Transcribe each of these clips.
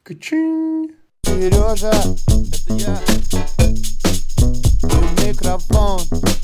Качинь. Сережа, это я. Микрофон.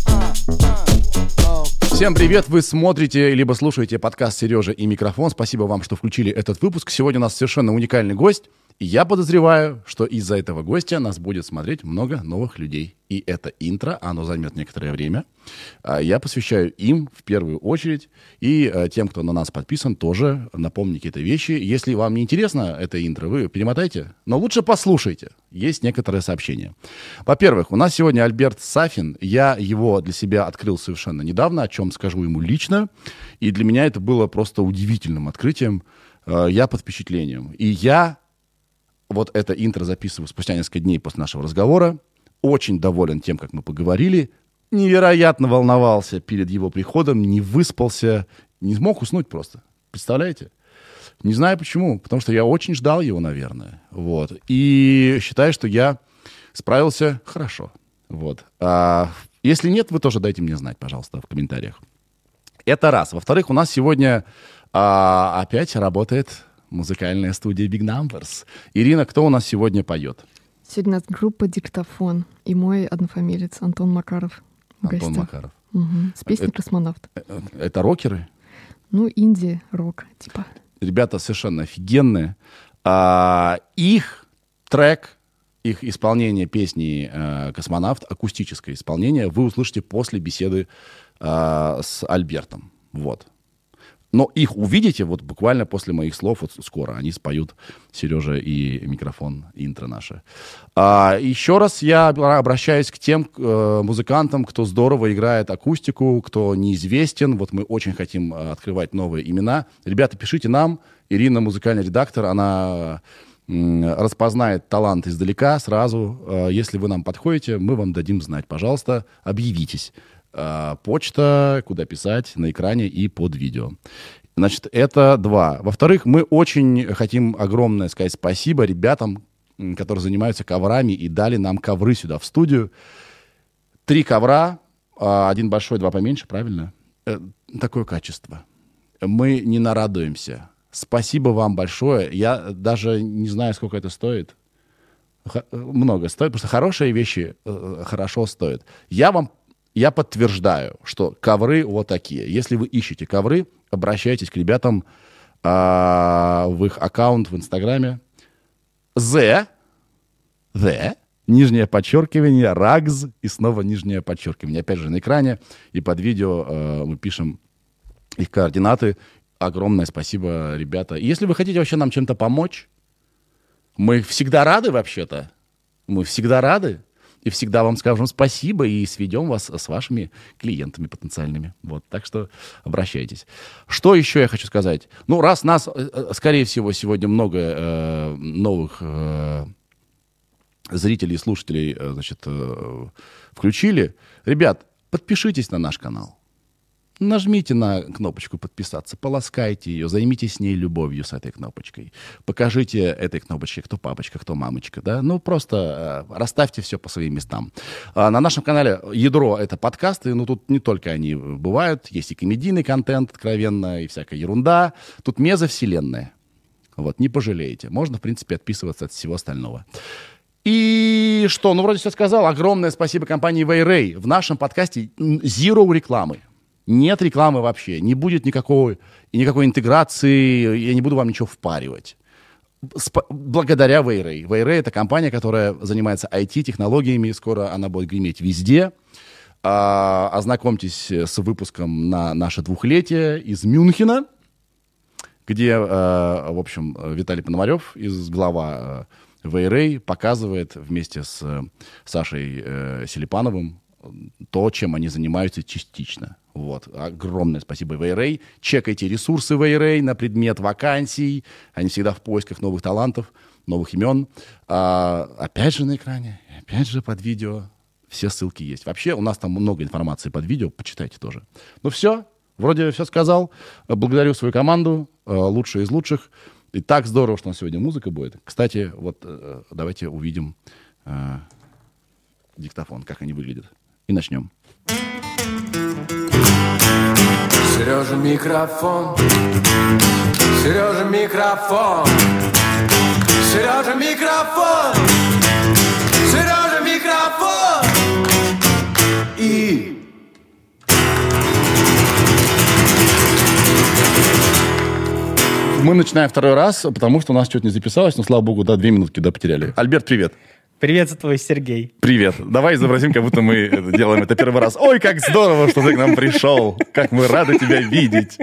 Всем привет! Вы смотрите либо слушаете подкаст «Сережа и микрофон». Спасибо вам, что включили этот выпуск. Сегодня у нас совершенно уникальный гость. И я подозреваю, что из-за этого гостя нас будет смотреть много новых людей. И это интро, оно займет некоторое время. Я посвящаю им в первую очередь. И тем, кто на нас подписан, тоже напомню какие-то вещи. Если вам не интересно это интро, вы перемотайте, но лучше послушайте. Есть некоторые сообщения. Во-первых, у нас сегодня Альберт Сафин. Я его для себя открыл совершенно недавно, о чем скажу ему лично. И для меня это было просто удивительным открытием. Я под впечатлением. И я вот это интро записываю спустя несколько дней после нашего разговора. Очень доволен тем, как мы поговорили. Невероятно волновался перед его приходом, не выспался, не смог уснуть просто. Представляете? Не знаю почему, потому что я очень ждал его, наверное. Вот. И считаю, что я справился хорошо. Вот. Если нет, вы тоже дайте мне знать, пожалуйста, в комментариях. Это раз. Во-вторых, у нас сегодня опять работает музыкальная студия Big Numbers. Ирина, кто у нас сегодня поет? Сегодня у нас группа «Диктофон» и мой однофамилец Антон Макаров. Антон Макаров. Угу. С песней «Космонавт». Это рокеры? Ну, инди-рок, типа. Ребята совершенно офигенные. Их трек, их исполнение песни «Космонавт», акустическое исполнение, вы услышите после беседы с Альбертом. Вот. Но их увидите вот буквально после моих слов, вот скоро. Они споют «Сережа и микрофон», интро наше. Еще раз я обращаюсь к тем музыкантам, кто здорово играет акустику, кто неизвестен. Вот мы очень хотим открывать новые имена. Ребята, пишите нам. Ирина, музыкальный редактор, она распознает талант издалека сразу. Если вы нам подходите, мы вам дадим знать. Пожалуйста, объявитесь. Почта, куда писать, на экране и под видео. Значит, это два. Во-вторых, мы очень хотим огромное сказать спасибо ребятам, которые занимаются коврами и дали нам ковры сюда в студию. 3 ковра, 1 большой, 2 поменьше, правильно? Такое качество. Мы не нарадуемся. Спасибо вам большое. Я даже не знаю, сколько это стоит. Много стоит, потому что хорошие вещи хорошо стоят. Я подтверждаю, что ковры вот такие. Если вы ищете ковры, обращайтесь к ребятам в их аккаунт в Инстаграме. Нижнее подчеркивание, Rags и снова нижнее подчеркивание. Опять же на экране и под видео мы пишем их координаты. Огромное спасибо, ребята. И если вы хотите вообще нам чем-то помочь, мы всегда рады вообще-то. Мы всегда рады. И всегда вам скажем спасибо и сведем вас с вашими клиентами потенциальными. Вот, так что обращайтесь. Что еще я хочу сказать? Ну, раз нас, скорее всего, сегодня много новых зрителей и слушателей, значит, включили. Ребят, подпишитесь на наш канал. Нажмите на кнопочку «Подписаться», поласкайте ее, займитесь с ней любовью, с этой кнопочкой. Покажите этой кнопочке, кто папочка, кто мамочка, да? Ну, просто расставьте все по своим местам. На нашем канале ядро — это подкасты, но тут не только они бывают. Есть и комедийный контент, откровенно, и всякая ерунда. Тут мезовселенная. Вот, не пожалеете. Можно, в принципе, отписываться от всего остального. И что? Ну, вроде все сказал. Огромное спасибо компании Way-Ray. В нашем подкасте zero рекламы. Нет рекламы вообще, не будет никакой интеграции, я не буду вам ничего впаривать. Благодаря Way-Ray. Way-Ray — это компания, которая занимается IT-технологиями, скоро она будет греметь везде. Ознакомьтесь с выпуском на наше 2-летие из Мюнхена, где, в общем, Виталий Пономарев, глава Way-Ray, показывает вместе с Сашей Селипановым то, чем они занимаются частично. Вот. Огромное спасибо Way-Ray. Чекайте ресурсы Way-Ray на предмет вакансий. Они всегда в поисках новых талантов, новых имен. Опять же на экране, опять же под видео. Все ссылки есть. Вообще у нас там много информации под видео. Почитайте тоже. Ну все. Вроде все сказал. Благодарю свою команду. Лучшие из лучших. И так здорово, что у нас сегодня музыка будет. Кстати, вот давайте увидим диктофон, как они выглядят. И начнем. Сережа, микрофон. Сережа, микрофон. Сережа, микрофон. Сережа, микрофон. И... Мы начинаем второй раз, потому что у нас что-то не записалось, но, слава богу, 2 минутки потеряли. Альберт, привет. Приветствую, Сергей. Привет. Давай изобразим, как будто мы делаем это первый раз. Ой, как здорово, что ты к нам пришел. Как мы рады тебя видеть.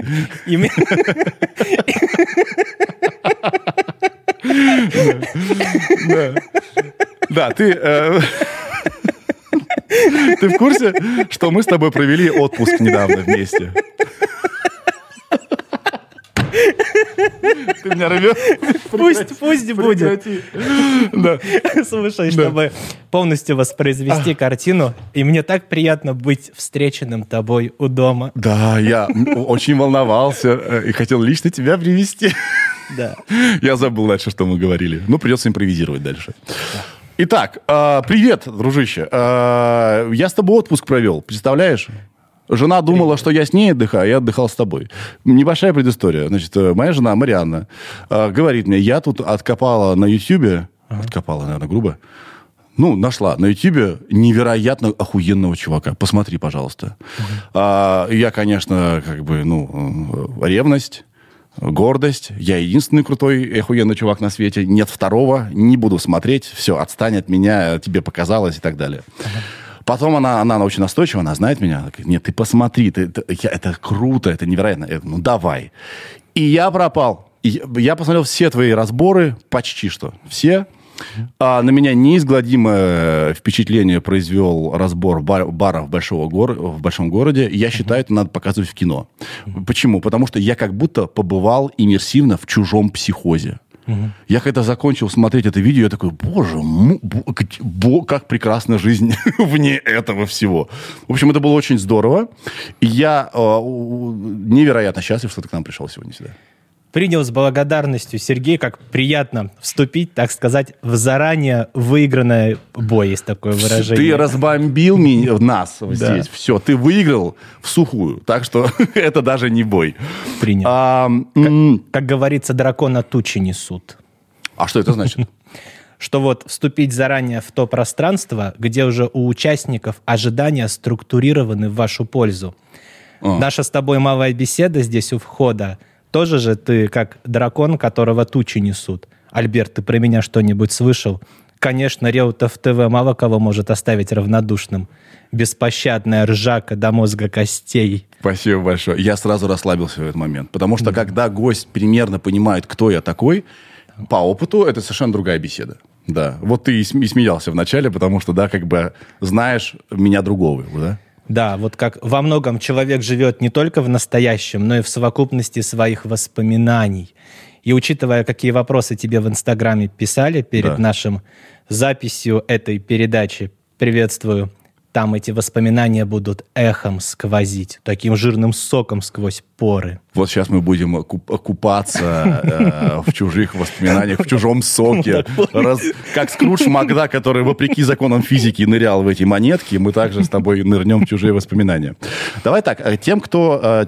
Да, ты в курсе, что мы с тобой провели отпуск недавно вместе? Ты меня рвешь? Пусть будет. Да. Слушай, чтобы полностью воспроизвести картину, и мне так приятно быть встреченным тобой у дома. Да, я очень волновался и хотел лично тебя привести. Да. Я забыл дальше, что мы говорили. Ну, придется импровизировать дальше. Итак, привет, дружище. Я с тобой отпуск провел, представляешь? Жена думала, что я с ней отдыхаю, а я отдыхал с тобой. Небольшая предыстория. Значит, моя жена Марианна говорит мне, я тут откопала на Ютьюбе, откопала, наверное, грубо, нашла на Ютьюбе невероятно охуенного чувака. Посмотри, пожалуйста. Я, конечно, ревность, гордость. Я единственный крутой и охуенный чувак на свете. Нет второго, не буду смотреть. Все, отстань от меня, тебе показалось и так далее. Потом она очень настойчива, она знает меня. Она говорит, нет, ты посмотри, это круто, это невероятно. Давай. И я пропал. Я посмотрел все твои разборы, почти что все. На меня неизгладимое впечатление произвел разбор баров в большом городе. Я считаю, это надо показывать в кино. Почему? Потому что я как будто побывал иммерсивно в чужом психозе. Я когда закончил смотреть это видео, я такой, боже, как прекрасна жизнь вне этого всего. В общем, это было очень здорово. И я невероятно счастлив, что ты к нам пришел сегодня сюда. Принял с благодарностью, Сергей, как приятно вступить, так сказать, в заранее выигранный бой, есть такое выражение. Ты разбомбил нас здесь. Все, ты выиграл в сухую. Так что это даже не бой. Принял. Как говорится, дракона тучи несут. А что это значит? Что вот вступить заранее в то пространство, где уже у участников ожидания структурированы в вашу пользу. Наша с тобой малая беседа здесь у входа. Тоже же ты как дракон, которого тучи несут. Альберт, ты про меня что-нибудь слышал? Конечно, Реутов ТВ мало кого может оставить равнодушным. Беспощадная ржака до мозга костей. Спасибо большое. Я сразу расслабился в этот момент. Потому что когда гость примерно понимает, кто я такой, по опыту это совершенно другая беседа. Да. Вот ты и смеялся вначале, потому что, знаешь меня другого, да? Да, вот как во многом человек живет не только в настоящем, но и в совокупности своих воспоминаний. И учитывая, какие вопросы тебе в Инстаграме писали перед нашим записью этой передачи, приветствую, там эти воспоминания будут эхом сквозить, таким жирным соком сквозь поры. Вот сейчас мы будем купаться в чужих воспоминаниях, в чужом соке. Как Скрудж Макдак, который, вопреки законам физики, нырял в эти монетки, мы также с тобой нырнем в чужие воспоминания. Давай так, тем, кто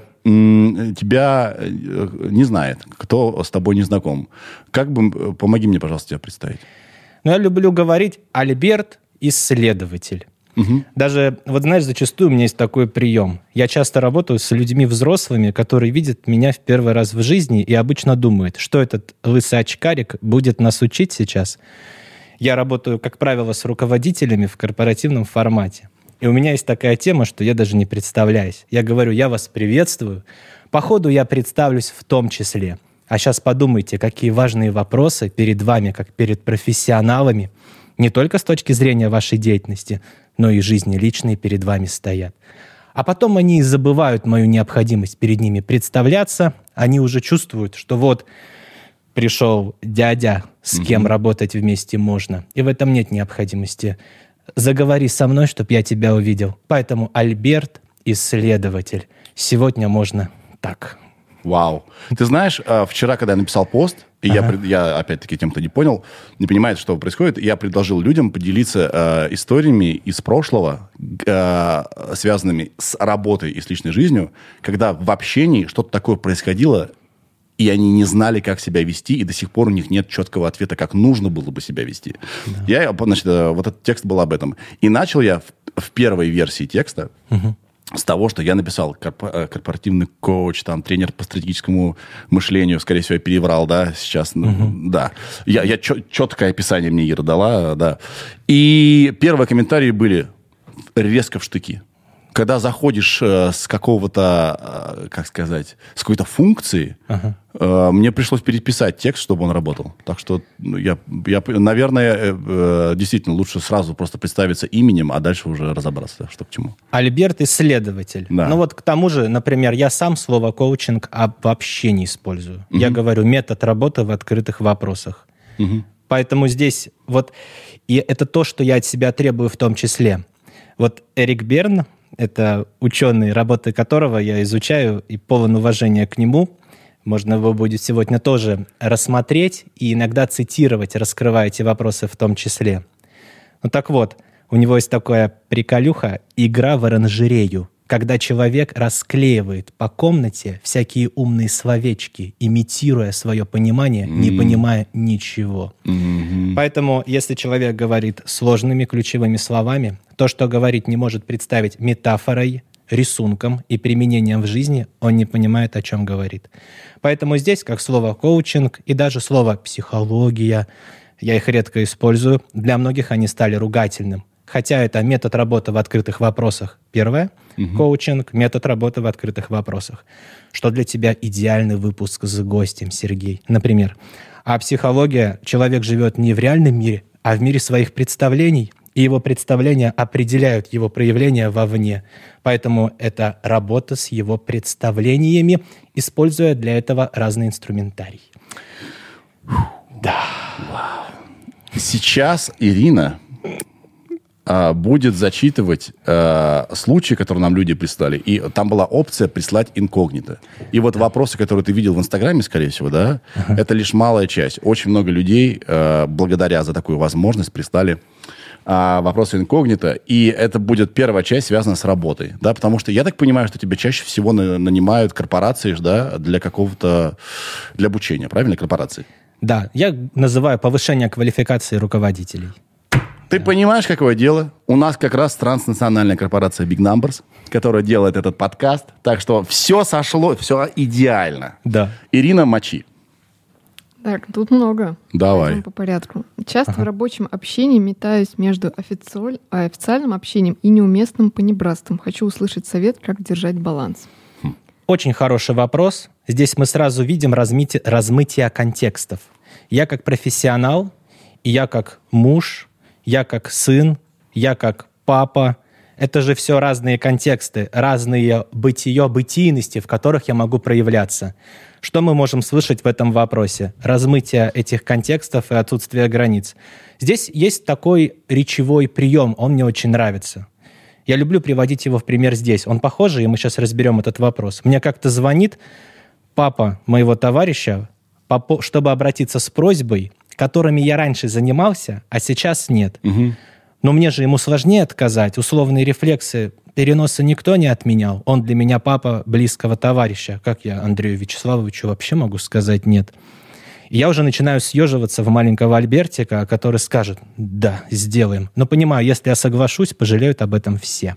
тебя не знает, кто с тобой не знаком, помоги мне, пожалуйста, тебя представить. Я люблю говорить «Альберт – исследователь». Даже, зачастую у меня есть такой прием. Я часто работаю с людьми взрослыми, которые видят меня в первый раз в жизни и обычно думают, что этот лысый очкарик будет нас учить сейчас. Я работаю, как правило, с руководителями в корпоративном формате. И у меня есть такая тема, что я даже не представляюсь. Я говорю, я вас приветствую. По ходу я представлюсь в том числе. А сейчас подумайте, какие важные вопросы перед вами, как перед профессионалами, не только с точки зрения вашей деятельности, но и жизни личной перед вами стоят. А потом они забывают мою необходимость перед ними представляться, они уже чувствуют, что вот пришел дядя, с кем работать вместе можно, и в этом нет необходимости. Заговори со мной, чтоб я тебя увидел. Поэтому Альберт – исследователь. Сегодня можно так. Вау. Ты знаешь, вчера, когда я написал пост, и я опять-таки, тем, кто не понял, не понимает, что происходит, я предложил людям поделиться историями из прошлого, связанными с работой и с личной жизнью, когда в общении что-то такое происходило и они не знали, как себя вести, и до сих пор у них нет четкого ответа, как нужно было бы себя вести. Да. Значит, вот этот текст был об этом. И начал я в первой версии текста с того, что я написал корпоративный коуч, там, тренер по стратегическому мышлению, скорее всего, я переврал, да, сейчас, да. Я четкое описание мне Ира дала, да. И первые комментарии были резко в штыки. Когда заходишь с какого-то, как сказать, с какой-то функции, мне пришлось переписать текст, чтобы он работал. Так что я наверное, действительно лучше сразу просто представиться именем, а дальше уже разобраться, что к чему. Альберт – исследователь. Да. Ну вот к тому же, например, я сам слово «коучинг» вообще не использую. Я говорю метод работы в открытых вопросах. Поэтому здесь вот, и это то, что я от себя требую в том числе. Вот Эрик Берн, это ученый, работы которого я изучаю, и полон уважения к нему. Можно его будет сегодня тоже рассмотреть и иногда цитировать, раскрывая эти вопросы в том числе. Ну так вот, у него есть такая приколюха «игра в оранжерею», когда человек расклеивает по комнате всякие умные словечки, имитируя свое понимание, не понимая ничего. Поэтому, если человек говорит сложными ключевыми словами, то, что говорить не может представить метафорой, рисунком и применением в жизни, он не понимает, о чем говорит. Поэтому здесь, как слово «коучинг» и даже слово «психология», я их редко использую, для многих они стали ругательным. Хотя это метод работы в открытых вопросах. Первое – коучинг, метод работы в открытых вопросах. Что для тебя идеальный выпуск с гостем, Сергей? Например. А психология – человек живет не в реальном мире, а в мире своих представлений, и его представления определяют его проявления вовне. Поэтому это работа с его представлениями, используя для этого разный инструментарий. Да. Сейчас Ирина будет зачитывать случаи, которые нам люди прислали. И там была опция прислать инкогнито. И вот вопросы, которые ты видел в Инстаграме, скорее всего, да, это лишь малая часть. Очень много людей, благодаря за такую возможность, прислали вопросы инкогнито. И это будет первая часть, связанная с работой. Да, потому что я так понимаю, что тебя чаще всего нанимают корпорации, да, для обучения, правильно, корпорации? Да, я называю повышение квалификации руководителей. Ты понимаешь, какое дело? У нас как раз транснациональная корпорация Big Numbers, которая делает этот подкаст. Так что все сошло, все идеально. Да. Ирина, мочи. Так, тут много. Давай. Пойдем по порядку. Часто в рабочем общении метаюсь между официальным общением и неуместным понебратством. Хочу услышать совет, как держать баланс. Очень хороший вопрос. Здесь мы сразу видим размытие контекстов. Я как профессионал, и я как муж, я как сын, я как папа. Это же все разные контексты, разные бытийности, в которых я могу проявляться. Что мы можем слышать в этом вопросе? Размытие этих контекстов и отсутствие границ. Здесь есть такой речевой прием, он мне очень нравится. Я люблю приводить его в пример здесь. Он похожий, и мы сейчас разберем этот вопрос. Мне как-то звонит папа моего товарища, чтобы обратиться с просьбой, которыми я раньше занимался, а сейчас нет. Но мне же ему сложнее отказать. Условные рефлексы переноса никто не отменял. Он для меня папа близкого товарища. Как я Андрею Вячеславовичу вообще могу сказать нет? И я уже начинаю съеживаться в маленького Альбертика, который скажет: да, сделаем. Но понимаю, если я соглашусь, пожалеют об этом все.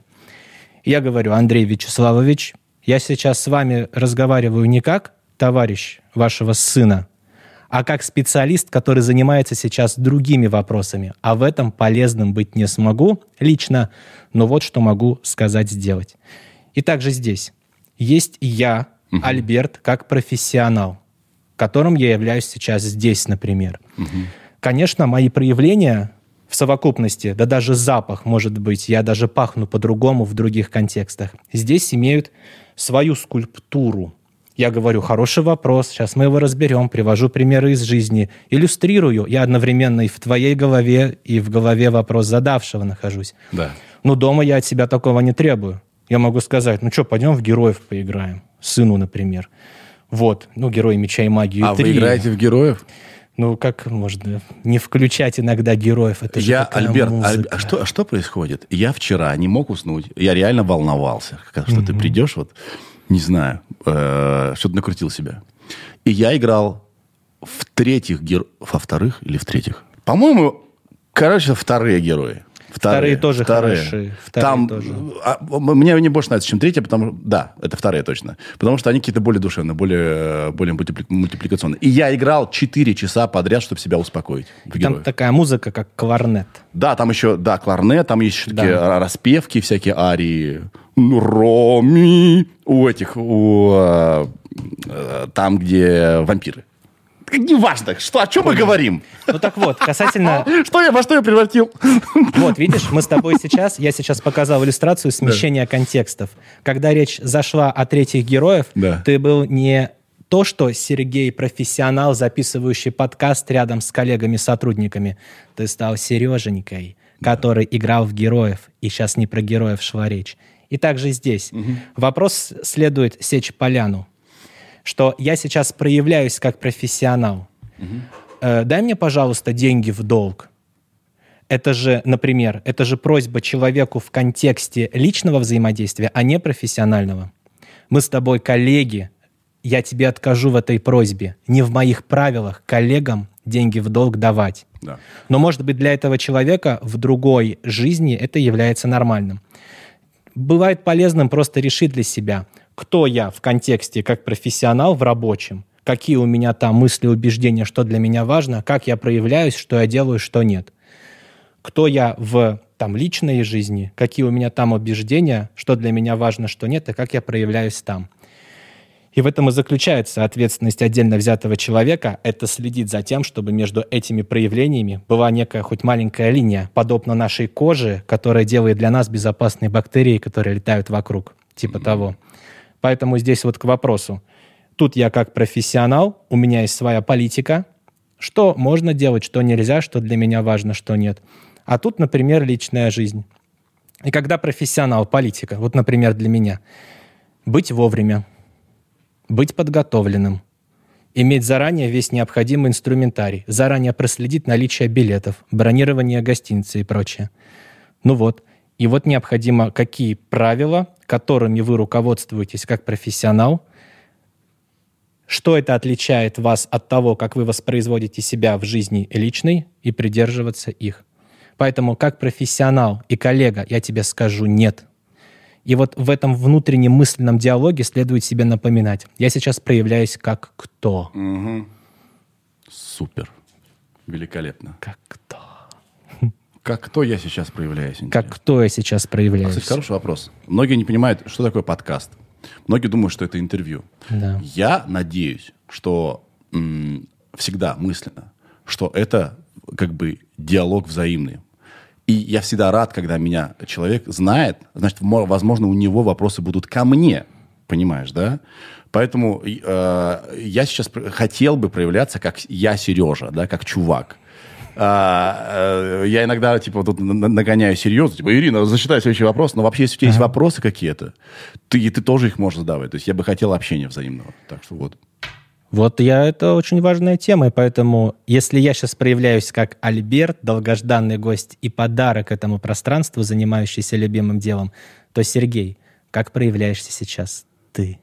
Я говорю: Андрей Вячеславович, я сейчас с вами разговариваю не как товарищ вашего сына, а как специалист, который занимается сейчас другими вопросами. А в этом полезным быть не смогу лично, но вот что могу сказать, сделать. И также здесь есть я, Альберт, как профессионал, которым я являюсь сейчас здесь, например. Конечно, мои проявления в совокупности, да даже запах, может быть, я даже пахну по-другому в других контекстах, здесь имеют свою скульптуру. Я говорю: хороший вопрос, сейчас мы его разберем, привожу примеры из жизни, иллюстрирую. Я одновременно и в твоей голове, и в голове вопрос задавшего нахожусь. Да. Но дома я от себя такого не требую. Я могу сказать: ну что, пойдем в героев поиграем. Сыну, например. Вот, герои меча и магии 3. Вы играете в героев? Ну, как можно не включать иногда героев? Это же Альберт, что происходит? Я вчера не мог уснуть. Я реально волновался, что ты придешь, вот, не знаю, что-то накрутил себя. И я играл в третьих во вторых или в третьих? По-моему, короче, вторые герои. Вторые тоже хорошие. Там тоже. Мне не больше нравится, чем третья, да, это вторые точно. Потому что они какие-то более душевные, более мультипликационные. И я играл 4 часа подряд, чтобы себя успокоить. Там такая музыка, как кларнет. Да, там еще, кларнет, там есть еще такие распевки, всякие арии. Роми. Там, где вампиры. Неважно, о чем мы говорим. Ну так вот, касательно... Во что я превратил? Вот, видишь, я сейчас показал иллюстрацию смещения контекстов. Когда речь зашла о третьих героев, ты был не то, что Сергей профессионал, записывающий подкаст рядом с коллегами-сотрудниками. Ты стал Сереженькой, который играл в героев, и сейчас не про героев шла речь. И также здесь. Вопрос следует сечь поляну. Что я сейчас проявляюсь как профессионал. Дай мне, пожалуйста, деньги в долг. Это же, например, просьба человеку в контексте личного взаимодействия, а не профессионального. Мы с тобой коллеги, я тебе откажу в этой просьбе. Не в моих правилах коллегам деньги в долг давать. Да. Но, может быть, для этого человека в другой жизни это является нормальным. Бывает полезным просто решить для себя, кто я в контексте как профессионал в рабочем, какие у меня там мысли, убеждения, что для меня важно, как я проявляюсь, что я делаю, что нет. Кто я в личной жизни, какие у меня там убеждения, что для меня важно, что нет, и как я проявляюсь там. И в этом и заключается ответственность отдельно взятого человека, это следить за тем, чтобы между этими проявлениями была некая хоть маленькая линия, подобно нашей коже, которая делает для нас безопасные бактерии, которые летают вокруг, типа того. Поэтому здесь вот к вопросу. Тут я как профессионал, у меня есть своя политика, что можно делать, что нельзя, что для меня важно, что нет. А тут, например, личная жизнь. И когда профессионал, политика, вот, например, для меня, быть вовремя, быть подготовленным, иметь заранее весь необходимый инструментарий, заранее проследить наличие билетов, бронирование гостиницы и прочее. И вот необходимо, какие правила, которыми вы руководствуетесь как профессионал, что это отличает вас от того, как вы воспроизводите себя в жизни личной, и придерживаться их. Поэтому как профессионал и коллега я тебе скажу «нет». И вот в этом внутреннем мысленном диалоге следует себе напоминать. Я сейчас проявляюсь как кто. Супер. Великолепно. Как кто. Как кто я сейчас проявляюсь? Как кто я сейчас проявляюсь? Кстати, хороший вопрос. Многие не понимают, что такое подкаст. Многие думают, что это интервью. Да. Я надеюсь, что всегда мысленно, что это как бы диалог взаимный. И я всегда рад, когда меня человек знает, значит, возможно, у него вопросы будут ко мне. Понимаешь, да? Поэтому я сейчас хотел бы проявляться как я, Сережа, да, как чувак. Я иногда, тут нагоняю серьезно. Ирина, зачитай следующий вопрос. Но вообще, если у тебя есть вопросы какие-то, ты тоже их можешь задавать. То есть я бы хотел общения взаимного. Так что вот. Это очень важная тема, и поэтому, если я сейчас проявляюсь как Альберт, долгожданный гость и подарок этому пространству, занимающийся любимым делом, то, Сергей, как проявляешься сейчас ты?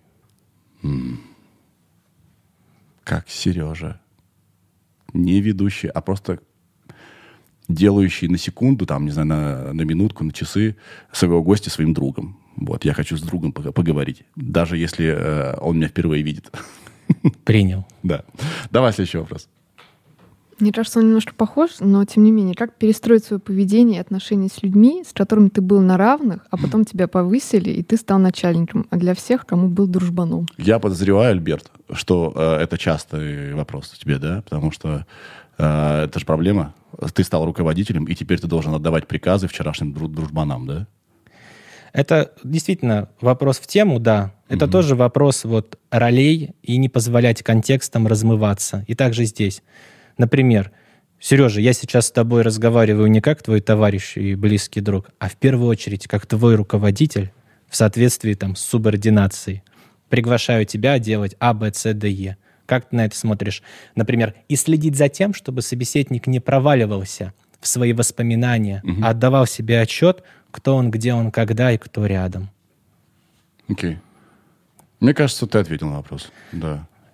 Как Сережа. Не ведущий, а просто делающий на секунду, на минутку, на часы своего гостя своим другом. Вот, я хочу с другом поговорить, даже если он меня впервые видит. Принял. Да. Давай следующий вопрос. Мне кажется, он немножко похож, но тем не менее, как перестроить свое поведение и отношения с людьми, с которыми ты был на равных, а потом тебя повысили, и ты стал начальником, а для всех, кому был дружбаном? Я подозреваю, Альберт, что это частый вопрос у тебя, да? Потому что это же проблема. Ты стал руководителем, и теперь ты должен отдавать приказы вчерашним дружбанам, да? Это действительно вопрос в тему, да. Это тоже вопрос ролей и не позволять контекстам размываться. И также здесь. Например, Сережа, я сейчас с тобой разговариваю не как твой товарищ и близкий друг, а в первую очередь как твой руководитель в соответствии с субординацией. Приглашаю тебя делать А, Б, С, Д, Е. Как ты на это смотришь? Например, и следить за тем, чтобы собеседник не проваливался в свои воспоминания, а отдавал себе отчет, кто он, где он, когда и кто рядом. Окей. Мне кажется, ты ответил на вопрос. Да.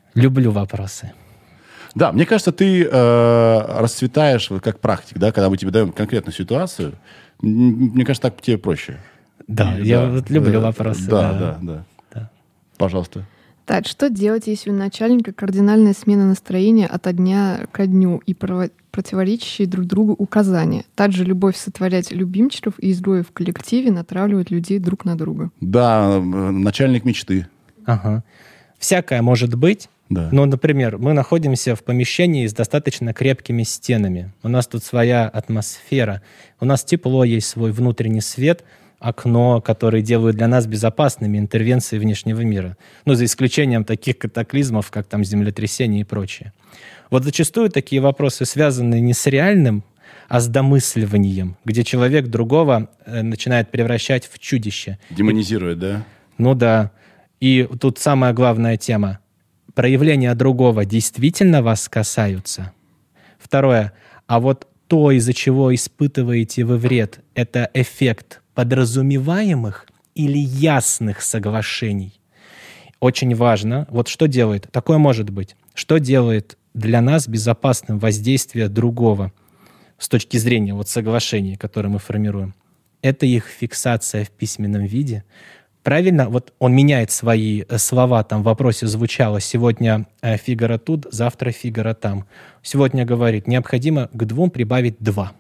Люблю вопросы. Да, мне кажется, ты расцветаешь как практик, да, когда мы тебе даем конкретную ситуацию. Мне кажется, так тебе проще. Да, я вот люблю вопросы. Да. Пожалуйста. Так, что делать, если у начальника кардинальная смена настроения от дня ко дню и противоречащие друг другу указания? Также любовь сотворять любимчиков и изгоев в коллективе натравливать людей друг на друга. Да, начальник мечты. Ага. Всякое может быть. Да. Ну, например, мы находимся в помещении с достаточно крепкими стенами. У нас тут своя атмосфера. У нас тепло, есть свой внутренний свет, окно, которые делают для нас безопасными интервенции внешнего мира. Ну, за исключением таких катаклизмов, как там землетрясения и прочее. Вот зачастую такие вопросы связаны не с реальным, а с домысливанием, где человек другого начинает превращать в чудище. Демонизирует, да? Ну да. И тут самая главная тема. Проявления другого действительно вас касаются? Второе. А вот то, из-за чего испытываете вы вред, это эффект подразумеваемых или ясных соглашений? Очень важно. Вот что делает? Такое может быть. Что делает для нас безопасным воздействие другого с точки зрения вот соглашений, которые мы формируем? Это их фиксация в письменном виде. Правильно, вот он меняет свои слова, там в вопросе звучало «сегодня Фигаро тут, завтра Фигаро там». Сегодня говорит, необходимо к 2 прибавить 2.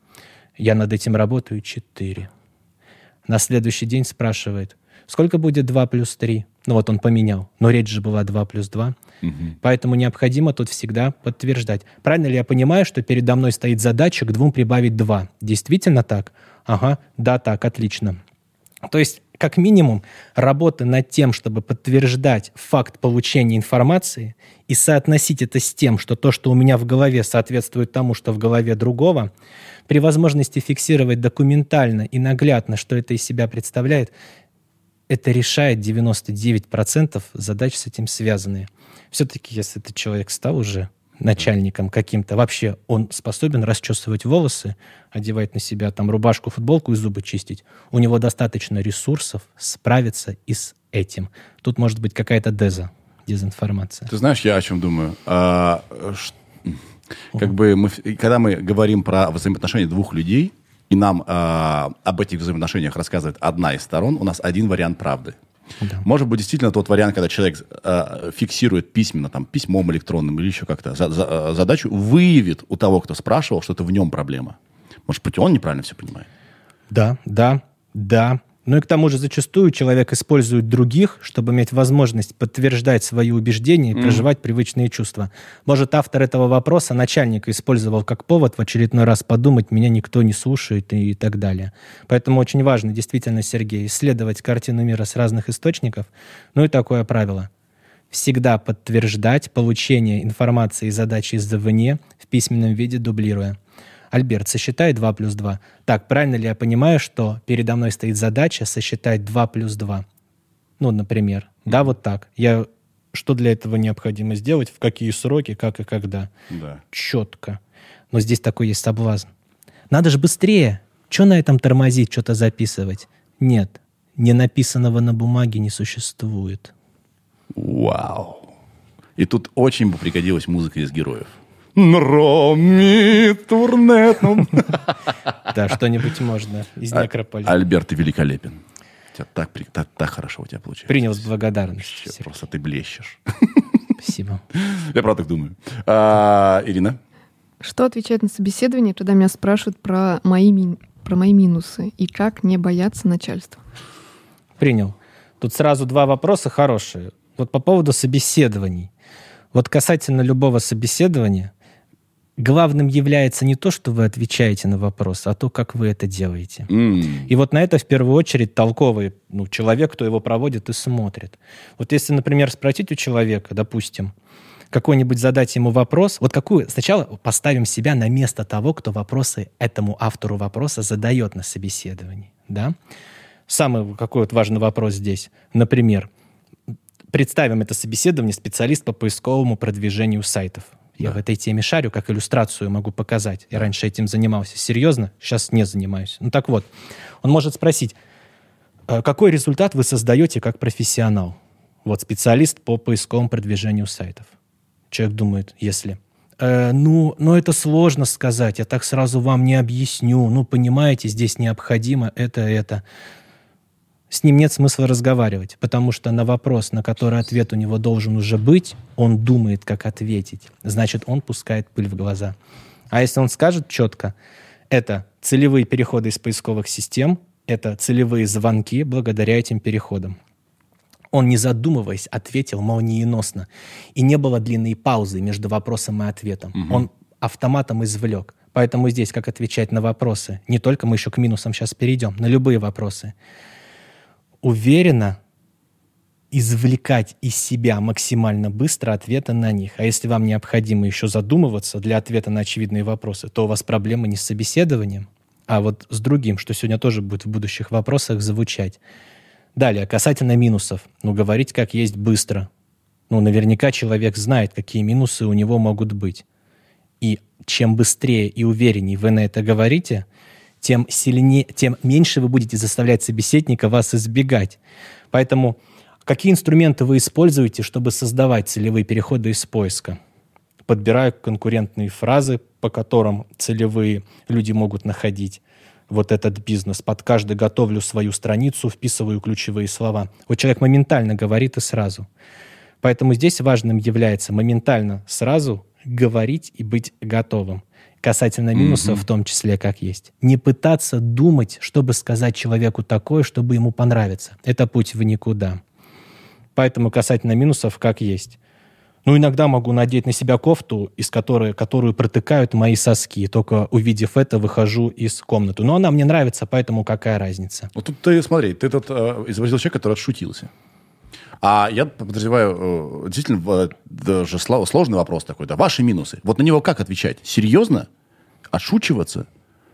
Я над этим работаю 4. На следующий день спрашивает, сколько будет 2 плюс 3? Ну вот он поменял, но речь же была 2 плюс 2. Поэтому необходимо тут всегда подтверждать. Правильно ли я понимаю, что передо мной стоит задача к 2 прибавить 2? Действительно так? Ага, да, так, отлично. То есть, как минимум, работа над тем, чтобы подтверждать факт получения информации и соотносить это с тем, что то, что у меня в голове, соответствует тому, что в голове другого, при возможности фиксировать документально и наглядно, что это из себя представляет, это решает 99% задач с этим связанные. Все-таки, если этот человек стал уже начальником каким-то, вообще он способен расчесывать волосы, одевать на себя там рубашку, футболку и зубы чистить. У него достаточно ресурсов справиться и с этим. Тут может быть какая-то дезинформация. Ты знаешь, я о чем думаю? Когда мы говорим про взаимоотношения двух людей, и нам об этих взаимоотношениях рассказывает одна из сторон, у нас один вариант правды. Да. Может быть, действительно тот вариант, когда человек фиксирует письменно, там, письмом электронным или еще как-то задачу, выявит у того, кто спрашивал, что это в нем проблема. Может быть, он неправильно все понимает. Да. Ну и к тому же зачастую человек использует других, чтобы иметь возможность подтверждать свои убеждения и проживать привычные чувства. Может, автор этого вопроса начальника использовал как повод в очередной раз подумать, меня никто не слушает и так далее. Поэтому очень важно, действительно, Сергей, исследовать картину мира с разных источников. Ну и такое правило. Всегда подтверждать получение информации и задачи извне в письменном виде, дублируя. Альберт, сосчитай 2 плюс 2. Так, правильно ли я понимаю, что передо мной стоит задача сосчитать 2 плюс 2? Ну, например. Да, вот так. Что для этого необходимо сделать, в какие сроки, как и когда? Да. Четко. Но здесь такой есть соблазн. Надо же быстрее. Че на этом тормозить, что-то записывать? Нет. Не написанного на бумаге не существует. Вау. И тут очень бы пригодилась музыка из героев. Да, что-нибудь можно из некрополя. Альберт, ты великолепен. Так хорошо у тебя получается. Принял с благодарностью. Просто ты блещешь. Спасибо. Я правда так думаю. Ирина? Что отвечать на собеседование, когда меня спрашивают про мои минусы и как не бояться начальства? Принял. Тут сразу 2 вопроса хорошие. Вот по поводу собеседований. Вот касательно любого собеседования, главным является не то, что вы отвечаете на вопрос, а то, как вы это делаете. И вот на это в первую очередь толковый человек, кто его проводит и смотрит. Вот если, например, спросить у человека, допустим, какой-нибудь задать ему вопрос, вот какую, сначала поставим себя на место того, кто вопросы этому автору вопроса задает на собеседовании. Да? Самый какой вот важный вопрос здесь. Например, представим это собеседование специалист по поисковому продвижению сайтов. Я в этой теме шарю, как иллюстрацию могу показать. Я раньше этим занимался. Серьезно? Сейчас не занимаюсь. Ну так вот, он может спросить, какой результат вы создаете как профессионал? Вот специалист по поисковому продвижению сайтов. Человек думает, если... Ну, это сложно сказать, я так сразу вам не объясню. Ну, понимаете, здесь необходимо это. С ним нет смысла разговаривать, потому что на вопрос, на который ответ у него должен уже быть, он думает, как ответить. Значит, он пускает пыль в глаза. А если он скажет четко, это целевые переходы из поисковых систем, это целевые звонки благодаря этим переходам. Он, не задумываясь, ответил молниеносно. И не было длинной паузы между вопросом и ответом. Он автоматом извлек. Поэтому здесь, как отвечать на вопросы, не только мы еще к минусам сейчас перейдем, на любые вопросы. Уверенно извлекать из себя максимально быстро ответы на них. А если вам необходимо еще задумываться для ответа на очевидные вопросы, то у вас проблемы не с собеседованием, а вот с другим, что сегодня тоже будет в будущих вопросах звучать. Далее, касательно минусов. Говорить как есть быстро. Наверняка человек знает, какие минусы у него могут быть. И чем быстрее и увереннее вы на это говорите, тем меньше вы будете заставлять собеседника вас избегать. Поэтому какие инструменты вы используете, чтобы создавать целевые переходы из поиска? Подбираю конкурентные фразы, по которым целевые люди могут находить вот этот бизнес. Под каждый готовлю свою страницу, вписываю ключевые слова. Вот человек моментально говорит и сразу. Поэтому здесь важным является моментально сразу говорить и быть готовым. Касательно минусов в том числе, как есть. Не пытаться думать, чтобы сказать человеку такое, чтобы ему понравиться. Это путь в никуда. Поэтому касательно минусов, как есть. Иногда могу надеть на себя кофту, которую протыкают мои соски. Только увидев это, выхожу из комнаты. Но она мне нравится, поэтому какая разница? Вот тут ты, смотри, ты тут изобразил человека, который отшутился. А я подозреваю, действительно, даже сложный вопрос такой. Да, ваши минусы. Вот на него как отвечать? Серьезно? Отшучиваться?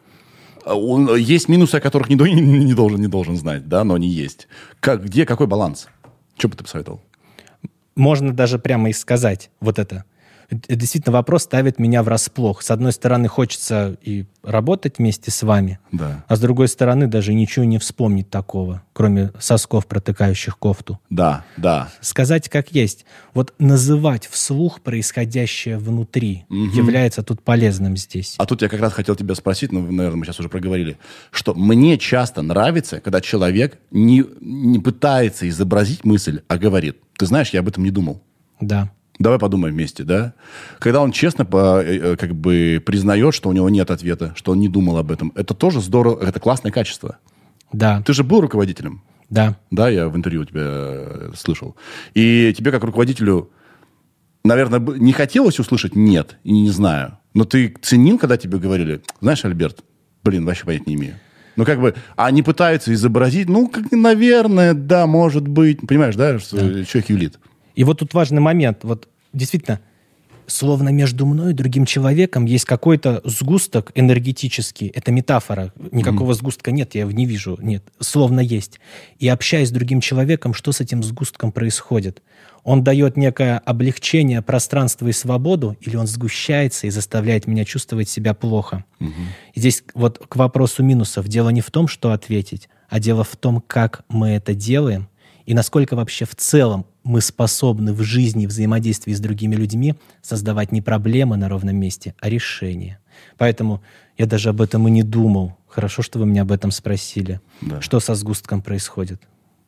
Есть минусы, о которых не должен знать, да, но они есть. Где какой баланс? Что бы ты посоветовал? Можно даже прямо и сказать вот это. Действительно, вопрос ставит меня врасплох. С одной стороны, хочется и работать вместе с вами, да. А с другой стороны, даже ничего не вспомнить такого, кроме сосков, протыкающих кофту. Да. Сказать как есть. Вот называть вслух происходящее внутри является тут полезным здесь. А тут я как раз хотел тебя спросить, наверное, мы сейчас уже проговорили, что мне часто нравится, когда человек не пытается изобразить мысль, а говорит: ты знаешь, я об этом не думал. Да. Давай подумаем вместе, да? Когда он честно признает, что у него нет ответа, что он не думал об этом, это тоже здорово, это классное качество. Да. Ты же был руководителем. Да. Да, я в интервью тебя слышал. И тебе как руководителю, наверное, не хотелось услышать «нет» и «не знаю», но ты ценил, когда тебе говорили: знаешь, Альберт, вообще понять не имею. Они пытаются изобразить, наверное, да, может быть. Понимаешь, да, что человек юлит. И вот тут важный момент. Вот действительно, словно между мной и другим человеком есть какой-то сгусток энергетический. Это метафора. Никакого сгустка нет, я его не вижу. Нет, словно есть. И общаясь с другим человеком, что с этим сгустком происходит? Он дает некое облегчение, пространство и свободу, или он сгущается и заставляет меня чувствовать себя плохо? И здесь вот к вопросу минусов. Дело не в том, что ответить, а дело в том, как мы это делаем, и насколько вообще в целом мы способны в жизни, взаимодействии с другими людьми создавать не проблемы на ровном месте, а решения. Поэтому я даже об этом и не думал. Хорошо, что вы меня об этом спросили. Да. Что со сгустком происходит?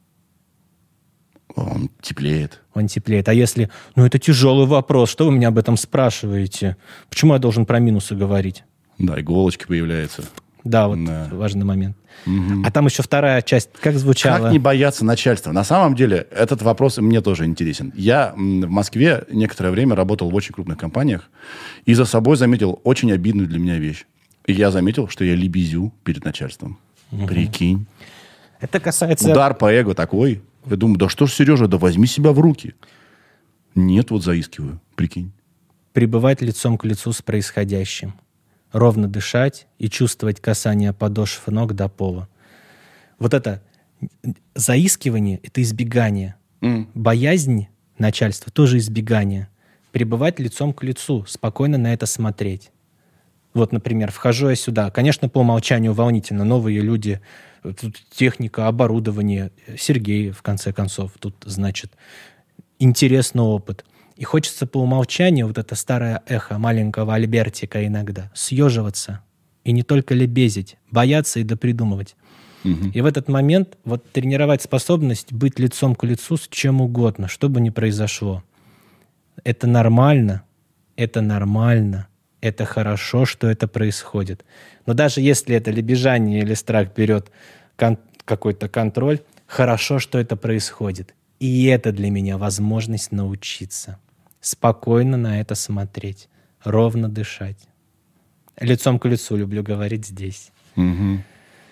Он теплеет. Он теплеет. А если... это тяжелый вопрос. Что вы меня об этом спрашиваете? Почему я должен про минусы говорить? Да, иголочки появляются. Да, вот Да. важный момент. А там еще вторая часть, как звучала? Как не бояться начальства? На самом деле, этот вопрос мне тоже интересен. Я в Москве некоторое время работал в очень крупных компаниях и за собой заметил очень обидную для меня вещь. И я заметил, что я лебезю перед начальством. Прикинь. Это касается... Удар по эго такой. Я думаю, да что ж, Сережа, да возьми себя в руки. Нет, вот заискиваю. Прикинь. Пребывать лицом к лицу с происходящим. Ровно дышать и чувствовать касание подошв ног до пола. Вот это заискивание — это избегание. Боязнь начальства — тоже избегание. Пребывать лицом к лицу, спокойно на это смотреть. Вот, например, вхожу я сюда. Конечно, по умолчанию волнительно. Новые люди, тут техника, оборудование. Сергей, в конце концов, тут, значит, интересный опыт. И хочется по умолчанию, вот это старое эхо маленького Альбертика иногда, съеживаться и не только лебезить, бояться и допридумывать. И в этот момент вот тренировать способность быть лицом к лицу с чем угодно, что бы ни произошло. Это нормально, это хорошо, что это происходит. Но даже если это лебежание или страх берет какой-то контроль, хорошо, что это происходит. И это для меня возможность научиться спокойно на это смотреть, ровно дышать. Лицом к лицу люблю говорить здесь. Ну,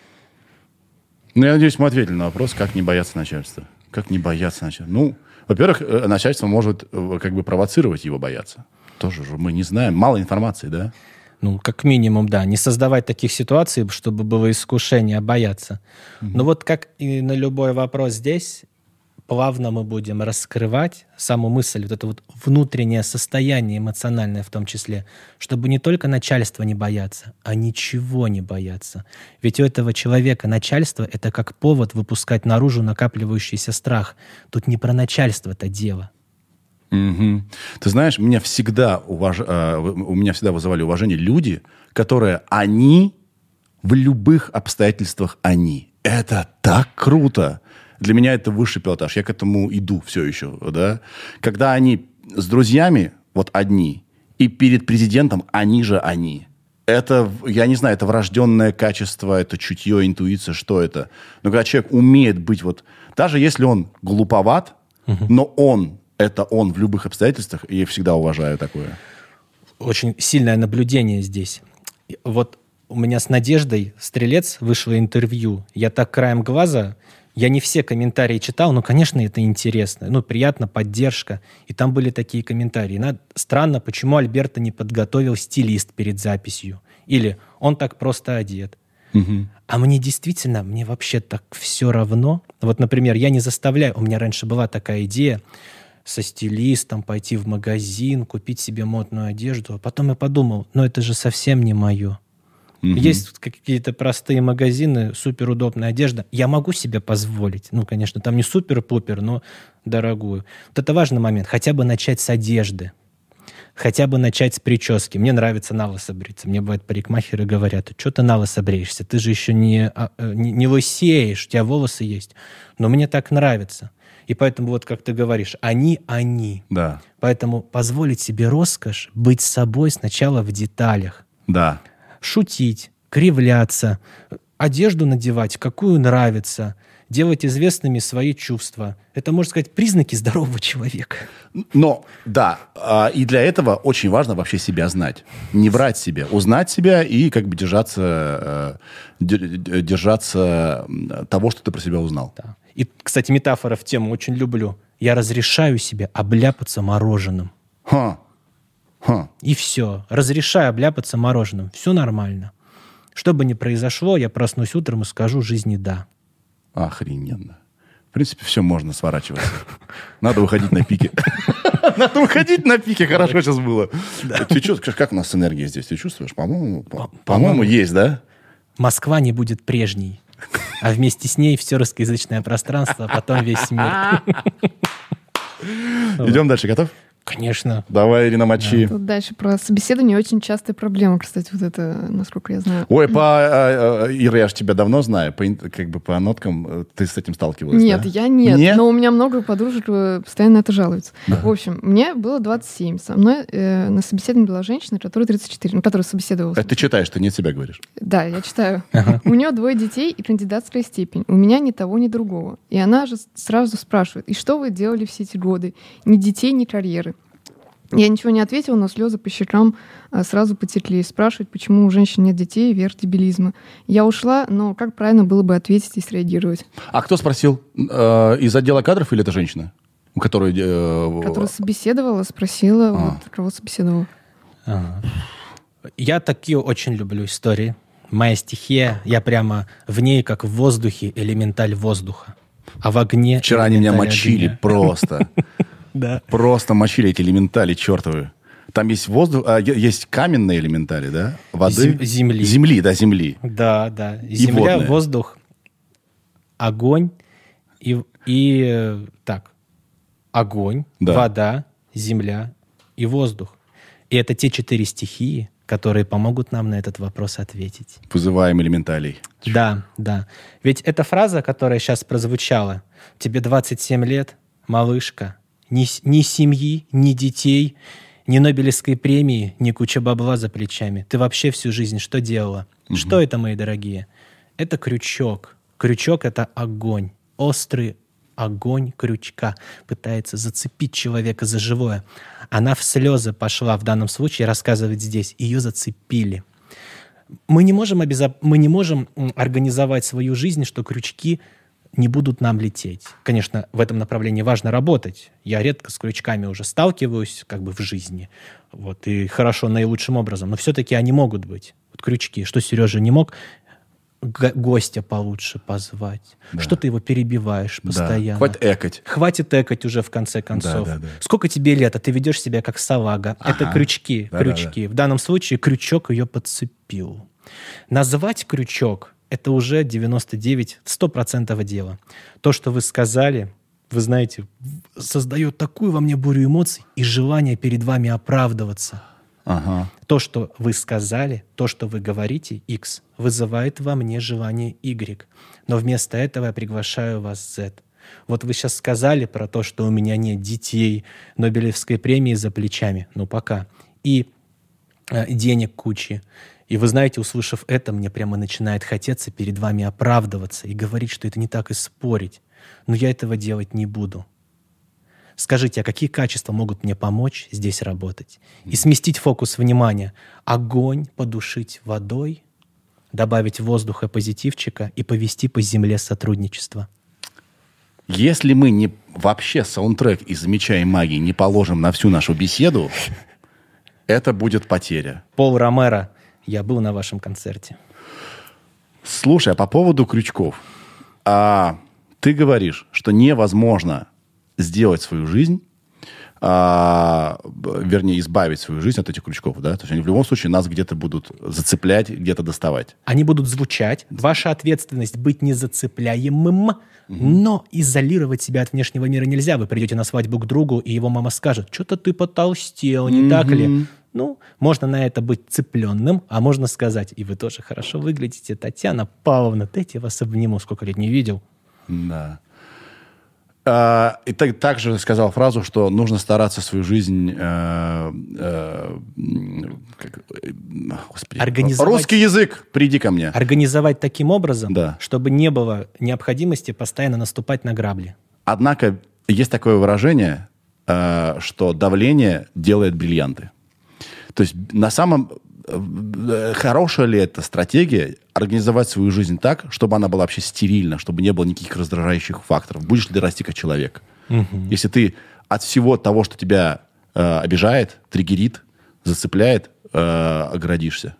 я надеюсь, мы ответили на вопрос, как не бояться начальства. Как не бояться начальства? Ну, во-первых, начальство может как бы провоцировать его бояться. Тоже же мы не знаем. Мало информации, да? Ну, как минимум, да. Не создавать таких ситуаций, чтобы было искушение бояться. Но вот как и на любой вопрос здесь, плавно мы будем раскрывать саму мысль, вот это вот внутреннее состояние эмоциональное в том числе, чтобы не только начальство не бояться, а ничего не бояться. Ведь у этого человека начальство — это как повод выпускать наружу накапливающийся страх. Тут не про начальство это дело. Ты знаешь, у меня всегда вызывали уважение люди, которые они в любых обстоятельствах они. Это так круто. Для меня это высший пилотаж. Я к этому иду все еще, да. Когда они с друзьями вот одни, и перед президентом они же они. Это, я не знаю, это врожденное качество, это чутье, интуиция, что это. Но когда человек умеет быть вот... Даже если он глуповат, но он в любых обстоятельствах, и я всегда уважаю такое. Очень сильное наблюдение здесь. Вот у меня с Надеждой Стрелец вышло интервью. Я так краем глаза... Я не все комментарии читал, но, конечно, это интересно. Ну, приятно, поддержка. И там были такие комментарии. Странно, почему Альберто не подготовил стилист перед записью. Или он так просто одет. А мне действительно, мне вообще так все равно. Вот, например, я не заставляю... У меня раньше была такая идея со стилистом пойти в магазин, купить себе модную одежду. А потом я подумал, это же совсем не мое. Есть какие-то простые магазины, суперудобная одежда. Я могу себе позволить. Ну, конечно, там не супер-пупер, но дорогую. Вот это важный момент. Хотя бы начать с одежды. Хотя бы начать с прически. Мне нравится на лысо бриться. Мне бывает парикмахеры говорят, что ты на лысо бреешься? Ты же еще не лысеешь, у тебя волосы есть. Но мне так нравится. И поэтому, вот как ты говоришь, они. Да. Поэтому позволить себе роскошь быть собой сначала в деталях. Да. Шутить, кривляться, одежду надевать, какую нравится, делать известными свои чувства. Это, можно сказать, признаки здорового человека. Но, да, и для этого очень важно вообще себя знать. Не врать себе, узнать себя и как бы держаться того, что ты про себя узнал. Да. И, кстати, метафора в тему очень люблю. Я разрешаю себе обляпаться мороженым. И все. Разрешаю обляпаться мороженым. Все нормально. Что бы ни произошло, я проснусь утром и скажу жизни «да». Охрененно. В принципе, все можно сворачиваться. Надо выходить на пике. Надо выходить на пике. Хорошо сейчас было. Ты чувствуешь, как у нас с энергией здесь? Ты чувствуешь? По-моему, есть, да? Москва не будет прежней. А вместе с ней все русскоязычное пространство, а потом весь мир. Идем дальше. Готов? Конечно. Давай, Ирина, мочи. Тут дальше про собеседование очень частая проблема, кстати, вот это, насколько я знаю. Ой, Ира, я же тебя давно знаю, по ноткам ты с этим сталкивалась, Нет, да? я нет, но у меня много подружек постоянно на это жалуются. В общем, мне было 27, со мной на собеседовании была женщина, которая 34, которая собеседовалась. Это ты читаешь, ты не от себя говоришь? Да, я читаю. У нее 2 детей и кандидатская степень. У меня ни того, ни другого. И она же сразу спрашивает, и что вы делали все эти годы? Ни детей, ни карьеры. Я ничего не ответила, но слезы по щекам сразу потекли. Спрашивать, почему у женщин нет детей, верх дебилизма. Я ушла, но как правильно было бы ответить и среагировать? А кто спросил? Из отдела кадров или это женщина? Которая собеседовала, спросила, вот, кого собеседовала. Я такие очень люблю истории. Моя стихия, я прямо в ней, как в воздухе, элементаль воздуха. А в огне... Вчера они меня мочили просто. Да. Просто мочили эти элементали чертовы. Там есть воздух, есть каменные элементали, да? Воды? Земли. Земли, да, земли. Да, да. Земля, водное. воздух, огонь так. Огонь, Да. вода, земля и воздух. И это те 4 стихии, которые помогут нам на этот вопрос ответить. Вызываем элементалей. Да, да. Ведь эта фраза, которая сейчас прозвучала, тебе 27 лет, малышка, ни семьи, ни детей, ни Нобелевской премии, ни куча бабла за плечами. Ты вообще всю жизнь что делала? Что это, мои дорогие? Это крючок. Крючок — это огонь. Острый огонь крючка пытается зацепить человека за живое. Она в слезы пошла в данном случае рассказывать здесь. Ее зацепили. Мы не можем организовать свою жизнь, что крючки не будут нам лететь. Конечно, в этом направлении важно работать. Я редко с крючками уже сталкиваюсь как бы в жизни. Вот, и хорошо, наилучшим образом. Но все-таки они могут быть. Вот крючки. Что Сережа не мог гостя получше позвать. Да. Что ты его перебиваешь постоянно. Да. Хватит экать. Хватит экать уже в конце концов. Да. Сколько тебе лет, а ты ведешь себя как салага. Ага. Это крючки. Да. В данном случае крючок ее подцепил. Назвать крючок — это уже 99-100% дела. То, что вы сказали, вы знаете, создает такую во мне бурю эмоций и желание перед вами оправдываться. Ага. То, что вы сказали, то, что вы говорите, X, вызывает во мне желание Y. Но вместо этого я приглашаю вас Z. Вот вы сейчас сказали про то, что у меня нет детей, Нобелевской премии за плечами. Ну, пока. И денег кучи. И вы знаете, услышав это, мне прямо начинает хотеться перед вами оправдываться и говорить, что это не так, и спорить. Но я этого делать не буду. Скажите, а какие качества могут мне помочь здесь работать? И сместить фокус внимания. Огонь подушить водой, добавить воздуха позитивчика и повести по земле сотрудничество. Если мы вообще саундтрек из «Меча и магии» не положим на всю нашу беседу, это будет потеря. Пол Ромеро, я был на вашем концерте. Слушай, а по поводу крючков. Ты говоришь, что невозможно сделать свою жизнь, вернее, избавить свою жизнь от этих крючков, да? То есть они в любом случае нас где-то будут зацеплять, где-то доставать. Они будут звучать. Ваша ответственность быть незацепляемым, но изолировать себя от внешнего мира нельзя. Вы придете на свадьбу к другу, и его мама скажет: что-то ты потолстел, не так ли? Ну, можно на это быть цепленным, а можно сказать: и вы тоже хорошо выглядите, Татьяна Павловна, дайте я вас обниму, сколько лет не видел. Да. И также сказал фразу, что нужно стараться свою жизнь... Организовать. Русский язык, приди ко мне. Организовать таким образом, Да. чтобы не было необходимости постоянно наступать на грабли. Однако есть такое выражение, что давление делает бриллианты. То есть на самом... Хорошая ли это стратегия организовать свою жизнь так, чтобы она была вообще стерильна, чтобы не было никаких раздражающих факторов? Будешь ли ты расти как человек? Если ты от всего того, что тебя обижает, триггерит, зацепляет, оградишься.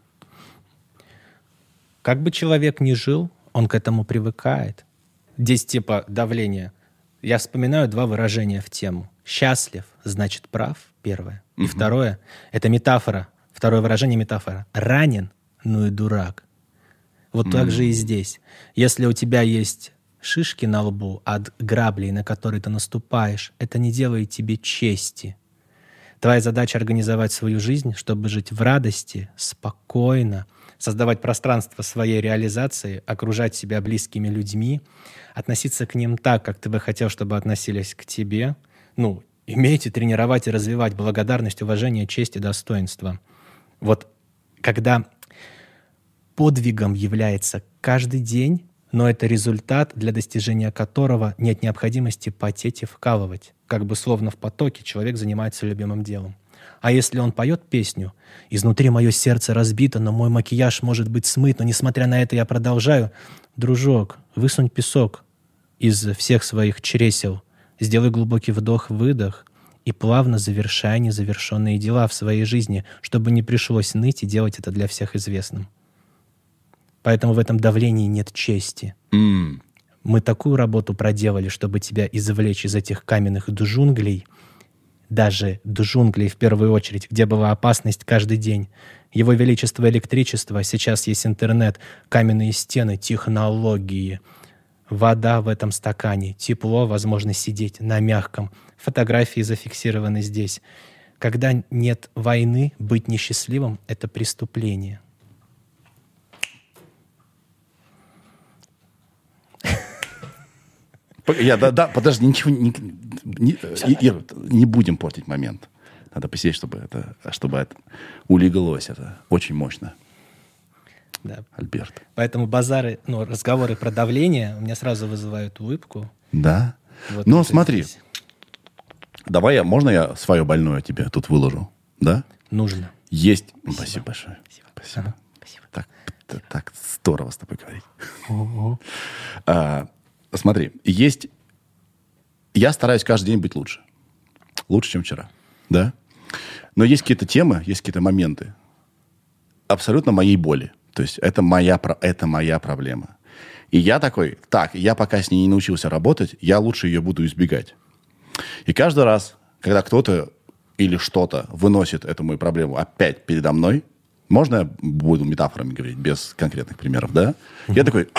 Как бы человек ни жил, он к этому привыкает. Здесь типа давление. Я вспоминаю 2 выражения в тему. Счастлив значит прав, первое. И второе, это метафора. Второе выражение — метафора. Ранен, ну и дурак. Вот так же и здесь. Если у тебя есть шишки на лбу от граблей, на которые ты наступаешь, это не делает тебе чести. Твоя задача — организовать свою жизнь, чтобы жить в радости, спокойно, создавать пространство своей реализации, окружать себя близкими людьми, относиться к ним так, как ты бы хотел, чтобы относились к тебе. Ну, иметь и тренировать и развивать благодарность, уважение, честь и достоинство. Вот когда подвигом является каждый день, но это результат, для достижения которого нет необходимости потеть и вкалывать. Как бы словно в потоке человек занимается любимым делом. А если он поет песню: «Изнутри мое сердце разбито, но мой макияж может быть смыт, но несмотря на это я продолжаю», дружок, высунь песок из всех своих чресел, сделай глубокий вдох-выдох и плавно завершай незавершенные дела в своей жизни, чтобы не пришлось ныть и делать это для всех известным. Поэтому в этом давлении нет чести. Мы такую работу проделали, чтобы тебя извлечь из этих каменных джунглей даже до джунглей в первую очередь, где была опасность каждый день. Его Величество электричество, сейчас есть интернет, каменные стены, технологии. Вода в этом стакане, тепло, возможно сидеть на мягком. Фотографии зафиксированы здесь. Когда нет войны, быть несчастливым — это преступление. Подожди, ничего не будем портить момент. Надо посидеть, чтобы это улеглось. Это очень мощно. Да. Альберт. Поэтому базары, разговоры про давление у меня сразу вызывают улыбку. Да? Вот Ну, это смотри. здесь. Можно я свое больное тебе тут выложу? Да? Нужно. Есть. Спасибо большое. Спасибо. Спасибо. Так здорово с тобой говорить. Смотри, я стараюсь каждый день быть лучше. Лучше, чем вчера. Да? Но есть какие-то темы, есть какие-то моменты абсолютно моей боли. То есть это моя проблема. И я такой, я пока с ней не научился работать, я лучше ее буду избегать. И каждый раз, когда кто-то или что-то выносит эту мою проблему опять передо мной, можно я буду метафорами говорить, без конкретных примеров, да? Я такой,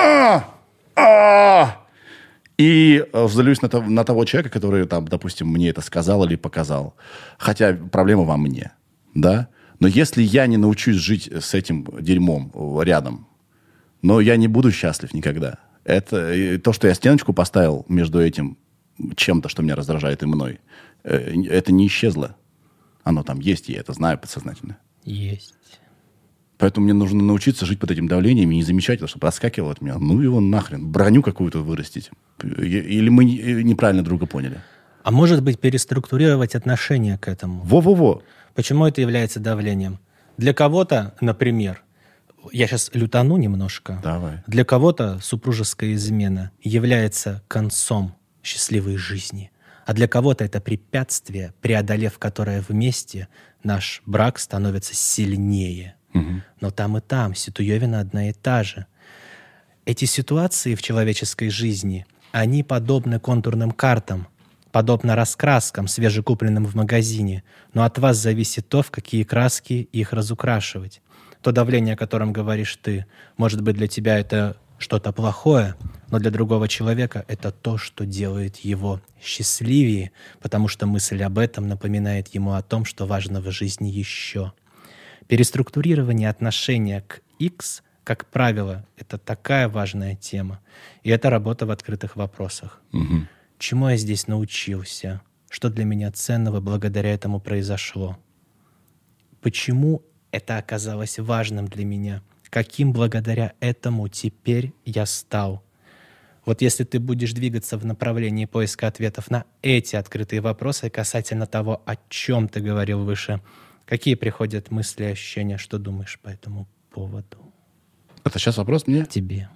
и злюсь на того человека, который, там, допустим, мне это сказал или показал. Хотя проблема во мне, да? Но если я не научусь жить с этим дерьмом рядом, но я не буду счастлив никогда. Это то, что я стеночку поставил между этим чем-то, что меня раздражает, и мной, это не исчезло. Оно там есть, я это знаю подсознательно. Есть. Поэтому мне нужно научиться жить под этим давлением и не замечать это, чтобы отскакивало от меня. Ну его нахрен. Броню какую-то вырастить. Или мы неправильно друга поняли? А может быть, переструктурировать отношение к этому? Во-во-во. Почему это является давлением? Для кого-то, например, я сейчас лютану немножко. Давай. Для кого-то супружеская измена является концом счастливой жизни. А для кого-то это препятствие, преодолев которое вместе, наш брак становится сильнее. Но там и там ситуевина одна и та же. Эти ситуации в человеческой жизни, они подобны контурным картам, подобно раскраскам, свежекупленным в магазине. Но от вас зависит то, в какие краски их разукрашивать. То давление, о котором говоришь ты, может быть, для тебя это что-то плохое, но для другого человека это то, что делает его счастливее, потому что мысль об этом напоминает ему о том, что важно в жизни еще. Переструктурирование отношения к X, как правило, это такая важная тема. И это работа в открытых вопросах. Чему я здесь научился? Что для меня ценного благодаря этому произошло? Почему это оказалось важным для меня? Каким благодаря этому теперь я стал? Вот если ты будешь двигаться в направлении поиска ответов на эти открытые вопросы касательно того, о чем ты говорил выше, какие приходят мысли и ощущения, что думаешь по этому поводу? Это сейчас вопрос мне? Тебе.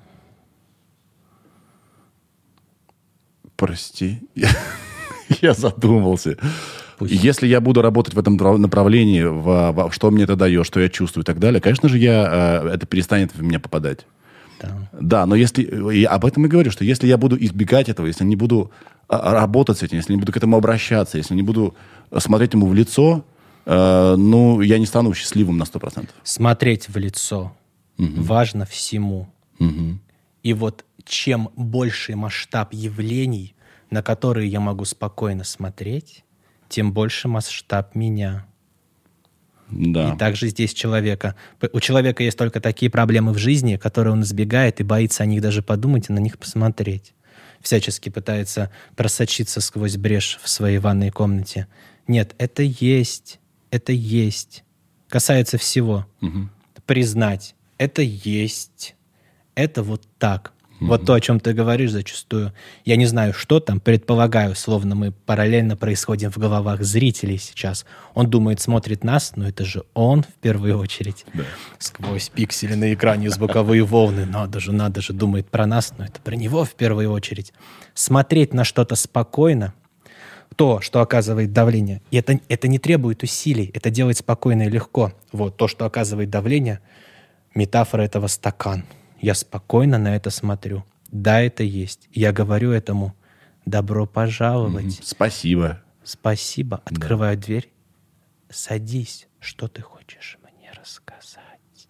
Прости, я задумался. Пусть. Если я буду работать в этом направлении, что мне это дает, что я чувствую и так далее, конечно же, это перестанет в меня попадать. Да, но я об этом и говорю, что если я буду избегать этого, если не буду работать с этим, если не буду к этому обращаться, если не буду смотреть ему в лицо, я не стану счастливым на 100%. Смотреть в лицо важно всему. И вот чем больший масштаб явлений, на которые я могу спокойно смотреть, тем больше масштаб меня. Да. И также здесь у человека есть только такие проблемы в жизни, которые он избегает и боится о них даже подумать и на них посмотреть. Всячески пытается просочиться сквозь брешь в своей ванной комнате. Нет, это есть. Касается всего. Признать. Это есть. Это вот так. Вот то, о чем ты говоришь зачастую. Я не знаю, что там, предполагаю, словно мы параллельно происходим в головах зрителей сейчас. Он думает, смотрит нас, но это же он в первую очередь. Да. Сквозь пиксели на экране, звуковые волны. Надо же, думает про нас, но это про него в первую очередь. Смотреть на что-то спокойно, то, что оказывает давление, и это не требует усилий, это делать спокойно и легко. Вот то, что оказывает давление, метафора этого стакан. Я спокойно на это смотрю. Да, это есть. Я говорю этому добро пожаловать. Спасибо. спасибо, открываю дверь. Садись, что ты хочешь мне рассказать?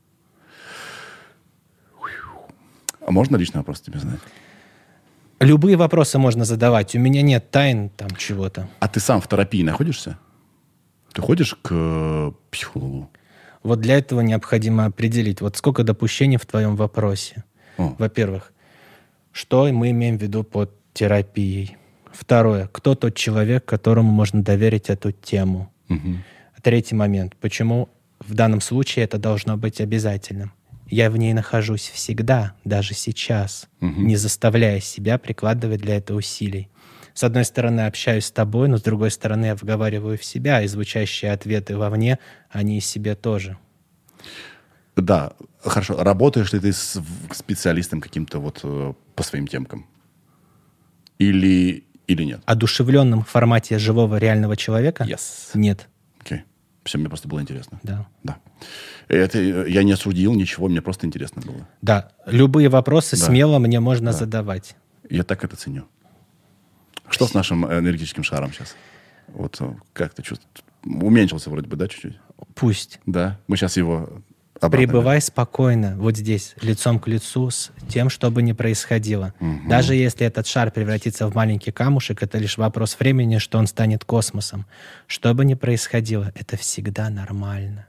А можно личный вопрос тебе задать? Любые вопросы можно задавать. У меня нет тайн там чего-то. А ты сам в терапии находишься? Ты ходишь к психологу? Вот для этого необходимо определить, вот сколько допущений в твоем вопросе. Во-первых, что мы имеем в виду под терапией? Второе, кто тот человек, которому можно доверить эту тему? Третий момент, почему в данном случае это должно быть обязательным? Я в ней нахожусь всегда, даже сейчас, не заставляя себя прикладывать для этого усилий. С одной стороны, общаюсь с тобой, но с другой стороны, я вговариваю в себя, и звучащие ответы вовне, они и себе тоже. Да, хорошо. Работаешь ли ты с специалистом каким-то вот по своим темкам? Или нет? Одушевленным в формате живого реального человека? Yes. Нет. Окей. Все, мне просто было интересно. Да. Это я не осудил ничего, мне просто интересно было. Да. Любые вопросы смело мне можно задавать. Я так это ценю. Что с нашим энергетическим шаром сейчас? Вот как ты чувствуешь? Уменьшился вроде бы, да, чуть-чуть? Пусть. Да. Мы сейчас его обратно... Пребывай спокойно вот здесь, лицом к лицу с тем, что бы ни происходило. Даже если этот шар превратится в маленький камушек, это лишь вопрос времени, что он станет космосом. Что бы ни происходило, это всегда нормально.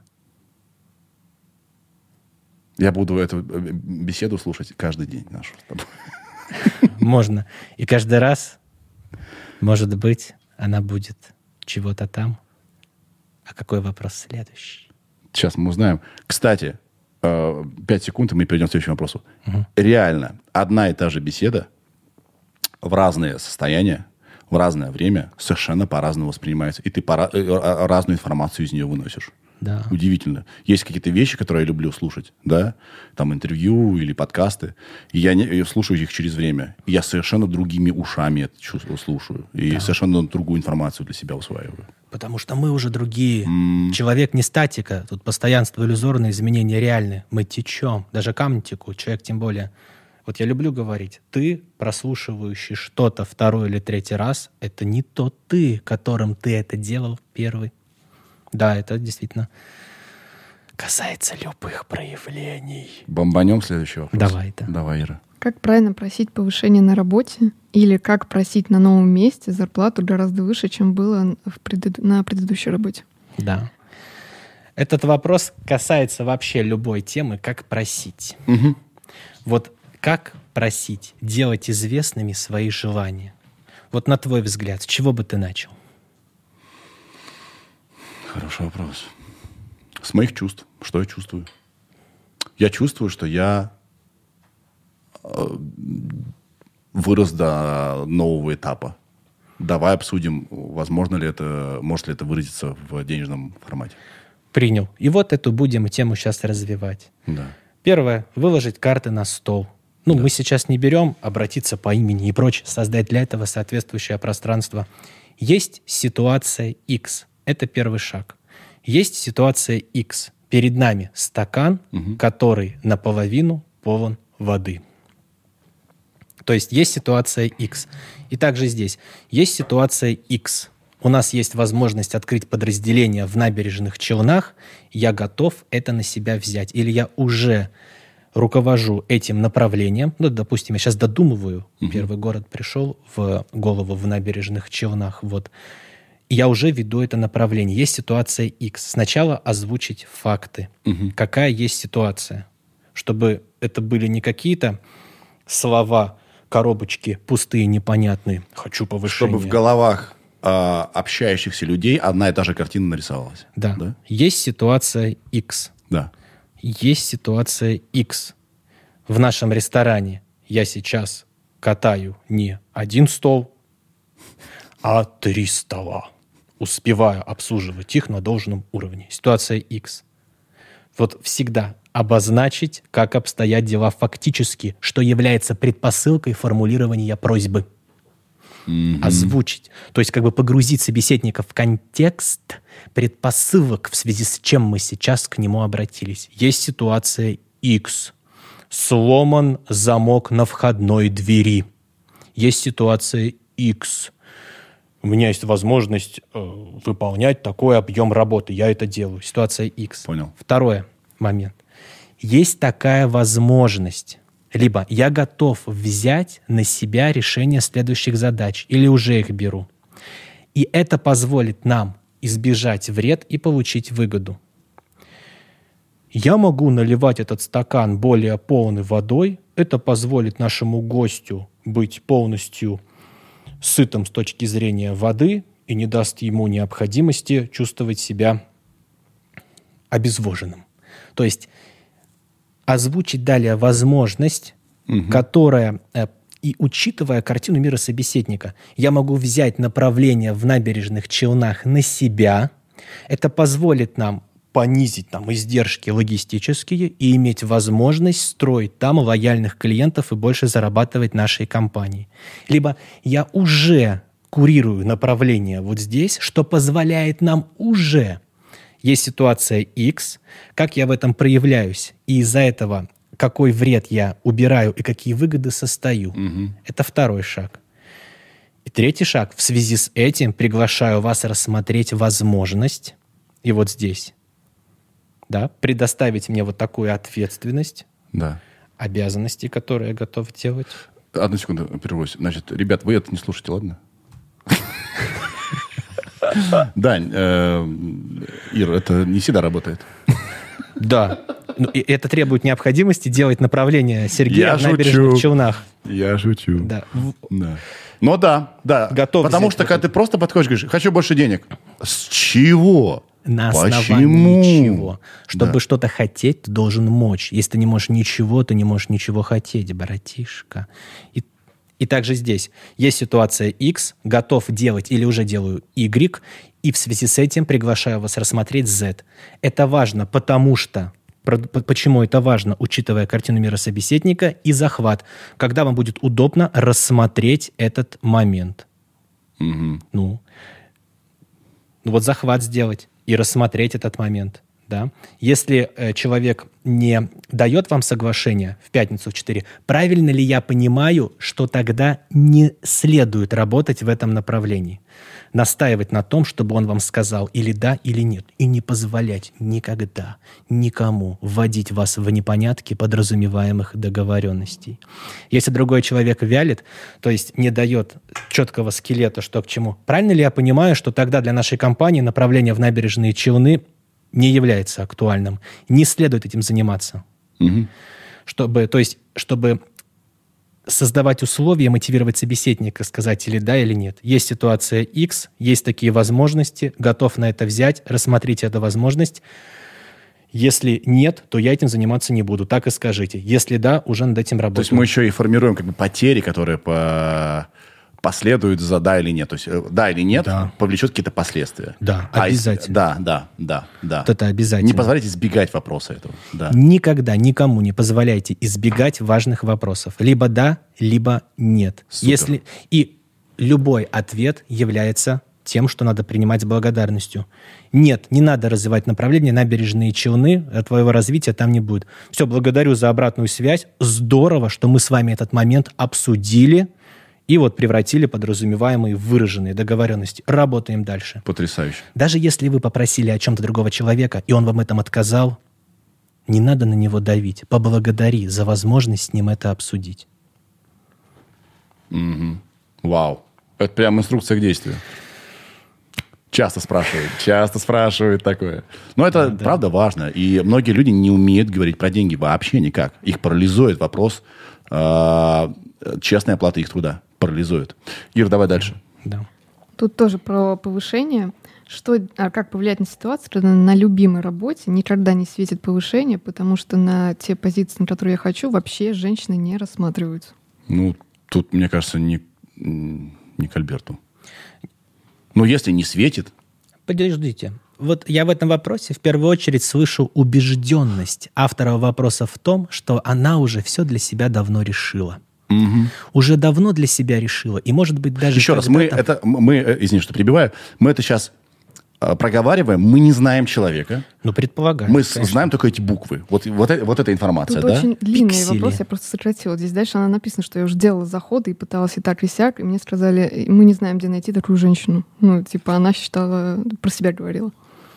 Я буду эту беседу слушать каждый день нашу с тобой. Можно. И каждый раз, может быть, она будет чего-то там. А какой вопрос следующий? Сейчас мы узнаем. Кстати, 5 секунд, и мы перейдем к следующему вопросу. Реально, одна и та же беседа в разные состояния, в разное время совершенно по-разному воспринимается. И ты разную информацию из нее выносишь. Да. Удивительно. Есть какие-то вещи, которые я люблю слушать, да, там интервью или подкасты, и я слушаю их через время. И я совершенно другими ушами это слушаю. И совершенно другую информацию для себя усваиваю. Потому что мы уже другие. Человек не статика. Тут постоянство иллюзорное, изменения реальные. Мы течем. Даже камни текут, человек тем более. Вот я люблю говорить, ты, прослушивающий что-то второй или третий раз, это не тот ты, которым ты это делал первый. Да, это действительно касается любых проявлений. Бомбанем следующий вопрос. Давай, да. Давай, Ира. Как правильно просить повышение на работе? Или как просить на новом месте зарплату гораздо выше, чем было на предыдущей работе? Да. Этот вопрос касается вообще любой темы, как просить. Вот как просить делать известными свои желания? Вот на твой взгляд, с чего бы ты начал? Хороший вопрос. С моих чувств. Что я чувствую? Я чувствую, что я вырос до нового этапа. Давай обсудим, возможно ли это, может ли это выразиться в денежном формате. Принял. И вот эту будем тему сейчас развивать. Да. Первое. Выложить карты на стол. Мы сейчас не берем обратиться по имени и прочее, создать для этого соответствующее пространство. Есть ситуация X. Это первый шаг. Есть ситуация X. Перед нами стакан, который наполовину полон воды. То есть ситуация X. И также здесь есть ситуация X. У нас есть возможность открыть подразделение в Набережных Челнах. Я готов это на себя взять. Или я уже руковожу этим направлением. Допустим, я сейчас додумываю. Первый город пришел в голову в Набережных Челнах. Вот. Я уже веду это направление. Есть ситуация X. Сначала озвучить факты. Какая есть ситуация. Чтобы это были не какие-то слова, коробочки пустые, непонятные. Хочу повышения. Чтобы в головах общающихся людей одна и та же картина нарисовалась. Да. Есть ситуация X. Да. Есть ситуация X. В нашем ресторане я сейчас катаю не один стол, а 3 стола. Успеваю обслуживать их на должном уровне. Ситуация X. Вот всегда обозначить, как обстоят дела фактически, что является предпосылкой формулирования просьбы. Озвучить. То есть как бы погрузить собеседника в контекст предпосылок, в связи с чем мы сейчас к нему обратились. Есть ситуация X. Сломан замок на входной двери. Есть ситуация X. У меня есть возможность выполнять такой объем работы. Я это делаю. Ситуация X. Понял. Второй момент. Есть такая возможность. Либо я готов взять на себя решение следующих задач, или уже их беру. И это позволит нам избежать вред и получить выгоду. Я могу наливать этот стакан более полной водой. Это позволит нашему гостю быть полностью сытым с точки зрения воды и не даст ему необходимости чувствовать себя обезвоженным. То есть озвучить далее возможность, которая, и учитывая картину мира собеседника, я могу взять направление в набережных Челнах на себя. Это позволит нам понизить там издержки логистические и иметь возможность строить там лояльных клиентов и больше зарабатывать нашей компании. Либо я уже курирую направление вот здесь, что позволяет нам уже... Есть ситуация X, как я в этом проявляюсь, и из-за этого какой вред я убираю и какие выгоды состою. Это второй шаг. И третий шаг. В связи с этим приглашаю вас рассмотреть возможность, и вот здесь, да, предоставить мне вот такую ответственность, Да. обязанности, которые я готов делать. Одну секунду, прервусь. Значит, ребят, вы это не слушайте, ладно? Дань, Ир, это не всегда работает. Да. Ну, и это требует необходимости делать направление Сергея Я в набережных шучу. Челнах. Я шучу. Да. Да. Ну да. Готов Потому взять что, вот когда ты просто подходишь, говоришь, хочу больше денег. С чего? На Почему? основании чего? Чтобы Да. что-то хотеть, ты должен мочь. Если ты не можешь ничего, ты не можешь ничего хотеть, братишка. И также здесь есть ситуация X, готов делать или уже делаю Y, и в связи с этим приглашаю вас рассмотреть Z. Это важно, потому что... Почему это важно, учитывая картину мира собеседника и захват, когда вам будет удобно рассмотреть этот момент. Ну, вот захват сделать и рассмотреть этот момент. Да? Если человек не дает вам соглашение в пятницу в 4, правильно ли я понимаю, что тогда не следует работать в этом направлении? Настаивать на том, чтобы он вам сказал или да, или нет. И не позволять никогда никому вводить вас в непонятки подразумеваемых договоренностей. Если другой человек вялит, то есть не дает четкого скелета, что к чему, правильно ли я понимаю, что тогда для нашей компании направление в набережные Челны не является актуальным? Не следует этим заниматься. Чтобы создавать условия, мотивировать собеседника, сказать или да, или нет. Есть ситуация X, есть такие возможности, готов на это взять, рассмотрите эту возможность. Если нет, то я этим заниматься не буду. Так и скажите. Если да, уже над этим работаем. То есть мы еще и формируем как бы потери, которые последуют за да или нет. То есть да или нет повлечет какие-то последствия. Да, обязательно. Да. Вот это обязательно. Не позволяйте избегать вопроса этого. Да. Никогда никому не позволяйте избегать важных вопросов. Либо да, либо нет. Супер. И любой ответ является тем, что надо принимать с благодарностью. Нет, не надо развивать направление набережные Челны, твоего развития там не будет. Все, благодарю за обратную связь. Здорово, что мы с вами этот момент обсудили и вот превратили подразумеваемые выраженные договоренности. Работаем дальше. Потрясающе. Даже если вы попросили о чем-то другого человека, и он вам этом отказал, не надо на него давить. Поблагодари за возможность с ним это обсудить. Вау. Это прям инструкция к действию. Часто спрашивают такое. Но это правда важно. И многие люди не умеют говорить про деньги вообще никак. Их парализует вопрос честной оплаты их труда. Парализует. Ир, давай дальше. Да. Тут тоже про повышение. Как повлиять на ситуацию, когда на любимой работе никогда не светит повышение, потому что на те позиции, на которые я хочу, вообще женщины не рассматриваются. Ну, тут, мне кажется, не к Альберту. Но если не светит... Подождите. Вот я в этом вопросе в первую очередь слышу убежденность автора вопроса в том, что она уже все для себя давно решила. Уже давно для себя решила. И, может быть, даже... Еще раз, мы, извини, что перебиваю, мы это сейчас проговариваем, мы не знаем человека. Ну, предполагаю. Мы конечно. знаем только эти буквы. Вот эта информация, Тут да? очень длинный Пиксели. вопрос, я просто сократила. Здесь дальше она написана, что я уже делала заходы и пыталась и так, и сяк, и мне сказали, мы не знаем, где найти такую женщину. Ну, типа, она считала, про себя говорила.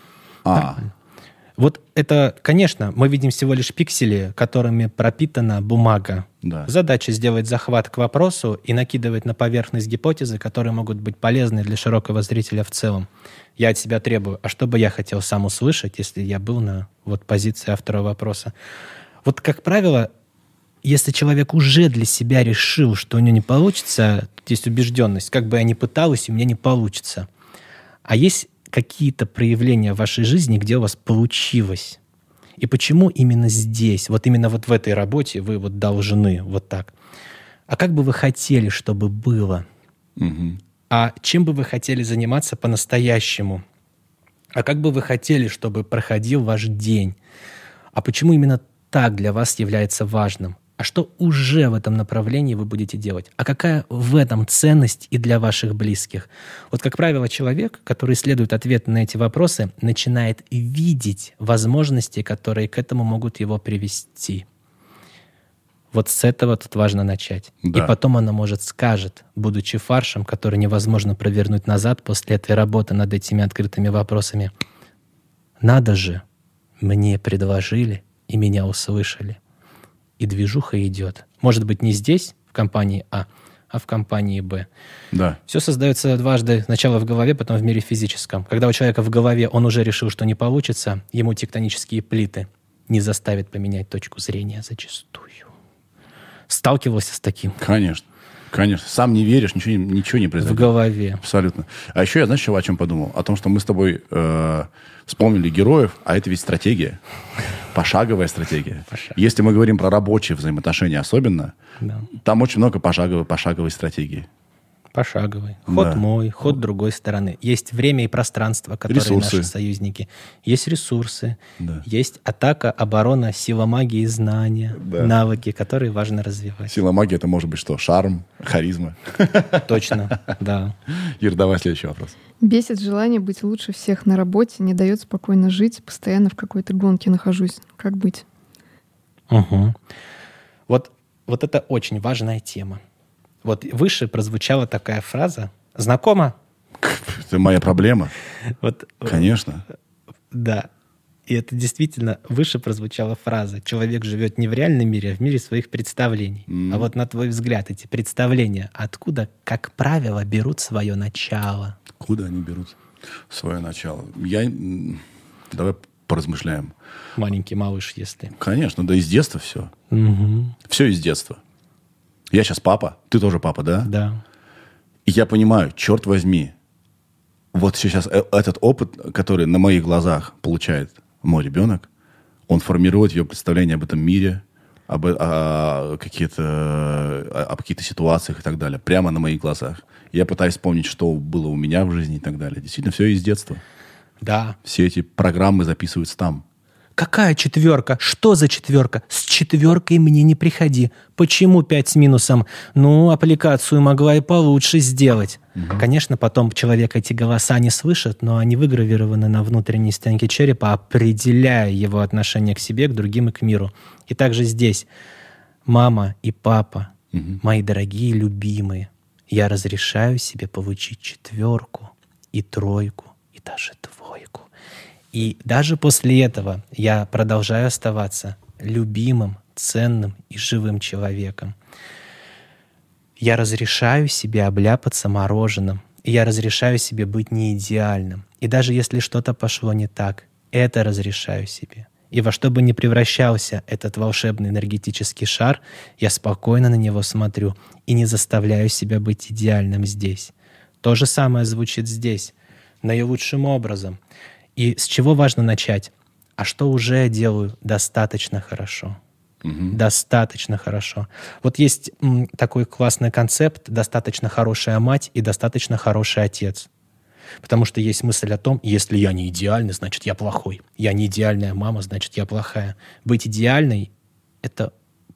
Вот это, конечно, мы видим всего лишь пиксели, которыми пропитана бумага. Да. Задача сделать захват к вопросу и накидывать на поверхность гипотезы, которые могут быть полезны для широкого зрителя в целом. Я от себя требую, а что бы я хотел сам услышать, если я был на позиции автора вопроса? Вот, как правило, если человек уже для себя решил, что у него не получится, тут есть убежденность, как бы я ни пыталась, у меня не получится. А есть какие-то проявления в вашей жизни, где у вас получилось? И почему именно здесь, вот именно вот в этой работе вы вот должны вот так? А как бы вы хотели, чтобы было? Угу. А чем бы вы хотели заниматься по-настоящему? А как бы вы хотели, чтобы проходил ваш день? А почему именно так для вас является важным? А что уже в этом направлении вы будете делать? А какая в этом ценность и для ваших близких? Вот, как правило, человек, который исследует ответы на эти вопросы, начинает видеть возможности, которые к этому могут его привести. Вот с этого тут важно начать. Да. И потом она, может, скажет, будучи фаршем, который невозможно провернуть назад после этой работы над этими открытыми вопросами: «Надо же, мне предложили, и меня услышали». И движуха идет. Может быть, не здесь, в компании А, а в компании Б. Да. Все создается дважды. Сначала в голове, потом в мире физическом. Когда у человека в голове он уже решил, что не получится, ему тектонические плиты не заставят поменять точку зрения зачастую. Сталкивался с таким? Конечно. Конечно. Сам не веришь, ничего не В произойдет. голове. Абсолютно. А еще я, знаешь, о чем подумал? О том, что мы с тобой вспомнили героев, а это ведь стратегия. Пошаговая стратегия. Если мы говорим про рабочие взаимоотношения особенно, Да. там очень много пошаговой стратегии. Пошаговый. Ход Да. мой, ход другой стороны. Есть время и пространство, которые Ресурсы. наши союзники. Есть ресурсы. Да. Есть атака, оборона, сила магии и знания. Да. Навыки, которые важно развивать. Сила магии — это может быть что? Шарм, харизма. Точно, да. Ир, давай следующий вопрос. Бесит желание быть лучше всех на работе, не дает спокойно жить, постоянно в какой-то гонке нахожусь. Как быть? Угу. Вот это очень важная тема. Вот выше прозвучала такая фраза. Знакома? Это моя проблема. Вот, Конечно. да. И это действительно выше прозвучала фраза. Человек живет не в реальном мире, а в мире своих представлений. А вот на твой взгляд, эти представления откуда, как правило, берут свое начало? Куда они берут свое начало? Давай поразмышляем. Маленький малыш, если. Конечно, да из детства все. Угу. Все из детства. Я сейчас папа, ты тоже папа, да? Да. И я понимаю, черт возьми, вот сейчас этот опыт, который на моих глазах получает мой ребенок, он формирует ее представление об этом мире, об каких-то ситуациях и так далее, прямо на моих глазах. Я пытаюсь вспомнить, что было у меня в жизни и так далее. Действительно, все из детства. Да. Все эти программы записываются там. Какая 4? Что за 4? С 4 мне не приходи. Почему 5 с минусом? Ну, аппликацию могла и получше сделать. Угу. Конечно, потом человек эти голоса не слышит, но они выгравированы на внутренней стенке черепа, определяя его отношение к себе, к другим и к миру. И также здесь. Мама и папа, мои дорогие любимые, я разрешаю себе получить 4 и 3 и даже 2. И даже после этого я продолжаю оставаться любимым, ценным и живым человеком. Я разрешаю себе обляпаться мороженым. И я разрешаю себе быть неидеальным. И даже если что-то пошло не так, это разрешаю себе. И во что бы ни превращался этот волшебный энергетический шар, я спокойно на него смотрю и не заставляю себя быть идеальным здесь. То же самое звучит здесь, наилучшим образом. И с чего важно начать? А что уже я делаю достаточно хорошо? Достаточно хорошо. Вот есть такой классный концепт: достаточно хорошая мать и достаточно хороший отец. Потому что есть мысль о том, если я не идеальный, значит, я плохой. Я не идеальная мама, значит, я плохая. Быть идеальной — это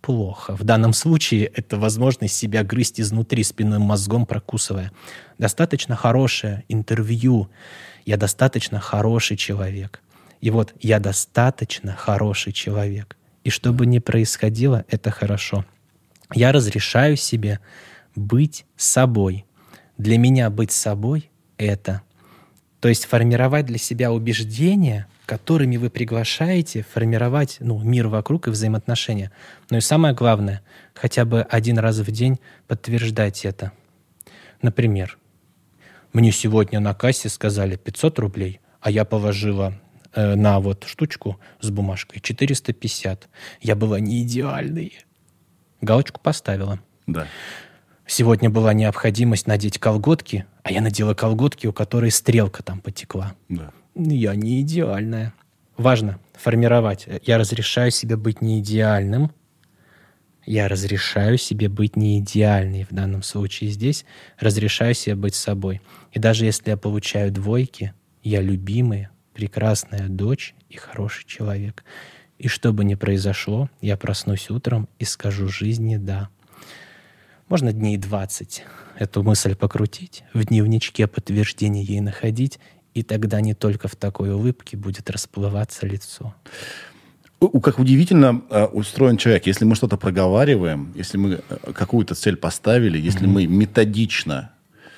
плохо. В данном случае это возможность себя грызть изнутри, спинным мозгом прокусывая. Достаточно хорошее интервью. Я достаточно хороший человек. И вот я достаточно хороший человек. И что бы ни происходило, это хорошо. Я разрешаю себе быть собой. Для меня быть собой — это... То есть формировать для себя убеждения, которыми вы приглашаете формировать мир вокруг и взаимоотношения. Ну и самое главное, хотя бы один раз в день подтверждать это. Например, мне сегодня на кассе сказали 500 рублей, а я положила на вот штучку с бумажкой 450. Я была не идеальной. Галочку поставила. Да. Сегодня была необходимость надеть колготки, а я надела колготки, у которой стрелка там потекла. Да. Я не идеальная. Важно формировать. Я разрешаю себе быть не идеальным. Я разрешаю себе быть не идеальной. В данном случае здесь разрешаю себе быть собой. И даже если я получаю двойки, я любимая, прекрасная дочь и хороший человек. И что бы ни произошло, я проснусь утром и скажу жизни «да». Можно дней 20 эту мысль покрутить, в дневничке подтверждение ей находить, и тогда не только в такой улыбке будет расплываться лицо. Как удивительно устроен человек. Если мы что-то проговариваем, если мы какую-то цель поставили, если мы методично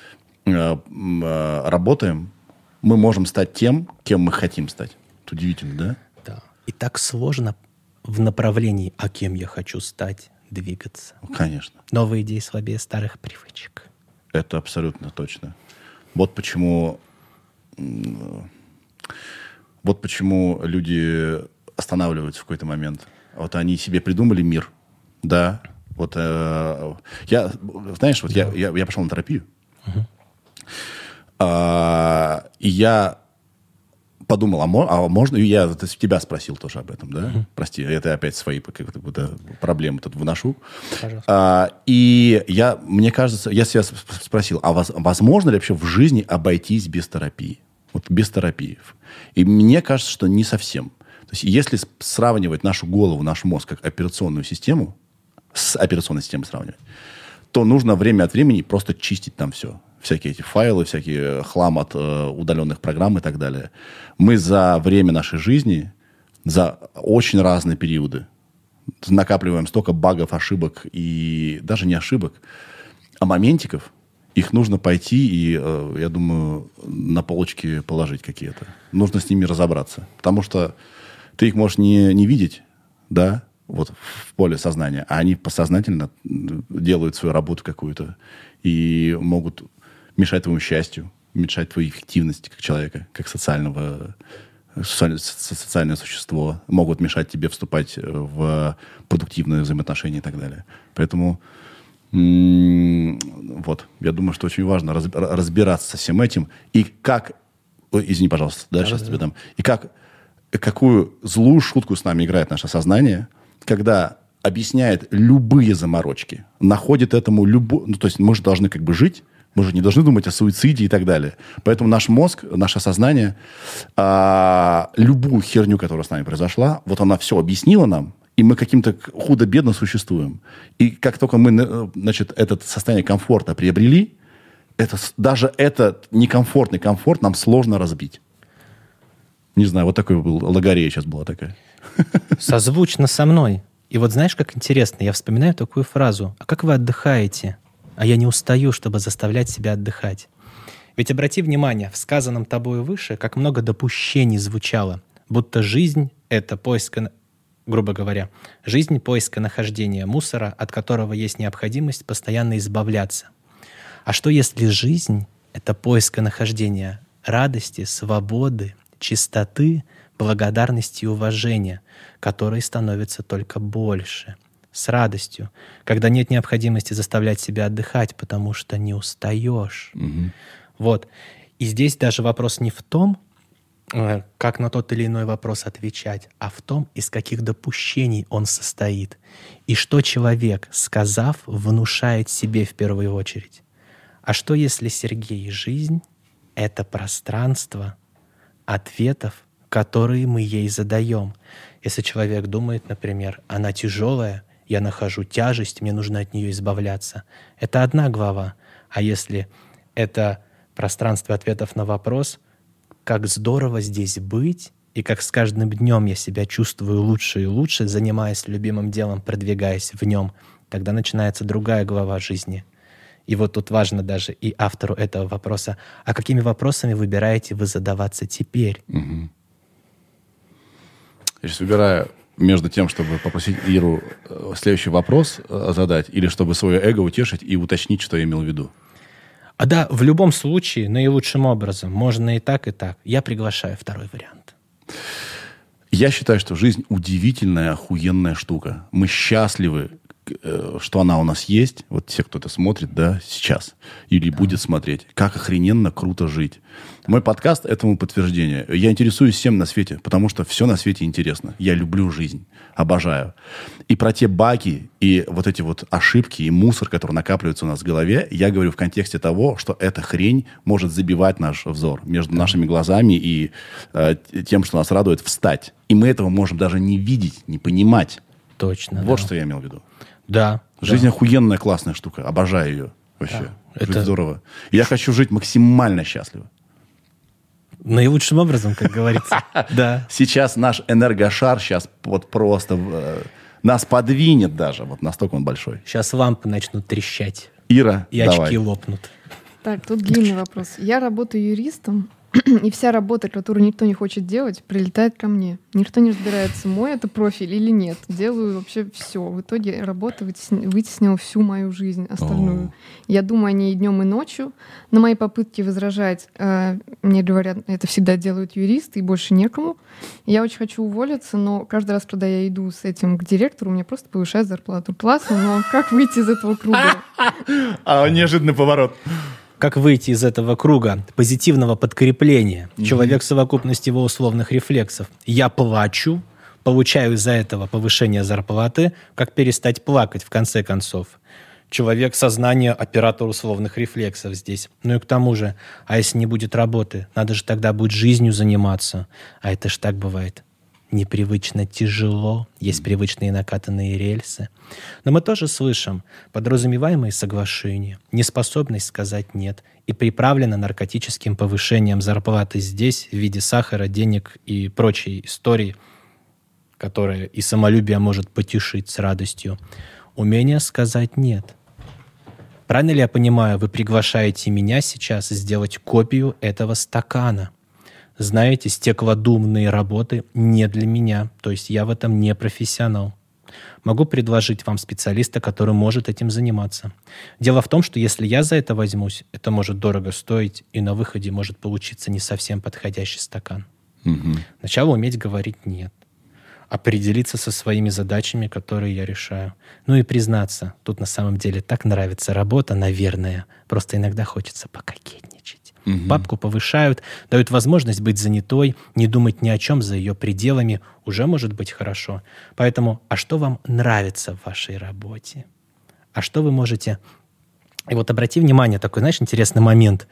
работаем, мы можем стать тем, кем мы хотим стать. Это удивительно, да? Да. И так сложно в направлении, а кем я хочу стать, двигаться. Конечно. Новые идеи слабее старых привычек. Это абсолютно точно. Вот почему люди останавливаются в какой-то момент. Вот они себе придумали мир. Да. Вот я пошел на терапию. И я подумал, а можно... Я тебя спросил тоже об этом, да? Прости, это опять свои проблемы тут выношу. И мне кажется, я себя спросил, а возможно ли вообще в жизни обойтись без терапии? Вот без терапии. И мне кажется, что не совсем. То есть если сравнивать нашу голову, наш мозг как операционную систему, с операционной системой сравнивать, то нужно время от времени просто чистить там все. Всякие эти файлы, всякий хлам от удаленных программ и так далее. Мы за время нашей жизни, за очень разные периоды накапливаем столько багов, ошибок и даже не ошибок, а моментиков. Их нужно пойти и, я думаю, на полочке положить какие-то. Нужно с ними разобраться. Потому что ты их можешь не видеть, да, вот в поле сознания, а они подсознательно делают свою работу какую-то и могут мешать твоему счастью, мешать твоей эффективности как человека, как социальное существо, могут мешать тебе вступать в продуктивные взаимоотношения и так далее. Поэтому вот, я думаю, что очень важно разбираться со всем этим. И как... извини, пожалуйста, да, сейчас тебе дам. И какую злую шутку с нами играет наше сознание, когда объясняет любые заморочки, находит этому то есть мы же должны как бы жить, мы же не должны думать о суициде и так далее. Поэтому наш мозг, наше сознание, любую херню, которая с нами произошла, вот она все объяснила нам, и мы каким-то худо-бедно существуем. И как только мы, значит, это состояние комфорта приобрели, даже этот некомфортный комфорт нам сложно разбить. Не знаю, вот такой был, логорея сейчас была такая. Созвучно со мной. И вот знаешь, как интересно, я вспоминаю такую фразу. А как вы отдыхаете? А я не устаю, чтобы заставлять себя отдыхать. Ведь обрати внимание, в сказанном тобой выше, как много допущений звучало. Будто жизнь — это поиск, грубо говоря, жизнь — поиска нахождения мусора, от которого есть необходимость постоянно избавляться. А что если жизнь — это поиск и нахождения радости, свободы, чистоты, благодарности и уважения, которые становятся только больше, с радостью, когда нет необходимости заставлять себя отдыхать, потому что не устаешь. Вот. И здесь даже вопрос не в том, как на тот или иной вопрос отвечать, а в том, из каких допущений он состоит. И что человек, сказав, внушает себе в первую очередь. А что если, Сергей, жизнь — это пространство ответов, которые мы ей задаем? Если человек думает, например, она тяжелая, я нахожу тяжесть, мне нужно от нее избавляться. Это одна глава. А если это пространство ответов на вопрос, как здорово здесь быть, и как с каждым днем я себя чувствую лучше и лучше, занимаясь любимым делом, продвигаясь в нем, тогда начинается другая глава жизни. И вот тут важно даже и автору этого вопроса, а какими вопросами выбираете вы задаваться теперь? Угу. Я сейчас выбираю между тем, чтобы попросить Иру следующий вопрос задать, или чтобы свое эго утешить и уточнить, что я имел в виду. А да, в любом случае, наилучшим образом. Можно и так, и так. Я приглашаю второй вариант. Я считаю, что жизнь удивительная, охуенная штука. Мы счастливы, что она у нас есть. Вот те, кто это смотрит, да, сейчас. Или будет смотреть. Как охрененно круто жить. Мой подкаст этому подтверждение. Я интересуюсь всем на свете, потому что все на свете интересно. Я люблю жизнь. Обожаю. И про те баги, и вот эти вот ошибки, и мусор, который накапливается у нас в голове, я говорю в контексте того, что эта хрень может забивать наш взор между нашими глазами и тем, что нас радует, встать. И мы этого можем даже не видеть, не понимать. Точно. Вот да. что я имел в виду. Да. Жизнь да. охуенная, классная штука. Обожаю ее вообще. Да. Жить Это здорово. И я хочу жить максимально счастливо. Наилучшим образом, как говорится. Да. Сейчас наш энергошар сейчас вот просто нас подвинет даже. Вот настолько он большой. Сейчас лампы начнут трещать. Ира, И давай. очки лопнут. Так, тут длинный вопрос. Я работаю юристом, и вся работа, которую никто не хочет делать, прилетает ко мне. Никто не разбирается, мой это профиль или нет. Делаю вообще все. В итоге работа вытеснила всю мою жизнь остальную. Я думаю о ней днем и ночью. На мои попытки возражать мне говорят, это всегда делают юристы, и больше некому. Я очень хочу уволиться, но каждый раз, когда я иду с этим к директору, мне просто повышают зарплату. Классно, но как выйти из этого круга? Неожиданный поворот. Как выйти из этого круга позитивного подкрепления? Человек — совокупность его условных рефлексов. Я плачу, получаю из-за этого повышение зарплаты. Как перестать плакать, в конце концов? Человек — сознание, оператор условных рефлексов здесь. Ну и к тому же, а если не будет работы? Надо же тогда будет жизнью заниматься. А это ж так бывает. Непривычно тяжело, есть привычные накатанные рельсы. Но мы тоже слышим подразумеваемые соглашения, неспособность сказать «нет» и приправлено наркотическим повышением зарплаты здесь в виде сахара, денег и прочей истории, которая и самолюбие может потешить с радостью. Умение сказать «нет». Правильно ли я понимаю, вы приглашаете меня сейчас сделать копию этого стакана? Знаете, стеклодумные работы не для меня. То есть я в этом не профессионал. Могу предложить вам специалиста, который может этим заниматься. Дело в том, что если я за это возьмусь, это может дорого стоить, и на выходе может получиться не совсем подходящий стакан. Сначала уметь говорить «нет». Определиться со своими задачами, которые я решаю. Ну и признаться, тут на самом деле так нравится работа, наверное. Просто иногда хочется пококетничать. Бабку повышают, дают возможность быть занятой, не думать ни о чем за ее пределами. Уже может быть хорошо. Поэтому, а что вам нравится в вашей работе? А что вы можете... И вот обрати внимание, такой, знаешь, интересный момент.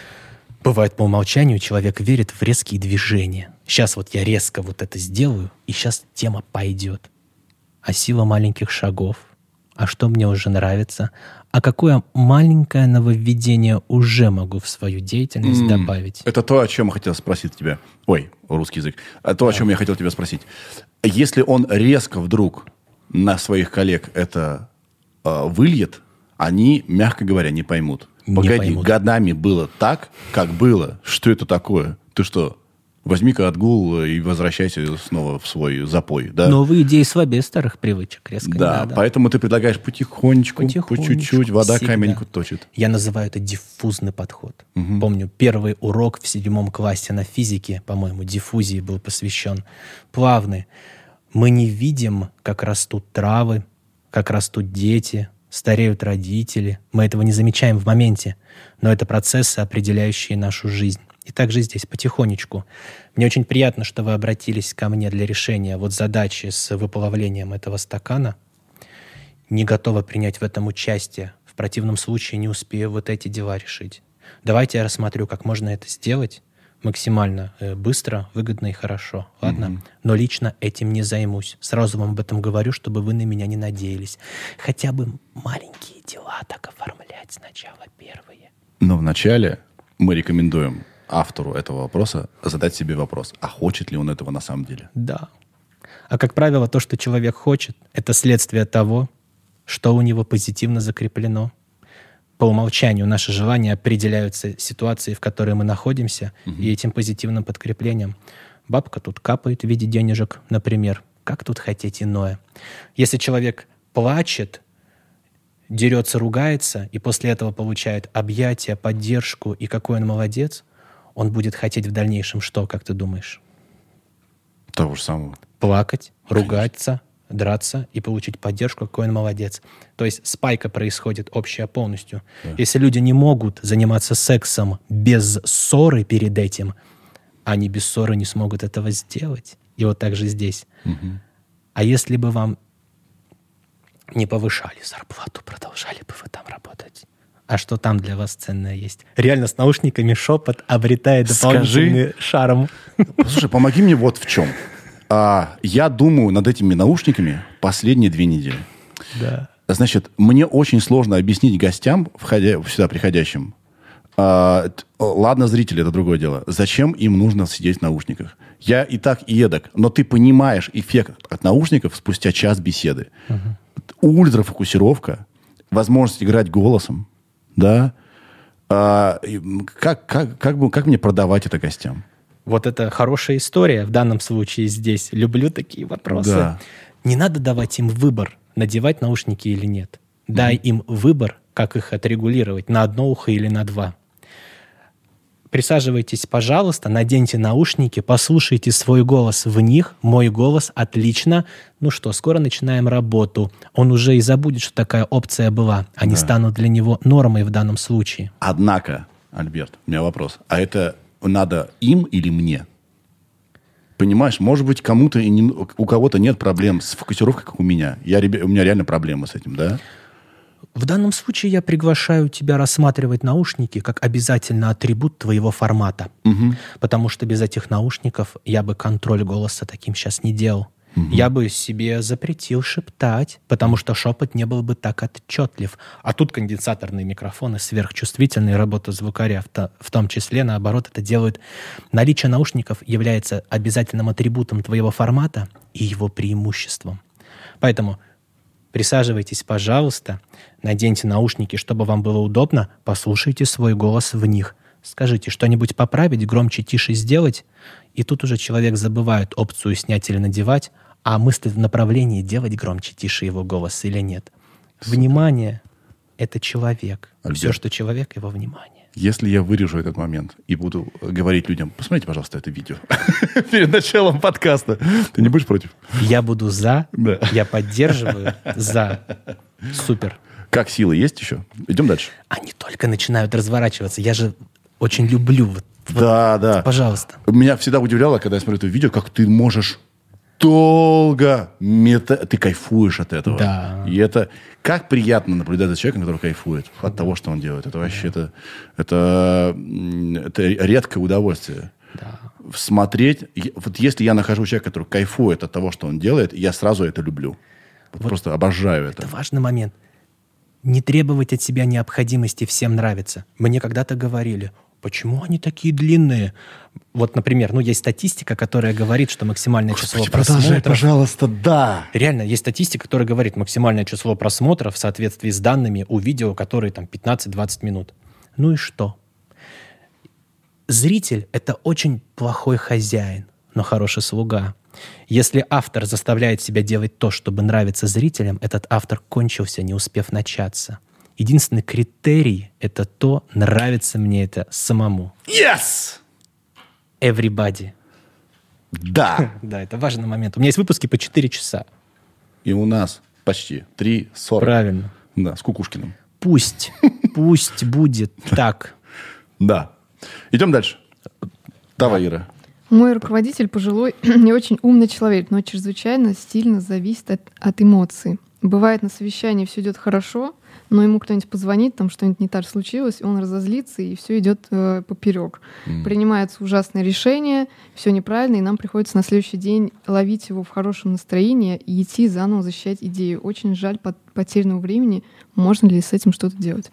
Бывает, по умолчанию человек верит в резкие движения. Сейчас вот я резко вот это сделаю, и сейчас тема пойдет. А сила маленьких шагов? А что мне уже нравится? А какое маленькое нововведение уже могу в свою деятельность добавить? Это то, о чем я хотел спросить тебя. Ой, русский язык. То, о чем я хотел тебя спросить. Если он резко вдруг на своих коллег это выльет, они, мягко говоря, не поймут. Погоди, годами было так, как было. Что это такое? Ты что, возьми-ка отгул и возвращайся снова в свой запой. Да? Новые идеи слабее старых привычек. Резко не надо. Поэтому ты предлагаешь потихонечку, по чуть-чуть, вода всегда. каменьку точит. Я называю это диффузный подход. Помню, первый урок в 7 классе на физике, по-моему, диффузии был посвящен. Плавный. Мы не видим, как растут травы, как растут дети, стареют родители. Мы этого не замечаем в моменте. Но это процессы, определяющие нашу жизнь. И также здесь потихонечку. Мне очень приятно, что вы обратились ко мне для решения вот задачи с выплавлением этого стакана. Не готова принять в этом участие. В противном случае не успею вот эти дела решить. Давайте я рассмотрю, как можно это сделать. максимально быстро, выгодно и хорошо. Ладно? Но лично этим не займусь. Сразу вам об этом говорю, чтобы вы на меня не надеялись. Хотя бы маленькие дела так оформлять сначала первые. Но вначале мы рекомендуем автору этого вопроса задать себе вопрос, а хочет ли он этого на самом деле? Да. А как правило, то, что человек хочет, это следствие того, что у него позитивно закреплено. По умолчанию наши желания определяются ситуацией, в которой мы находимся, и этим позитивным подкреплением. Бабка тут капает в виде денежек, например. Как тут хотеть иное? Если человек плачет, дерется, ругается, и после этого получает объятия, поддержку, и какой он молодец, он будет хотеть в дальнейшем что, как ты думаешь? Того же самого. Плакать, ругаться, драться и получить поддержку, какой он молодец. То есть спайка происходит общая полностью. Да. Если люди не могут заниматься сексом без ссоры перед этим, они без ссоры не смогут этого сделать. И вот так же здесь. А если бы вам не повышали зарплату, продолжали бы вы там работать? А что там для вас ценное есть? Реально с наушниками шепот обретает дополнительный шарм. Слушай, помоги мне вот в чем. Я думаю над этими наушниками последние 2 недели. Да. Значит, мне очень сложно объяснить гостям, сюда приходящим, ладно, зрители, это другое дело, зачем им нужно сидеть в наушниках. Я и так, и эдак, но ты понимаешь эффект от наушников спустя час беседы. Ультрафокусировка, возможность играть голосом, да. Как мне продавать это гостям? Вот это хорошая история в данном случае здесь. Люблю такие вопросы. Да. Не надо давать им выбор, надевать наушники или нет. Дай им выбор, как их отрегулировать, на одно ухо или на 2. Присаживайтесь, пожалуйста, наденьте наушники, послушайте свой голос в них. Мой голос отлично. Ну что, скоро начинаем работу. Он уже и забудет, что такая опция была. Они станут для него нормой в данном случае. Однако, Альберт, у меня вопрос. А это надо им или мне? Понимаешь, может быть, кому-то у кого-то нет проблем с фокусировкой, как у меня. У меня реально проблемы с этим, да? В данном случае я приглашаю тебя рассматривать наушники как обязательно атрибут твоего формата. Потому что без этих наушников я бы контроль голоса таким сейчас не делал. Я бы себе запретил шептать, потому что шепот не был бы так отчетлив. А тут конденсаторные микрофоны сверхчувствительные, работа звукаря в том числе, наоборот, это делают. Наличие наушников является обязательным атрибутом твоего формата и его преимуществом. Поэтому присаживайтесь, пожалуйста, наденьте наушники, чтобы вам было удобно, послушайте свой голос в них. Скажите, что-нибудь поправить, громче, тише сделать, и тут уже человек забывает опцию снять или надевать, а мыслит в направлении делать громче, тише его голос или нет. Внимание — это человек. Альберт, все, что человек, его внимание. Если я вырежу этот момент и буду говорить людям, посмотрите, пожалуйста, это видео перед началом подкаста, ты не будешь против? Я буду за, я поддерживаю, за. Супер. Как силы есть еще? Идем дальше. Они только начинают разворачиваться. Я же очень люблю. Да. Пожалуйста. Меня всегда удивляло, когда я смотрю это видео, как ты можешь долго ты кайфуешь от этого. Да. И это как приятно наблюдать за человеком, который кайфует от того, что он делает. Это вообще это редкое удовольствие. Да. Смотреть. Вот если я нахожу человека, который кайфует от того, что он делает, я сразу это люблю. Просто обожаю это. Это важный момент. Не требовать от себя необходимости всем нравится. Мне когда-то говорили, почему они такие длинные? Вот, например, есть статистика, которая говорит, что максимальное число просмотров... Продолжай, пожалуйста, да. Реально, есть статистика, которая говорит, максимальное число просмотров в соответствии с данными у видео, которые там 15-20 минут. Ну и что? Зритель — это очень плохой хозяин, но хороший слуга. Если автор заставляет себя делать то, чтобы нравиться зрителям, этот автор кончился, не успев начаться. Единственный критерий — это то, нравится мне это самому. Yes! Everybody. Да. Да, это важный момент. У меня есть выпуски по 4 часа. И у нас почти 3:40. Правильно. Да, с Кукушкиным. Пусть будет так. Да. Идем дальше. Давай, Ира. Мой руководитель пожилой, не очень умный человек, но чрезвычайно сильно зависит от эмоций. бывает на совещании все идет хорошо, но ему кто-нибудь позвонит, там что-нибудь не так случилось, он разозлится, и все идет поперек. Принимается ужасное решение, все неправильно, и нам приходится на следующий день ловить его в хорошем настроении и идти заново защищать идею. Очень жаль потерянного времени. Можно ли с этим что-то делать?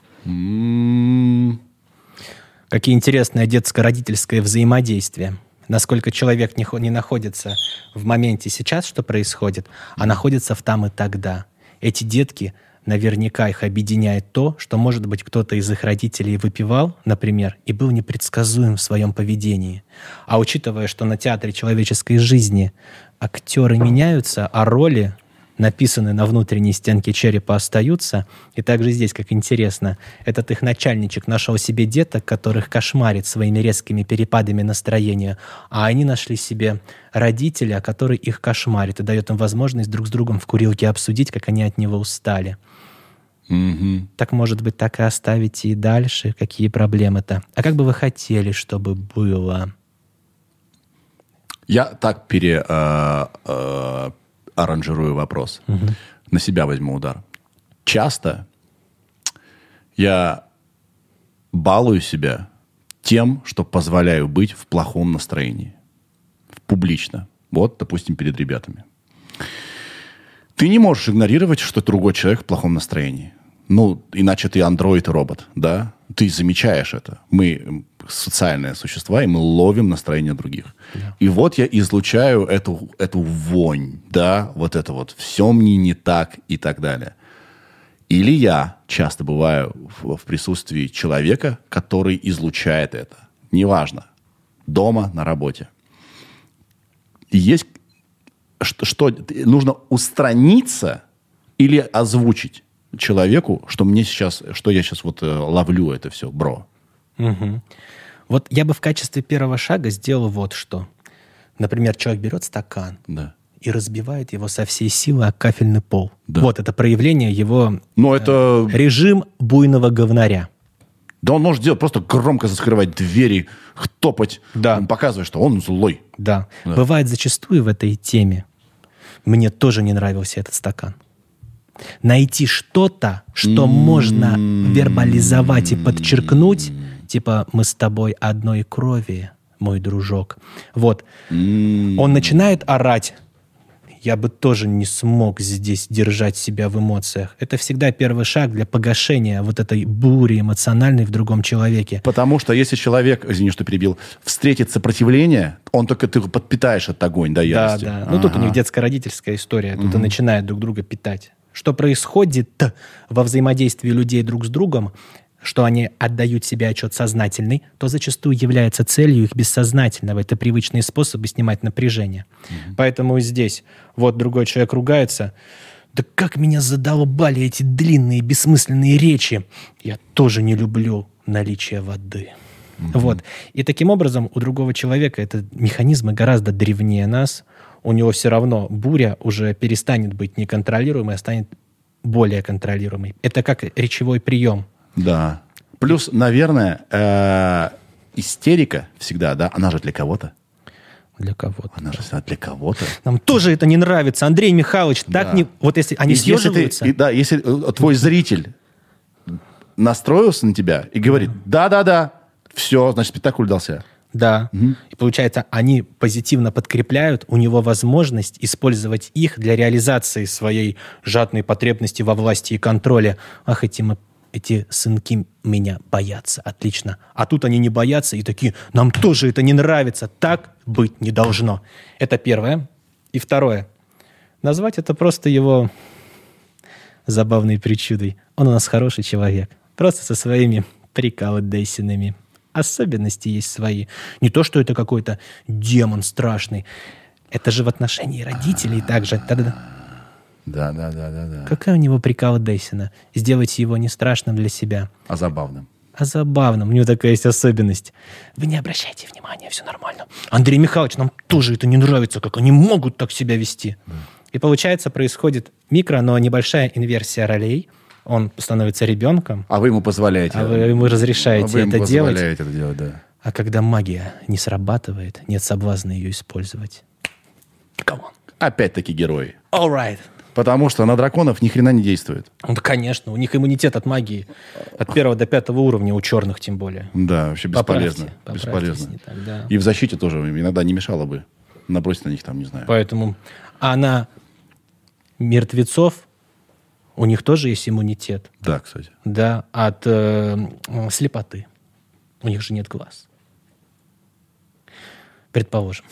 Какие интересное детско-родительское взаимодействие. Насколько человек не находится в моменте сейчас, что происходит, а находится в там и тогда. Эти детки, наверняка их объединяет то, что, может быть, кто-то из их родителей выпивал, например, и был непредсказуем в своем поведении. А учитывая, что на театре человеческой жизни актеры меняются, а роли, написанные на внутренней стенке черепа, остаются, и также здесь, как интересно, этот их начальничек нашел себе деток, которых кошмарит своими резкими перепадами настроения, а они нашли себе родителя, который их кошмарит и дает им возможность друг с другом в курилке обсудить, как они от него устали. Так, может быть, так и оставите и дальше? Какие проблемы-то? А как бы вы хотели, чтобы было? Я так аранжирую вопрос. На себя возьму удар. Часто я балую себя тем, что позволяю быть в плохом настроении. Публично. Вот, допустим, перед ребятами. Ты не можешь игнорировать, что другой человек в плохом настроении. Ну, иначе ты андроид и робот, да? Ты замечаешь это. Мы социальные существа, и мы ловим настроение других. Yeah. И вот я излучаю эту вонь, да? Вот это вот. Все мне не так и так далее. Или я часто бываю в присутствии человека, который излучает это. Неважно. Дома, на работе. И есть... Что нужно устраниться или озвучить человеку, что я сейчас вот ловлю это все, бро. Угу. Вот я бы в качестве первого шага сделал вот что. Например, человек берет стакан и разбивает его со всей силы о кафельный пол. Да. Вот это проявление его режим буйного говнаря. Да он может делать, просто громко закрывать двери, топать, показывая, что он злой. Да. Бывает зачастую в этой теме. Мне тоже не нравился этот стакан. Найти что-то, что можно вербализовать и подчеркнуть, типа «мы с тобой одной крови, мой дружок». Вот. Он начинает орать. Я бы тоже не смог здесь держать себя в эмоциях. Это всегда первый шаг для погашения вот этой бури эмоциональной в другом человеке. Потому что если человек, извини, что перебил, встретит сопротивление, ты подпитаешь этот огонь, да, яростью. Да. Ну, тут у них детско-родительская история. Тут и начинают друг друга питать. Что происходит во взаимодействии людей друг с другом, что они отдают себе отчет сознательный, то зачастую является целью их бессознательного. Это привычные способы снимать напряжение. Поэтому здесь вот другой человек ругается. Да как меня задолбали эти длинные бессмысленные речи. Я тоже не люблю наличие воды. Вот. И таким образом у другого человека это механизмы гораздо древнее нас. У него все равно буря уже перестанет быть неконтролируемой, а станет более контролируемой. Это как речевой прием. Да. Плюс, наверное, истерика всегда, да, она же для кого-то. Для кого-то. Она же всегда для кого-то. Нам тоже это не нравится, Андрей Михайлович. Так не... Вот если они съеживаются... Если твой зритель настроился на тебя и говорит, да, все, значит, спектакль удался. Да. И получается, они позитивно подкрепляют у него возможность использовать их для реализации своей жадной потребности во власти и контроле. Ах, эти сынки меня боятся. Отлично. А тут они не боятся и такие, нам тоже это не нравится. Так быть не должно. Это первое. И второе. Назвать это просто его забавной причудой. Он у нас хороший человек. Просто со своими приколодесинами. Особенности есть свои. Не то, что это какой-то демон страшный. Это же в отношении родителей также. Да. Какая у него приколодесина? Сделайте его не страшным для себя. А забавным. А забавным. У него такая есть особенность. Вы не обращайте внимания, все нормально. Андрей Михайлович, нам тоже это не нравится, как они могут так себя вести. И получается, происходит но небольшая инверсия ролей. Он становится ребенком. А вы ему позволяете. А вы ему разрешаете это делать. Это делать, да. А когда магия не срабатывает, нет соблазна ее использовать. Come on. Опять-таки герои. All right. Потому что на драконов ни хрена не действует. Ну, да, конечно, у них иммунитет от магии от 1 до 5 уровня, у черных тем более. Да, вообще бесполезно. Поправьте, Бесполезно. если не так, да. И в защите тоже иногда не мешало бы набросить на них там, не знаю. Поэтому, а на мертвецов у них тоже есть иммунитет. Да, кстати. Да, от слепоты. У них же нет глаз. Предположим.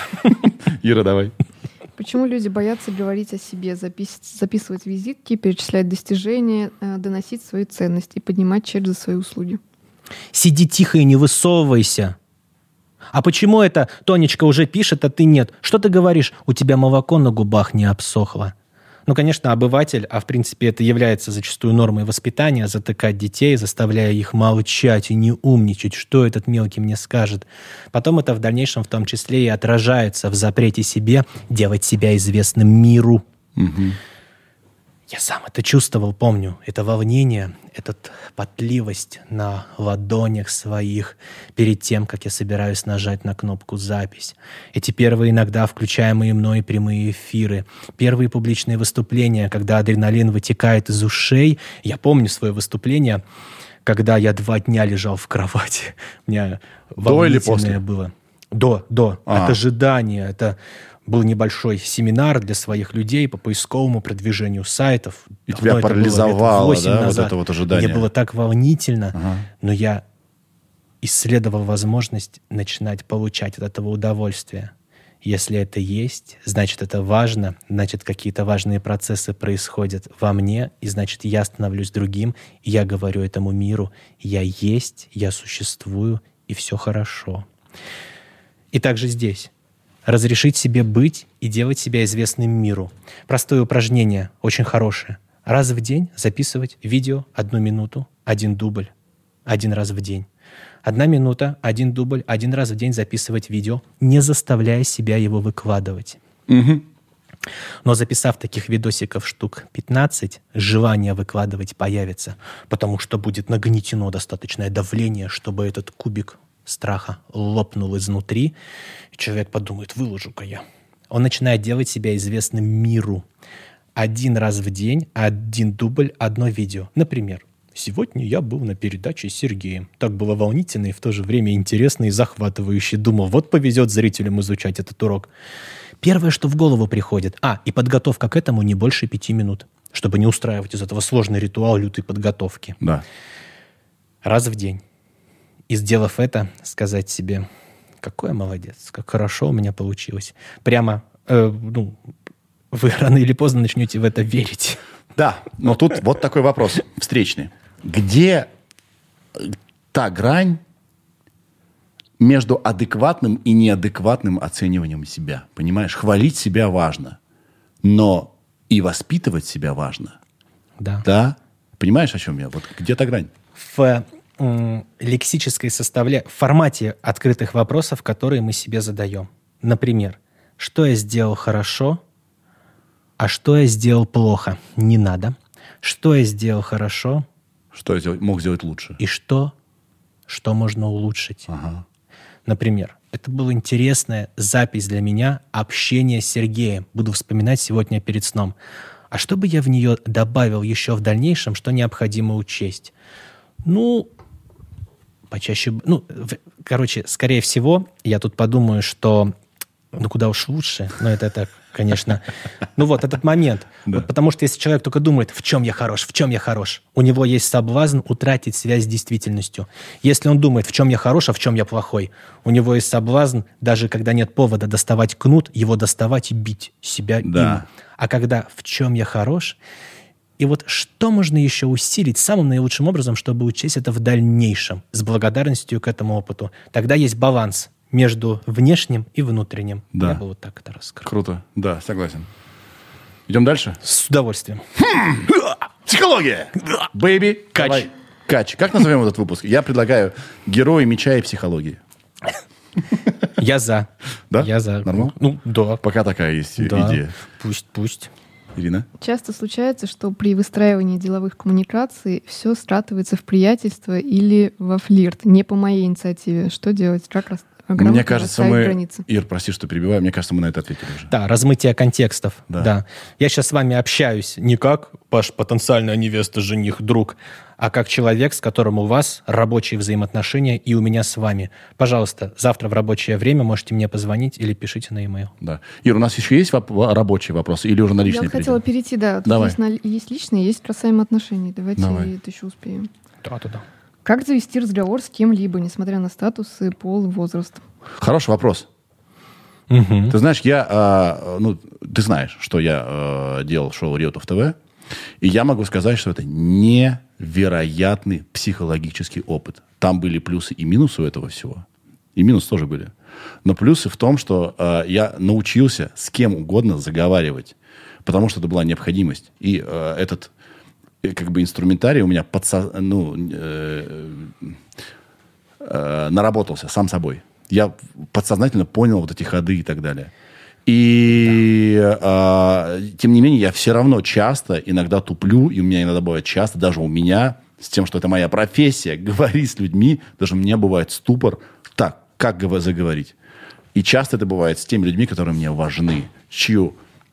Ира, давай. Почему люди боятся говорить о себе, записывать визитки, перечислять достижения, доносить свою ценность и поднимать чек за свои услуги? Сиди тихо и не высовывайся. А почему это Тонечка уже пишет, а ты нет? Что ты говоришь? У тебя молоко на губах не обсохло. Ну, конечно, обыватель, а в принципе это является зачастую нормой воспитания, затыкать детей, заставляя их молчать и не умничать, что этот мелкий мне скажет. Потом это в дальнейшем в том числе и отражается в запрете себе делать себя известным миру. Угу. Я сам это чувствовал, помню. Это волнение, эта потливость на ладонях своих перед тем, как я собираюсь нажать на кнопку «Запись». Эти первые иногда включаемые мной прямые эфиры, первые публичные выступления, когда адреналин вытекает из ушей. Я помню свое выступление, когда я 2 дня лежал в кровати. У меня до или после? Было. До. От ожидания. Это был небольшой семинар для своих людей по поисковому продвижению сайтов. И тебя парализовало, да, назад. вот это вот ожидание? Мне было так волнительно, но я исследовал возможность начинать получать от этого удовольствие. Если это есть, значит, это важно, значит, какие-то важные процессы происходят во мне, и значит, я становлюсь другим, и я говорю этому миру: я есть, я существую, и все хорошо. И также здесь. Разрешить себе быть и делать себя известным миру. Простое упражнение, очень хорошее. Раз в день записывать видео 1 минуту, 1 дубль, 1 раз в день. 1 минута, 1 дубль, 1 раз в день записывать видео, не заставляя себя его выкладывать. Угу. Но записав таких видосиков штук 15, желание выкладывать появится, потому что будет нагнетено достаточное давление, чтобы этот кубик страха лопнул изнутри, и человек подумает: выложу-ка я. Он начинает делать себя известным миру. 1 раз в день, 1 дубль, 1 видео. Например, сегодня я был на передаче с Сергеем. Так было волнительно и в то же время интересно и захватывающе. Думал, вот повезет зрителям изучать этот урок. Первое, что в голову приходит. И подготовка к этому не больше 5 минут, чтобы не устраивать из этого сложный ритуал лютой подготовки. Да. Раз в день. И сделав это, сказать себе: какой я молодец, как хорошо у меня получилось. Прямо, вы рано или поздно начнете в это верить. Да, но тут вот такой вопрос встречный. Где та грань между адекватным и неадекватным оцениванием себя? Понимаешь, хвалить себя важно, но и воспитывать себя важно. Да. Да? Понимаешь, о чем я? Вот где та грань? В лексической в формате открытых вопросов, которые мы себе задаем. Например, что я сделал хорошо, а что я сделал плохо? Не надо. Что я сделал хорошо? Что я мог сделать лучше? И что можно улучшить? Ага. Например, это была интересная запись для меня, общение с Сергеем. Буду вспоминать сегодня перед сном. А что бы я в нее добавил еще в дальнейшем, что необходимо учесть? Скорее всего, я тут подумаю, что куда уж лучше, но это так, конечно. Этот момент. Да. Потому что если человек только думает, в чем я хорош, у него есть соблазн утратить связь с действительностью. Если он думает, в чем я хорош, а в чем я плохой, у него есть соблазн, даже когда нет повода доставать кнут, его доставать и бить себя им. А когда в чем я хорош, и вот что можно еще усилить самым наилучшим образом, чтобы учесть это в дальнейшем, с благодарностью к этому опыту. Тогда есть баланс между внешним и внутренним. Да. Я бы вот так это раскрыл. Круто. Да, согласен. Идем дальше? С удовольствием. Психология! Бэйби. Кач. Давай. Кач. Как назовем этот выпуск? Я предлагаю «Герои меча и психологии». Я за. Да? Я за. Нормально? Да. Пока такая есть Да. идея. Пусть. Ирина? Часто случается, что при выстраивании деловых коммуникаций все скатывается в приятельство или во флирт. Не по моей инициативе. Что делать? Как грамотно Мне кажется, расставить мы... границы. Ир, прости, что перебиваю. Мне кажется, мы на это ответили уже. Да, размытие контекстов. Да. Да. Я сейчас с вами общаюсь не как ваш потенциальная невеста, жених, друг, а как человек, с которым у вас рабочие взаимоотношения и у меня с вами. Пожалуйста, завтра в рабочее время можете мне позвонить или пишите на e-mail. Да. Ир, у нас еще есть рабочие вопросы или уже на Я личные вот хотела перейти, да. Тут Давай. есть личные, есть касаемо отношений. Давайте Давай. это еще успеем. Да. Как завести разговор с кем-либо, несмотря на статус, и пол, и возраст? Хороший вопрос. Мгм. Ты знаешь, ты знаешь, что я делал шоу «Реутов ТВ», и я могу сказать, что это невероятный психологический опыт. Там были плюсы и минусы у этого всего. И минусы тоже были. Но плюсы в том, что я научился с кем угодно заговаривать, потому что это была необходимость. И этот как бы инструментарий у меня наработался сам собой. Я подсознательно понял вот эти ходы и так далее. И тем не менее я все равно часто иногда туплю, и у меня иногда бывает часто, даже у меня, с тем, что это моя профессия, говорить с людьми, даже у меня бывает ступор, так, как заговорить. И часто это бывает с теми людьми, которые мне важны, чья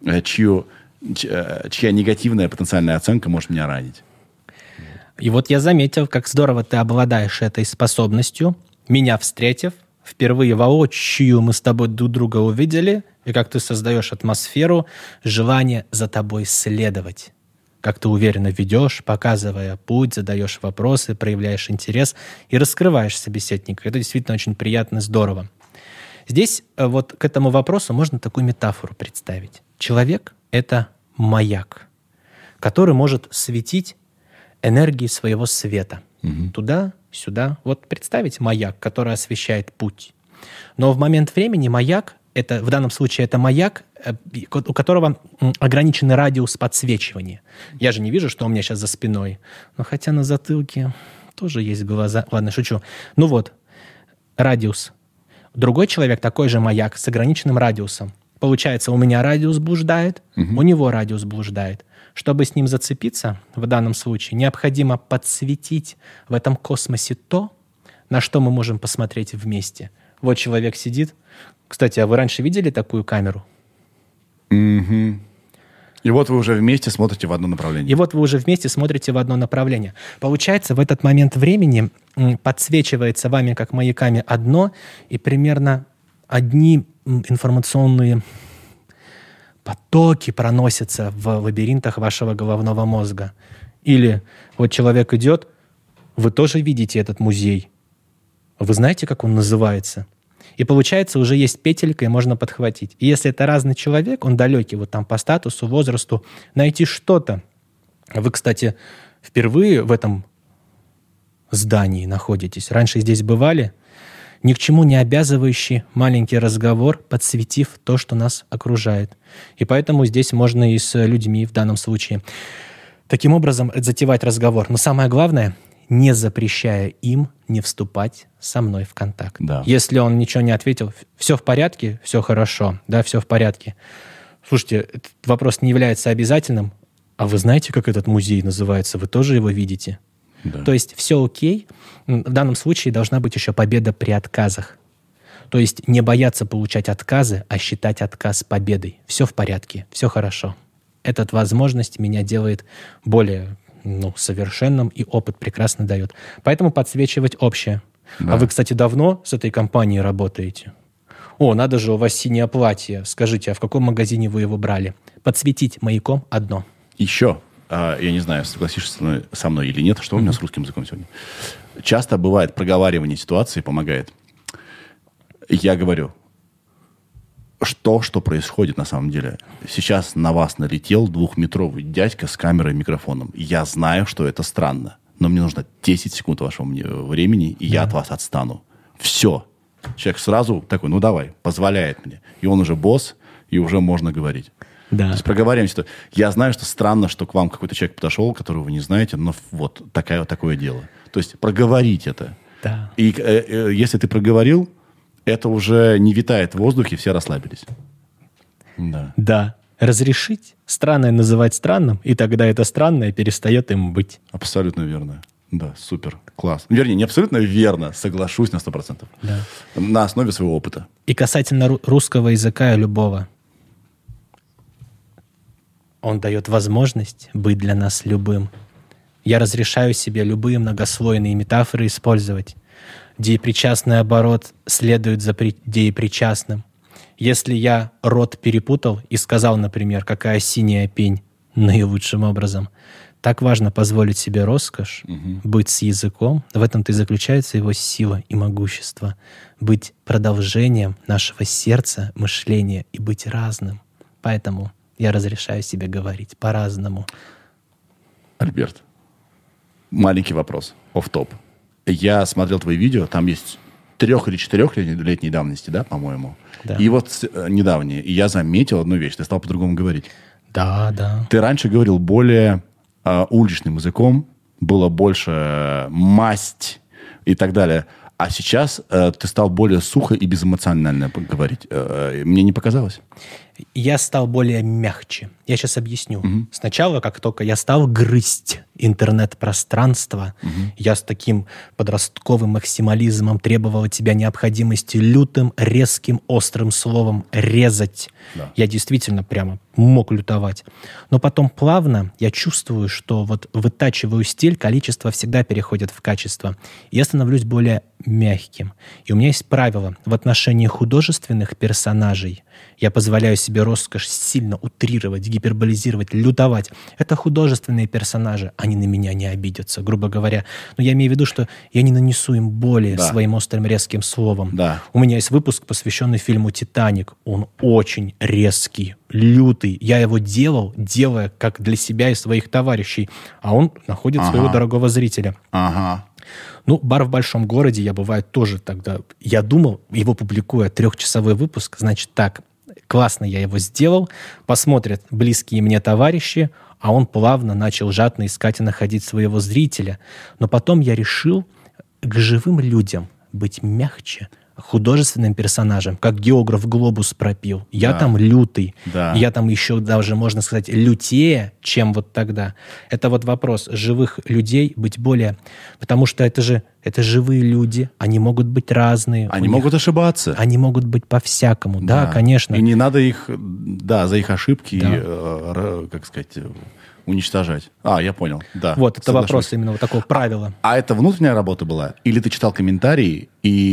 негативная потенциальная оценка может меня ранить. И вот я заметил, как здорово ты обладаешь этой способностью, меня встретив, впервые воочию мы с тобой друг друга увидели, и как ты создаешь атмосферу, желание за тобой следовать. Как ты уверенно ведешь, показывая путь, задаешь вопросы, проявляешь интерес и раскрываешь собеседника. Это действительно очень приятно и здорово. Здесь вот к этому вопросу можно такую метафору представить. Человек — это маяк, который может светить энергией своего света. Туда, сюда. Вот представить маяк, который освещает путь. Но в момент времени маяк, в данном случае это маяк, у которого ограниченный радиус подсвечивания. Я же не вижу, что у меня сейчас за спиной. Но хотя на затылке тоже есть глаза. Ладно, шучу. Ну вот, радиус. Другой человек такой же маяк с ограниченным радиусом. Получается, у меня радиус блуждает, у него радиус блуждает. Чтобы с ним зацепиться, в данном случае, необходимо подсветить в этом космосе то, на что мы можем посмотреть вместе. Вот человек сидит. Кстати, а вы раньше видели такую камеру? И вот вы уже вместе смотрите в одно направление. Получается, в этот момент времени подсвечивается вами, как маяками, одно, и примерно одни информационные потоки проносятся в лабиринтах вашего головного мозга. Или вот человек идет, вы тоже видите этот музей. Вы знаете, как он называется? И получается, уже есть петелька, и можно подхватить. И если это разный человек, он далекий вот там по статусу, возрасту, найти что-то. Вы, кстати, впервые в этом здании находитесь. Раньше здесь бывали. Ни к чему не обязывающий маленький разговор, подсветив то, что нас окружает. И поэтому здесь можно и с людьми в данном случае таким образом затевать разговор. Но самое главное, не запрещая им не вступать со мной в контакт. Да. Если он ничего не ответил, все в порядке, все хорошо, да, все в порядке. Слушайте, этот вопрос не является обязательным. А вы знаете, как этот музей называется? Вы тоже его видите? Да. То есть все окей. В данном случае должна быть еще победа при отказах. То есть не бояться получать отказы, а считать отказ победой. Все в порядке, все хорошо. Эта возможность меня делает более совершенным, и опыт прекрасно дает. Поэтому подсвечивать общее. Да. А вы, кстати, давно с этой компанией работаете? О, надо же, у вас синее платье. Скажите, а в каком магазине вы его брали? Подсветить маяком одно. Еще, я не знаю, согласишься со мной или нет, что у меня с русским языком сегодня. Часто бывает проговаривание ситуации помогает. Я говорю, что происходит на самом деле. Сейчас на вас налетел 2-метровый дядька с камерой и микрофоном. Я знаю, что это странно, но мне нужно 10 секунд вашего времени, и я от вас отстану. Все. Человек сразу такой, давай, позволяет мне. И он уже босс, и уже можно говорить. Да. То есть проговариваем ситуацию. Я знаю, что странно, что к вам какой-то человек подошел, которого вы не знаете, но вот такое дело. То есть проговорить это. Да. И если ты проговорил, это уже не витает в воздухе, все расслабились. Да. Да. Разрешить странное называть странным, и тогда это странное перестает им быть. Абсолютно верно. Да, супер, класс. Вернее, не абсолютно верно, соглашусь на 100%. Да. На основе своего опыта. И касательно русского языка любого. Он дает возможность быть для нас любым. Я разрешаю себе любые многослойные метафоры использовать. Деепричастный оборот следует за деепричастным. Если я род перепутал и сказал, например, какая синяя пень, наилучшим образом, так важно позволить себе роскошь, быть с языком. В этом-то и заключается его сила и могущество. Быть продолжением нашего сердца, мышления и быть разным. Поэтому я разрешаю себе говорить по-разному. Альберт, маленький вопрос, офф-топ. Я смотрел твои видео, там есть 3 или 4-летней давности, да, по-моему? Да. И вот недавние. И я заметил одну вещь, ты стал по-другому говорить. Да. Ты раньше говорил более уличным языком, было больше масть и так далее. А сейчас ты стал более сухо и безэмоционально говорить. Мне не показалось? Я стал более мягче. Я сейчас объясню. Сначала, как только я стал грызть интернет-пространство, я с таким подростковым максимализмом требовал от себя необходимости лютым, резким, острым словом резать. Да. Я действительно прямо мог лютовать. Но потом плавно я чувствую, что вот вытачиваю стиль, количество всегда переходит в качество. И я становлюсь более мягким. И у меня есть правило. В отношении художественных персонажей я позволяю себе роскошь сильно утрировать, гиперболизировать, лютовать. Это художественные персонажи. Они на меня не обидятся, грубо говоря. Но я имею в виду, что я не нанесу им боли своим острым резким словом. Да. У меня есть выпуск, посвященный фильму «Титаник». Он очень резкий, лютый. Я его делая как для себя и своих товарищей. А он находит своего дорогого зрителя. Ага. Ну, «Бар в большом городе» я, бывает, тоже тогда... Я думал, его публикуя 3-часовой выпуск, значит так, классно я его сделал, посмотрят близкие мне товарищи, а он плавно начал жадно искать и находить своего зрителя. Но потом я решил к живым людям быть мягче, художественным персонажем, как географ «Глобус» пропил. Я там лютый. Да. Я там еще даже, можно сказать, лютее, чем вот тогда. Это вот вопрос живых людей быть более... Потому что это живые люди, они могут быть разные. Они могут ошибаться. Они могут быть по-всякому. Да, конечно. И не надо их, за их ошибки, как сказать, уничтожать. Я понял, да. Вот, это соглашусь. вопрос именно вот такого правила. А это внутренняя работа была? Или ты читал комментарии,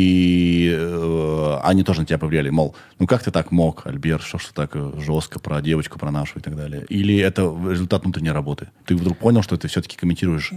и они тоже на тебя повлияли? Мол, ну как ты так мог, Альберт, что ж ты так жестко про девочку, про нашу и так далее? Или это результат внутренней работы? Ты вдруг понял, что ты все-таки комментируешь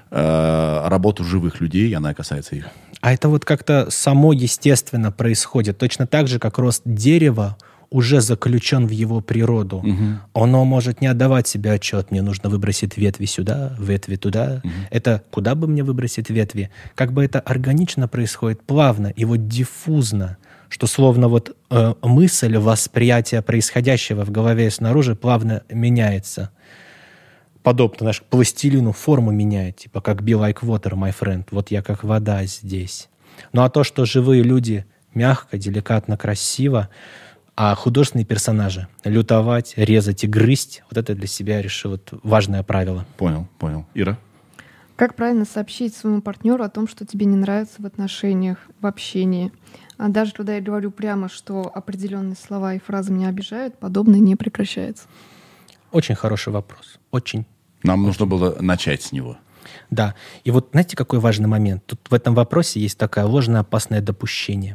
работу живых людей, и она касается их? А это вот как-то само естественно происходит. Точно так же, как рост дерева уже заключен в его природу. Оно может не отдавать себе отчет. Мне нужно выбросить ветви сюда, ветви туда. Это куда бы мне выбросить ветви? Как бы это органично происходит, плавно и вот диффузно, что словно вот мысль, восприятие происходящего в голове и снаружи плавно меняется. Подобно, знаешь, пластилину форму меняет, типа как be like water, my friend. Вот я как вода здесь. Ну а то, что живые люди мягко, деликатно, красиво, а художественные персонажи лютовать, резать и грызть, вот это для себя я решил вот важное правило. Понял. Ира? Как правильно сообщить своему партнеру о том, что тебе не нравится в отношениях, в общении? А даже когда я говорю прямо, что определенные слова и фразы меня обижают, подобное не прекращается. Очень хороший вопрос. Очень. Нам нужно было начать с него. Да. И вот знаете, какой важный момент? Тут в этом вопросе есть такое ложное опасное допущение.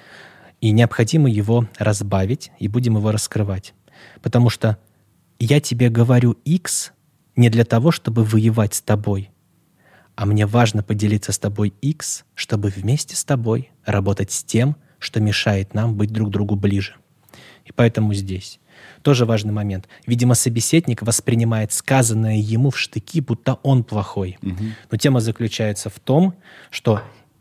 И необходимо его разбавить, и будем его раскрывать. Потому что я тебе говорю X не для того, чтобы воевать с тобой, а мне важно поделиться с тобой X, чтобы вместе с тобой работать с тем, что мешает нам быть друг другу ближе. И поэтому здесь тоже важный момент. Видимо, собеседник воспринимает сказанное ему в штыки, будто он плохой. Но тема заключается в том, что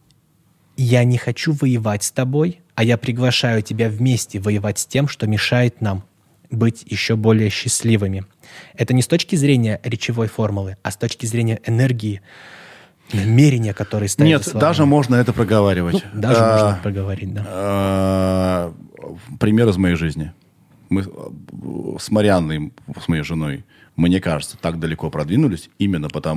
я не хочу воевать с тобой, а я приглашаю тебя вместе воевать с тем, что мешает нам быть еще более счастливыми. Это не с точки зрения речевой формулы, а с точки зрения энергии, намерения, которые стоят Нет, за словами. даже можно это проговаривать. Даже можно проговорить, да. Пример из моей жизни. Мы с Марианной, с моей женой, мне кажется, так далеко продвинулись именно потому,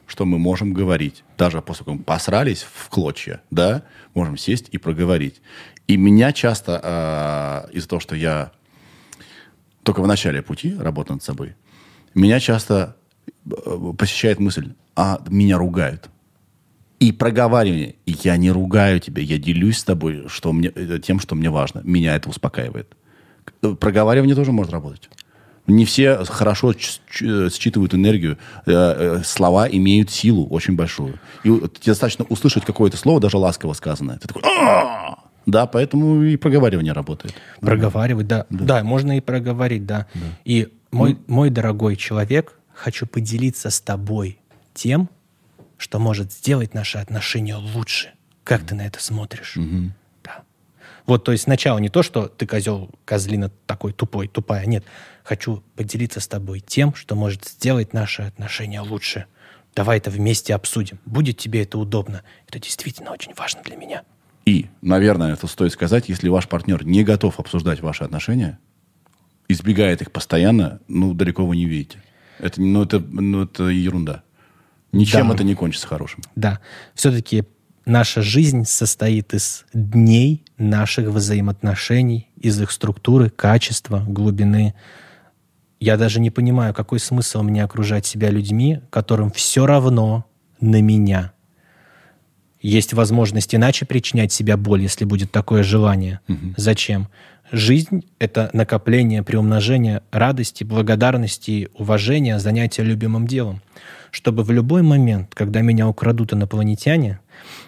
что мы можем говорить. Даже после того, как мы посрались в клочья, да, можем сесть и проговорить. И меня часто, из-за того, что я только в начале пути работаю над собой, меня часто посещает мысль, меня ругают. И проговаривание, я не ругаю тебя, я делюсь с тобой тем, что мне важно. Меня это успокаивает. Проговаривание тоже может работать. Не все хорошо считывают энергию. Слова имеют силу очень большую. И тебе достаточно услышать какое-то слово, даже ласково сказанное. Ты такой... Да, поэтому и проговаривание работает. Проговаривать, да. Да, можно и проговорить, да. И мой дорогой человек, хочу поделиться с тобой тем, что может сделать наши отношения лучше. Как ты на это смотришь? Да. Вот, то есть сначала не то, что ты козел, козлина такой тупой, тупая. Нет, хочу поделиться с тобой тем, что может сделать наши отношения лучше. Давай это вместе обсудим. Будет тебе это удобно. Это действительно очень важно для меня. И, наверное, это стоит сказать, если ваш партнер не готов обсуждать ваши отношения, избегает их постоянно, далеко вы не видите. Это ерунда. Ничем это не кончится хорошим. Да. Все-таки наша жизнь состоит из дней наших взаимоотношений, из их структуры, качества, глубины. Я даже не понимаю, какой смысл мне окружать себя людьми, которым все равно на меня. Есть возможность иначе причинять себе боль, если будет такое желание. Зачем? Жизнь — это накопление, приумножение радости, благодарности, уважения, занятия любимым делом. Чтобы в любой момент, когда меня украдут инопланетяне,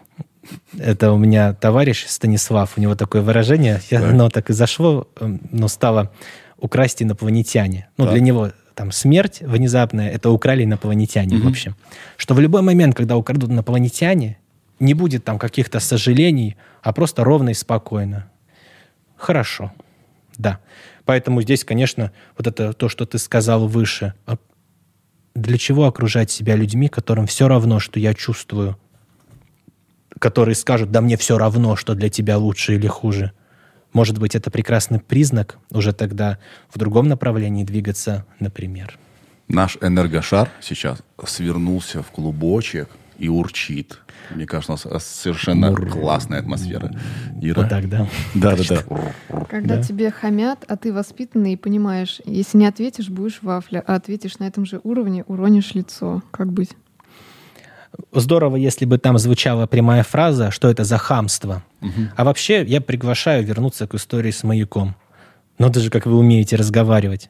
это у меня товарищ Станислав, у него такое выражение, оно так и зашло, стало «украсть инопланетяне». Для него там смерть внезапная — это украли инопланетяне, в общем. Что в любой момент, когда украдут инопланетяне, не будет там каких-то сожалений, а просто ровно и спокойно. Хорошо. Да. Поэтому здесь, конечно, вот это то, что ты сказал выше. Для чего окружать себя людьми, которым все равно, что я чувствую, которые скажут, да мне все равно, что для тебя лучше или хуже. Может быть, это прекрасный признак уже тогда в другом направлении двигаться, например. Наш энергошар сейчас свернулся в клубочек и урчит. Мне кажется, у нас совершенно классная атмосфера. Ира? Вот так, да? Да. Когда тебе хамят, а ты воспитанный и понимаешь, если не ответишь, будешь вафля, а ответишь на этом же уровне, уронишь лицо. Как быть? Здорово, если бы там звучала прямая фраза, что это за хамство. А вообще я приглашаю вернуться к истории с маяком. Даже как вы умеете разговаривать.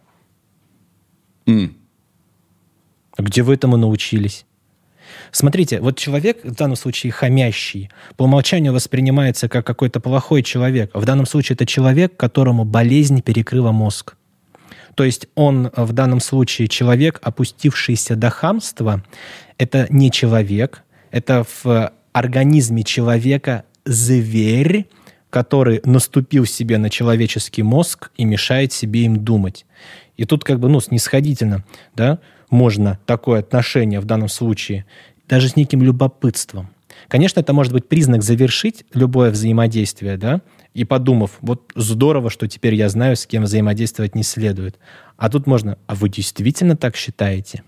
Где вы этому научились? Смотрите, вот человек, в данном случае хамящий, по умолчанию воспринимается как какой-то плохой человек. В данном случае это человек, которому болезнь перекрыла мозг. То есть он в данном случае человек, опустившийся до хамства. Это не человек, это в организме человека зверь, который наступил себе на человеческий мозг и мешает себе им думать. И тут снисходительно, да, можно такое отношение в данном случае, даже с неким любопытством. Конечно, это может быть признак завершить любое взаимодействие, да, и подумав, вот здорово, что теперь я знаю, с кем взаимодействовать не следует. А тут можно, а вы действительно так считаете?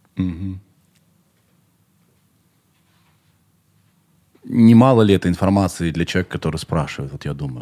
Немало ли это информации для человека, который спрашивает, вот я думаю.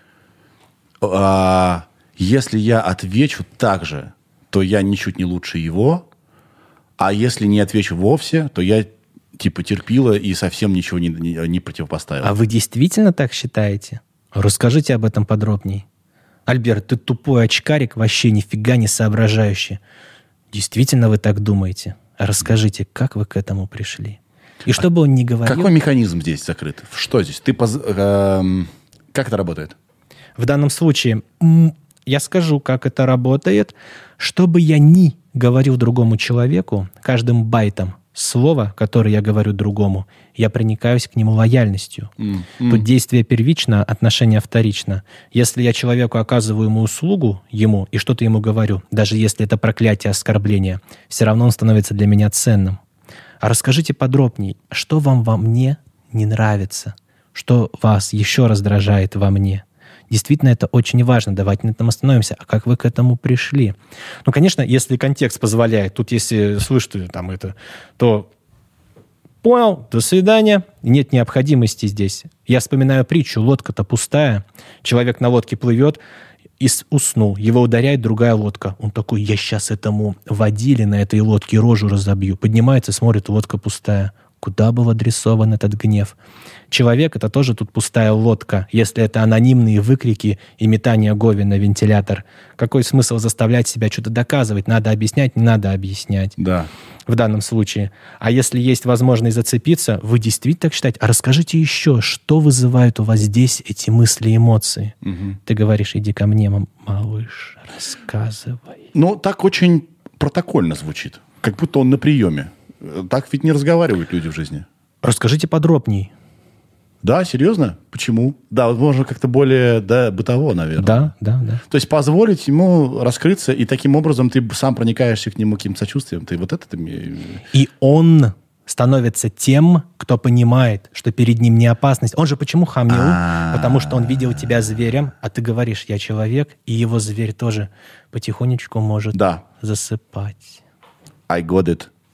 Если я отвечу так же, то я ничуть не лучше его, а если не отвечу вовсе, то я терпила и совсем ничего не противопоставила. А вы действительно так считаете? Расскажите об этом подробнее. Альберт, ты тупой очкарик, вообще нифига не соображающий. Действительно вы так думаете? Расскажите, как вы к этому пришли? И что бы он ни говорил... Какой механизм здесь закрыт? Что здесь? Как это работает? В данном случае я скажу, как это работает. Что бы я ни говорил другому человеку, каждым байтом слова, которое я говорю другому, я проникаюсь к нему лояльностью. Тут действие первично, отношение вторично. Если я человеку оказываю ему услугу, и что-то ему говорю, даже если это проклятие, оскорбление, все равно он становится для меня ценным. А расскажите подробнее, что вам во мне не нравится, что вас еще раздражает во мне. Действительно, это очень важно. Давайте на этом остановимся. А как вы к этому пришли? Конечно, если контекст позволяет, тут если слышите там это, то Понял, до свидания. Нет необходимости здесь. Я вспоминаю притчу, лодка-то пустая. Человек на лодке плывет и уснул. Его ударяет другая лодка. Он такой, я сейчас этому водиле на этой лодке рожу разобью. Поднимается, смотрит, лодка пустая. Куда был адресован этот гнев? Человек — это тоже тут пустая лодка, если это анонимные выкрики и метание Гови на вентилятор. Какой смысл заставлять себя что-то доказывать? Надо объяснять, не надо объяснять. Да. В данном случае. А если есть возможность зацепиться, вы действительно так считаете? А расскажите еще, что вызывает у вас здесь эти мысли и эмоции? Угу. Ты говоришь, иди ко мне, малыш, рассказывай. Ну, так очень протокольно звучит. Как будто он на приеме. Так ведь не разговаривают люди в жизни. Расскажите подробней. Да, серьезно? Почему? Да, возможно, как-то более бытово, наверное. Да. То есть позволить ему раскрыться, и таким образом ты сам проникаешься к нему каким-то сочувствием. Ты вот это... И он становится тем, кто понимает, что перед ним не опасность. Он же почему хамил? Потому что он видел тебя зверем, а ты говоришь, я человек, и его зверь тоже потихонечку может засыпать. I got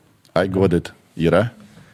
it. Ира?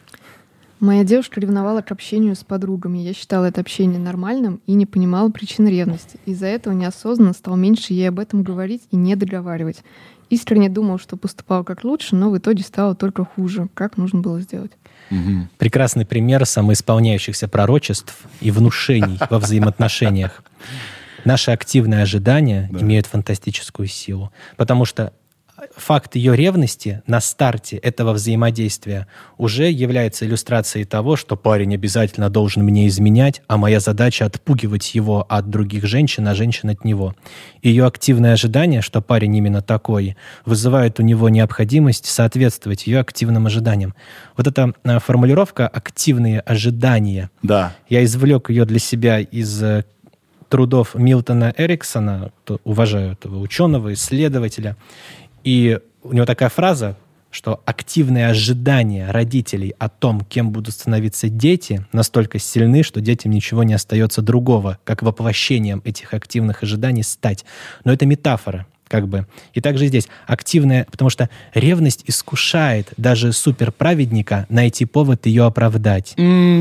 Моя девушка ревновала к общению с подругами. Я считала это общение нормальным и не понимала причин ревности. Из-за этого неосознанно стал меньше ей об этом говорить и не договаривать. Искренне думал, что поступал как лучше, но в итоге стало только хуже. Как нужно было сделать? Угу. Прекрасный пример самоисполняющихся пророчеств и внушений во взаимоотношениях. Наши активные ожидания имеют фантастическую силу, потому что факт ее ревности на старте этого взаимодействия уже является иллюстрацией того, что парень обязательно должен мне изменять, а моя задача отпугивать его от других женщин, а женщин от него. Ее активное ожидание, что парень именно такой, вызывает у него необходимость соответствовать ее активным ожиданиям. Вот эта формулировка «активные ожидания», я извлек ее для себя из трудов Милтона Эриксона, уважаю этого ученого, исследователя. И у него такая фраза, что активные ожидания родителей о том, кем будут становиться дети, настолько сильны, что детям ничего не остается другого, как воплощением этих активных ожиданий стать. Но это метафора, как бы. И также здесь активная, потому что ревность искушает даже суперправедника найти повод ее оправдать.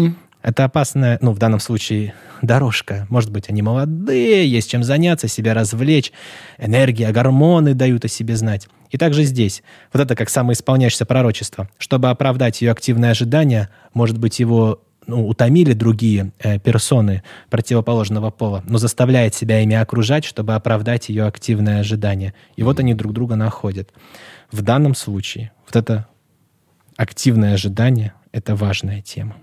Это опасная, в данном случае, дорожка. Может быть, они молодые, есть чем заняться, себя развлечь. Энергия, гормоны дают о себе знать. И также здесь. Вот это как самоисполняющееся пророчество. Чтобы оправдать ее активное ожидание, может быть, его утомили другие персоны противоположного пола, но заставляет себя ими окружать, чтобы оправдать ее активное ожидание. И вот они друг друга находят. В данном случае вот это активное ожидание — это важная тема.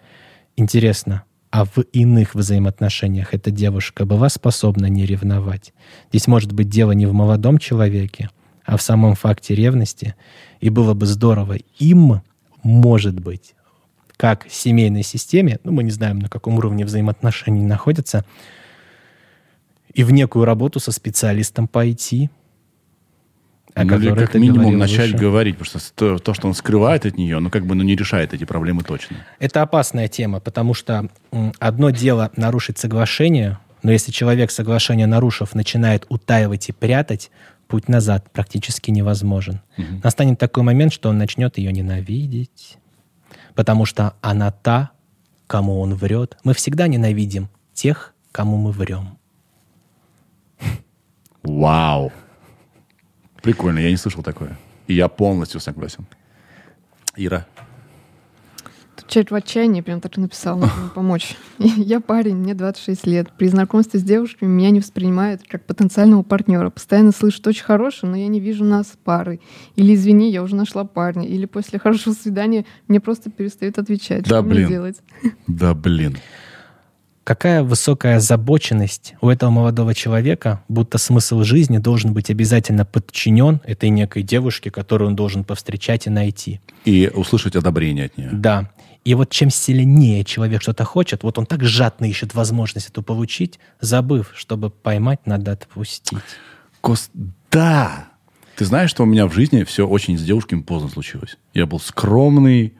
Интересно, а в иных взаимоотношениях эта девушка была способна не ревновать? Здесь может быть дело не в молодом человеке, а в самом факте ревности. И было бы здорово им, может быть, как в семейной системе, мы не знаем, на каком уровне взаимоотношений находятся, и в некую работу со специалистом пойти. Или как минимум начать говорить, потому что то, что он скрывает от нее, не решает эти проблемы точно. Это опасная тема, потому что одно дело нарушить соглашение, но если человек, соглашение нарушив, начинает утаивать и прятать, путь назад практически невозможен. Настанет такой момент, что он начнет ее ненавидеть, потому что она та, кому он врет. Мы всегда ненавидим тех, кому мы врем. Вау! Прикольно, я не слышал такое. И я полностью согласен. Ира? Тут человек в отчаянии прям так и написал, нужно ему помочь. Я парень, мне 26 лет. При знакомстве с девушками меня не воспринимают как потенциального партнера. Постоянно слышат очень хорошее, но я не вижу нас парой. Или извини, я уже нашла парня. Или после хорошего свидания мне просто перестают отвечать. Что мне делать? Да блин. Какая высокая озабоченность у этого молодого человека, будто смысл жизни должен быть обязательно подчинен этой некой девушке, которую он должен повстречать и найти. И услышать одобрение от нее. Да. И вот чем сильнее человек что-то хочет, вот он так жадно ищет возможность эту получить, забыв, чтобы поймать, надо отпустить. Да! Ты знаешь, что у меня в жизни все очень с девушками поздно случилось. Я был скромный,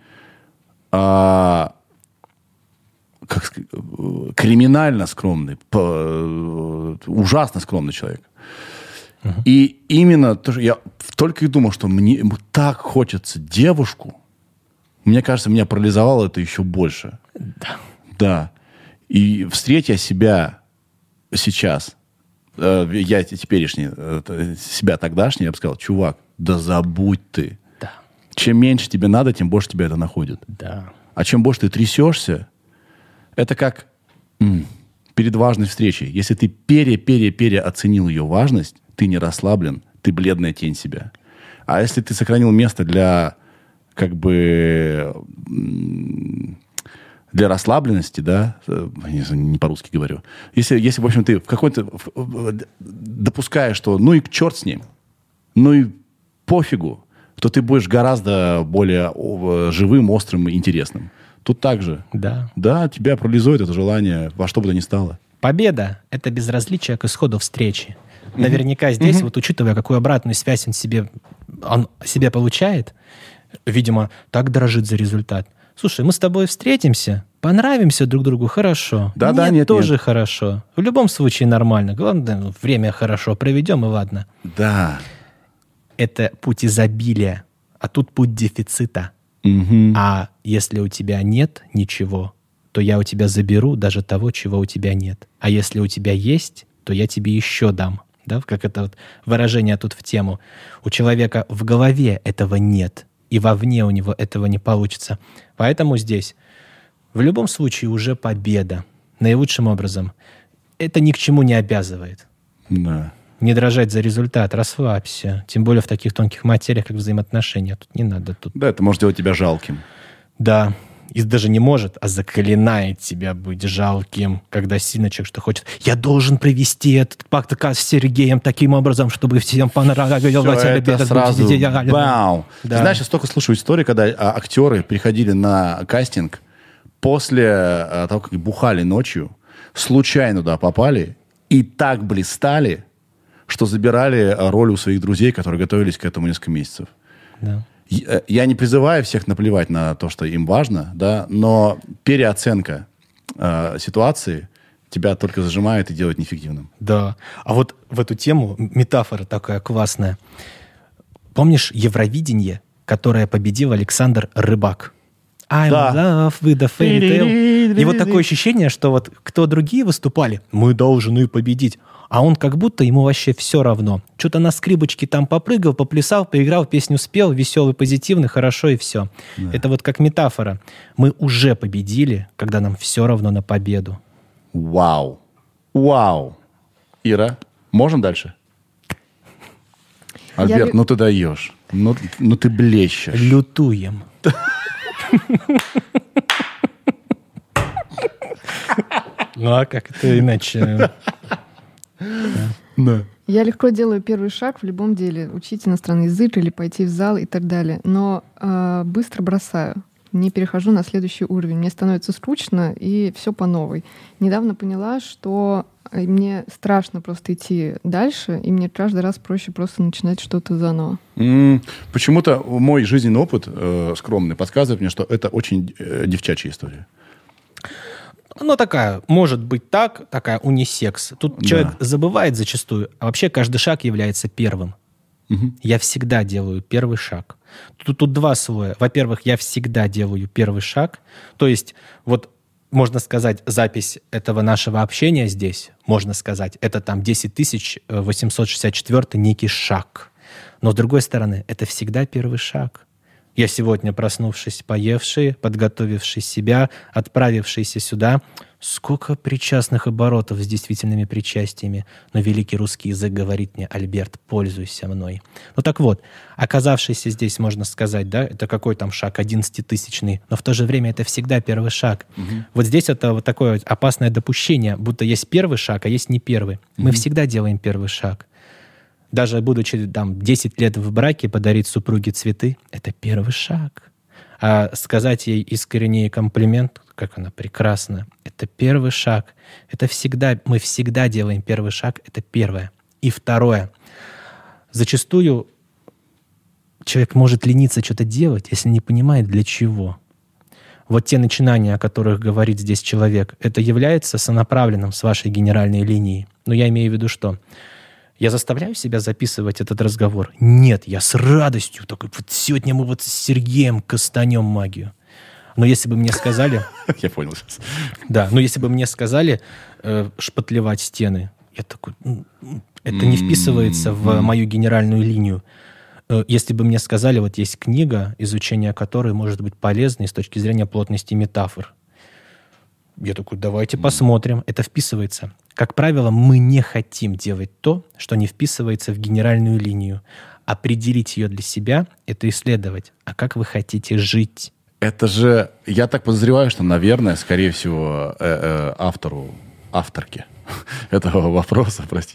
криминально скромный, ужасно скромный человек. И именно то, что я только и думал, что мне так хочется девушку, Мне кажется, меня парализовало это еще больше. Да. Да. И встретя себя сейчас, я теперешний, себя тогдашний, я бы сказал, чувак, да забудь ты. Да. Чем меньше тебе надо, тем больше тебя это находит. Да. А чем больше ты трясешься, это как перед важной встречей. Если ты переоценил ее важность, ты не расслаблен, ты бледная тень себя. А если ты сохранил место для как бы для расслабленности, да, не по-русски говорю. Если, в общем, ты в какой-то допускаешь, что ну и черт с ним, ну и пофигу, то ты будешь гораздо более живым, острым и интересным. Тут также. Да. Да, тебя парализует это желание во что бы то ни стало. Победа — это безразличие к исходу встречи. Наверняка здесь, вот учитывая, какую обратную связь он себе получает, видимо, так дрожит за результат. Слушай, мы с тобой встретимся, понравимся друг другу, хорошо. Нет, тоже хорошо. В любом случае нормально. Главное, время хорошо проведем, и ладно. Да. Это путь изобилия, а тут путь дефицита. А если у тебя нет ничего, то я у тебя заберу даже того, чего у тебя нет. А если у тебя есть, то я тебе еще дам. Да? Как это вот выражение тут в тему. У человека в голове этого нет, и вовне у него этого не получится. Поэтому здесь в любом случае уже победа. Наилучшим образом. Это ни к чему не обязывает. Да. Не дрожать за результат, расслабься. Тем более в таких тонких материях, как взаимоотношения. Тут не надо. Да, это может сделать тебя жалким. Да. И даже не может, а заклинает тебя быть жалким, когда сильно человек что хочет. Я должен провести этот пакт с Сергеем таким образом, чтобы всем понравилось. Все это сразу бау. Да. Ты знаешь, я столько слушаю истории, когда актеры приходили на кастинг после того, как бухали ночью, случайно туда попали и так блистали, что забирали роль у своих друзей, которые готовились к этому несколько месяцев. Да. Я не призываю всех наплевать на то, что им важно, да, но переоценка ситуации тебя только зажимает и делает неэффективным. Да. А вот в эту тему метафора такая классная. Помнишь Евровидение, которое победил Александр Рыбак? I'm love with a fairy tale. И вот такое ощущение, что вот кто другие выступали, мы должны победить. А он как будто ему вообще все равно. Что-то на скрипочке там попрыгал, поплясал, поиграл, песню спел, веселый, позитивный, хорошо и все. Да. Это вот как метафора. Мы уже победили, когда нам все равно на победу. Вау. Вау. Ира, можно дальше? Альберт, ну ты даешь. Ну ты блещешь. Лютуем. Ну а как это иначе? Да. Я легко делаю первый шаг в любом деле. Учить иностранный язык или пойти в зал и так далее. Но быстро бросаю. Не перехожу на следующий уровень. Мне становится скучно, и все по новой. Недавно поняла, что мне страшно просто идти дальше, и мне каждый раз проще просто начинать что-то заново. Почему-то мой жизненный опыт скромный подсказывает мне, что это очень девчачья история. Ну, такая, может быть так, такая унисекс. Тут человек забывает зачастую, а вообще каждый шаг является первым. Я всегда делаю первый шаг. Тут два слоя. Во-первых, я всегда делаю первый шаг. То есть, вот можно сказать, запись этого нашего общения здесь, можно сказать, это там 10 864 некий шаг. Но с другой стороны, это всегда первый шаг. Я сегодня, проснувшись, поевший, подготовивший себя, отправившийся сюда, сколько причастных оборотов с действительными причастиями. Но великий русский язык говорит мне: Альберт, пользуйся мной. Ну так вот, оказавшийся здесь, можно сказать, да, это какой там шаг, 11-тысячный, но в то же время это всегда первый шаг. Вот здесь это вот такое опасное допущение, будто есть первый шаг, а есть не первый. Мы всегда делаем первый шаг. Даже будучи там 10 лет в браке, подарить супруге цветы — это первый шаг. А сказать ей искренний комплимент, как она прекрасна, это первый шаг. Это всегда, мы всегда делаем первый шаг, это первое. И второе. Зачастую человек может лениться что-то делать, если не понимает, для чего. Вот те начинания, о которых говорит здесь человек, это является сонаправленным с вашей генеральной линией. Но я имею в виду, что Я заставляю себя записывать этот разговор? Нет, я с радостью. Такой, вот сегодня мы вот с Сергеем кастанем магию. Но если бы мне сказали... Я понял сейчас. Да, но если бы мне сказали шпатлевать стены, я такой... Это не вписывается в мою генеральную линию. Если бы мне сказали, вот есть книга, изучение которой может быть полезной с точки зрения плотности метафор. Я такой, давайте посмотрим. Это вписывается. Как правило, мы не хотим делать то, что не вписывается в генеральную линию. Определить ее для себя — это исследовать. А как вы хотите жить? Это же, я так подозреваю, что, наверное, скорее всего, авторке этого вопроса, прости,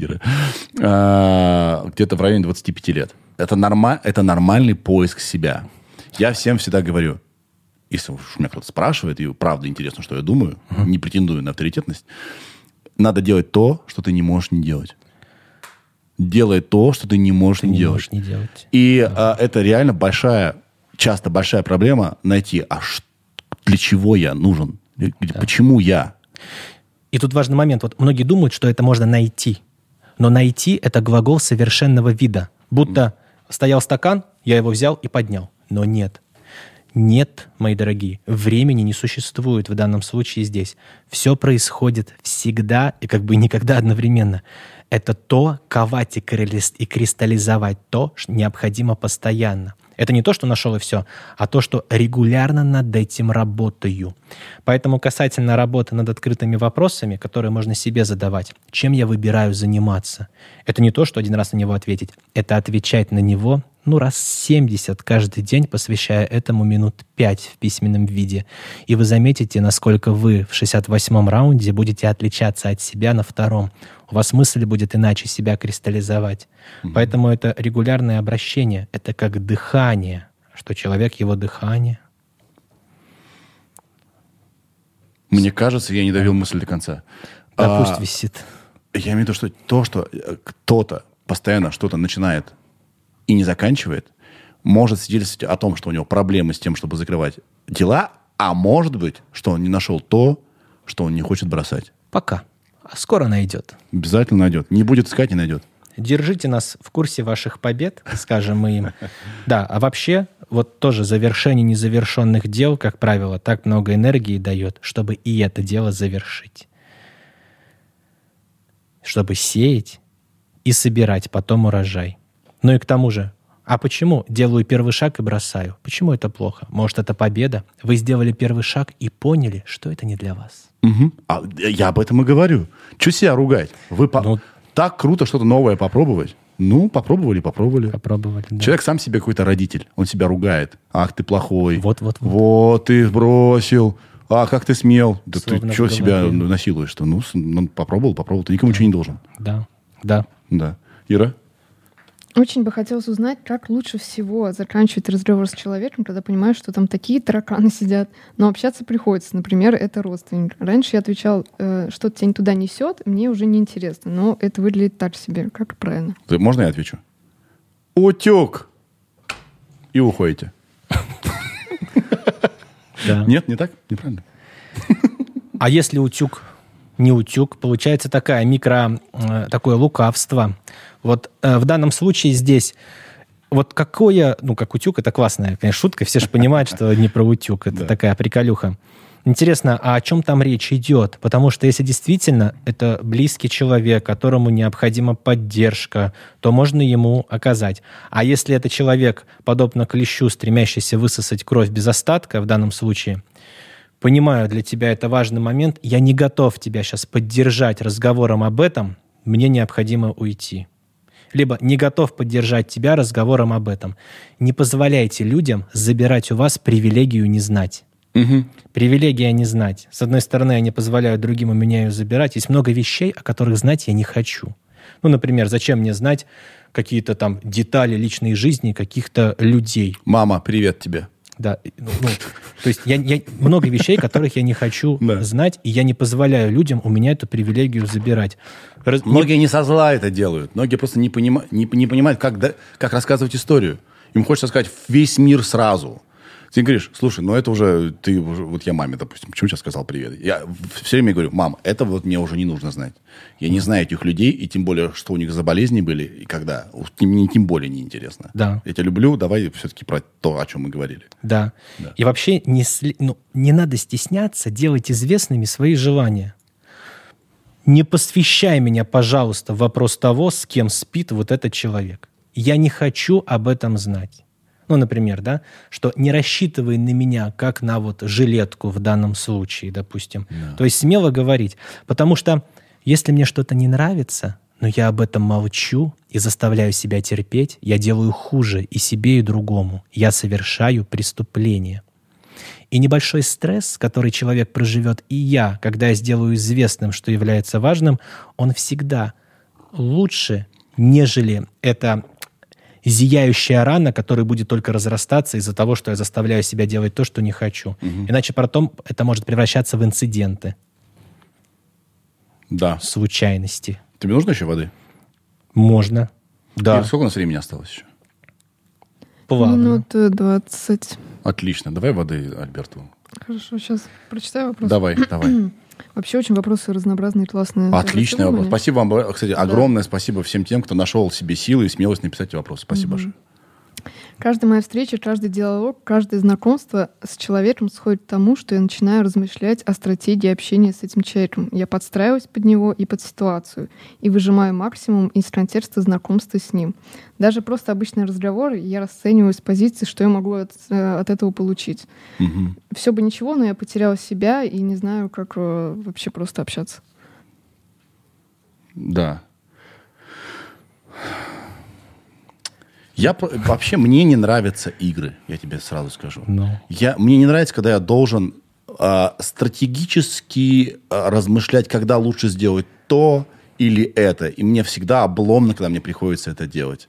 где-то в районе 25 лет. Это нормальный поиск себя. Я всем всегда говорю, если уж меня кто-то спрашивает, и правда интересно, что я думаю, не претендую на авторитетность, надо делать то, что ты не можешь не делать. Делай то, что ты не можешь не делать. И это реально часто большая проблема найти, для чего я нужен, почему я. И тут важный момент. Вот многие думают, что это можно найти. Но найти — это глагол совершенного вида. Будто стоял стакан, я его взял и поднял. Но нет. Нет, мои дорогие, времени не существует в данном случае здесь. Все происходит всегда и как бы никогда одновременно. Это то, ковать и кристаллизовать то, что необходимо постоянно. Это не то, что нашел и все, а то, что регулярно над этим работаю. Поэтому касательно работы над открытыми вопросами, которые можно себе задавать, чем я выбираю заниматься, это не то, что один раз на него ответить, это отвечать на него, раз 70 каждый день, посвящая этому минут 5 в письменном виде. И вы заметите, насколько вы в 68-м раунде будете отличаться от себя на 2-м. У вас мысль будет иначе себя кристаллизовать. Поэтому это регулярное обращение. Это как дыхание, что человек — его дыхание. Мне кажется, я не довел мысль до конца. Да пусть висит. Я имею в виду, что кто-то постоянно что-то начинает и не заканчивает, может свидетельствовать о том, что у него проблемы с тем, чтобы закрывать дела, а может быть, что он не нашел то, что он не хочет бросать. Пока. А скоро найдет. Обязательно найдет. Не будет искать, не найдет. Держите нас в курсе ваших побед, скажем мы им. Да, а вообще, вот тоже завершение незавершенных дел, как правило, так много энергии дает, чтобы и это дело завершить. Чтобы сеять и собирать потом урожай. Ну и к тому же, а почему делаю первый шаг и бросаю? Почему это плохо? Может, это победа? Вы сделали первый шаг и поняли, что это не для вас. А я об этом и говорю. Чего себя ругать? Так круто что-то новое попробовать. Попробовали. Попробовали, да. Человек сам себе какой-то родитель. Он себя ругает. Ах, ты плохой. Вот. Ты бросил. А, как ты смел. Да словно ты что себя насилуешь-то? Попробовал. Ты никому ничего не должен. Да. Ира? Очень бы хотелось узнать, как лучше всего заканчивать разговор с человеком, когда понимаешь, что там такие тараканы сидят, но общаться приходится. Например, это родственник. Раньше я отвечал, что-то тебя не туда несет, мне уже не интересно, но это выглядит так себе. Как правильно? Можно я отвечу? Утюг! И уходите. Нет, не так? Неправильно. А если утюг не утюг, получается такое лукавство. Вот в данном случае здесь вот какое, как утюг, это классная, конечно, шутка, все же понимают, что не про утюг, это такая приколюха. Интересно, а о чем там речь идет? Потому что если действительно это близкий человек, которому необходима поддержка, то можно ему оказать. А если это человек, подобно клещу, стремящийся высосать кровь без остатка, в данном случае, понимаю, для тебя это важный момент, я не готов тебя сейчас поддержать разговором об этом, мне необходимо уйти. Либо не готов поддержать тебя разговором об этом. Не позволяйте людям забирать у вас привилегию не знать. Привилегия не знать. С одной стороны, я не позволяю другим у меня ее забирать. Есть много вещей, о которых знать я не хочу. Например, зачем мне знать какие-то там детали личной жизни каких-то людей? Мама, привет тебе. Да, то есть я много вещей, которых я не хочу знать, и я не позволяю людям у меня эту привилегию забирать. Многие не со зла это делают. Многие просто не понимают, как рассказывать историю. Им хочется сказать весь мир сразу. Ты говоришь, слушай, ну это уже, вот я маме, допустим, почему сейчас сказал привет? Я все время говорю, мам, это вот мне уже не нужно знать. Я не знаю этих людей, и тем более, что у них за болезни были, и когда. Мне тем более неинтересно. Да. Я тебя люблю, давай все-таки про то, о чем мы говорили. Да. И вообще не надо стесняться делать известными свои желания. Не посвящай меня, пожалуйста, в вопрос того, с кем спит вот этот человек. Я не хочу об этом знать. Ну, например, да, что не рассчитывай на меня, как на вот жилетку в данном случае, допустим. То есть смело говорить. Потому что если мне что-то не нравится, но я об этом молчу и заставляю себя терпеть, я делаю хуже и себе, и другому. Я совершаю преступление. И небольшой стресс, который человек проживет, и я, когда я сделаю известным, что является важным, он всегда лучше, нежели это зияющая рана, которая будет только разрастаться из-за того, что я заставляю себя делать то, что не хочу. Иначе потом это может превращаться в инциденты. Да. Случайности. Тебе нужно еще воды? Можно. Да. И сколько у нас времени осталось еще? Плавно. Минут 20. Отлично. Давай воды Альберту. Хорошо, сейчас прочитаю вопрос. Давай. Вообще очень вопросы разнообразные, классные. Отличный вопрос. Спасибо вам, кстати, огромное спасибо всем тем, кто нашел в себе силы и смелость написать вопрос. Спасибо большое. Каждая моя встреча, каждый диалог, каждое знакомство с человеком сходит к тому, что я начинаю размышлять о стратегии общения с этим человеком. Я подстраиваюсь под него и под ситуацию, и выжимаю максимум из контекста знакомства с ним. Даже просто обычные разговоры я расцениваю с позиции, что я могу от этого получить. Все бы ничего, но я потеряла себя и не знаю, как вообще просто общаться. Да. Вообще, мне не нравятся игры, я тебе сразу скажу. Мне не нравится, когда я должен стратегически размышлять, когда лучше сделать то или это. И мне всегда обломно, когда мне приходится это делать.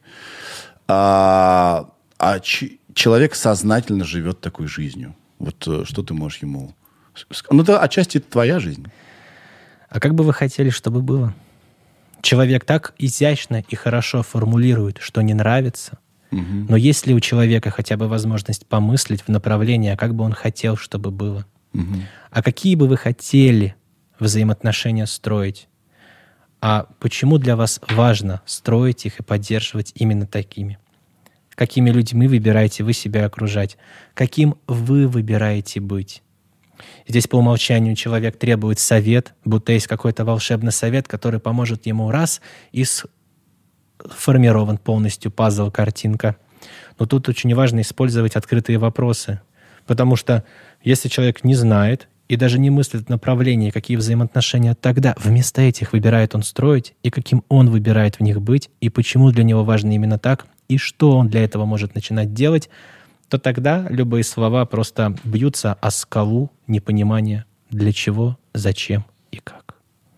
Человек сознательно живет такой жизнью. Вот что ты можешь ему... Ну, это отчасти твоя жизнь. А как бы вы хотели, чтобы было? Человек так изящно и хорошо формулирует, что не нравится, но есть ли у человека хотя бы возможность помыслить в направлении, а как бы он хотел, чтобы было? А какие бы вы хотели взаимоотношения строить? А почему для вас важно строить их и поддерживать именно такими? Какими людьми выбираете вы себя окружать? Каким вы выбираете быть? Здесь по умолчанию человек требует совет, будто есть какой-то волшебный совет, который поможет ему раз и сформирован полностью пазл, картинка. Но тут очень важно использовать открытые вопросы, потому что если человек не знает и даже не мыслит в направлении, какие взаимоотношения тогда вместо этих выбирает он строить, и каким он выбирает в них быть, и почему для него важно именно так, и что он для этого может начинать делать, то тогда любые слова просто бьются о скалу непонимания, для чего, зачем и как.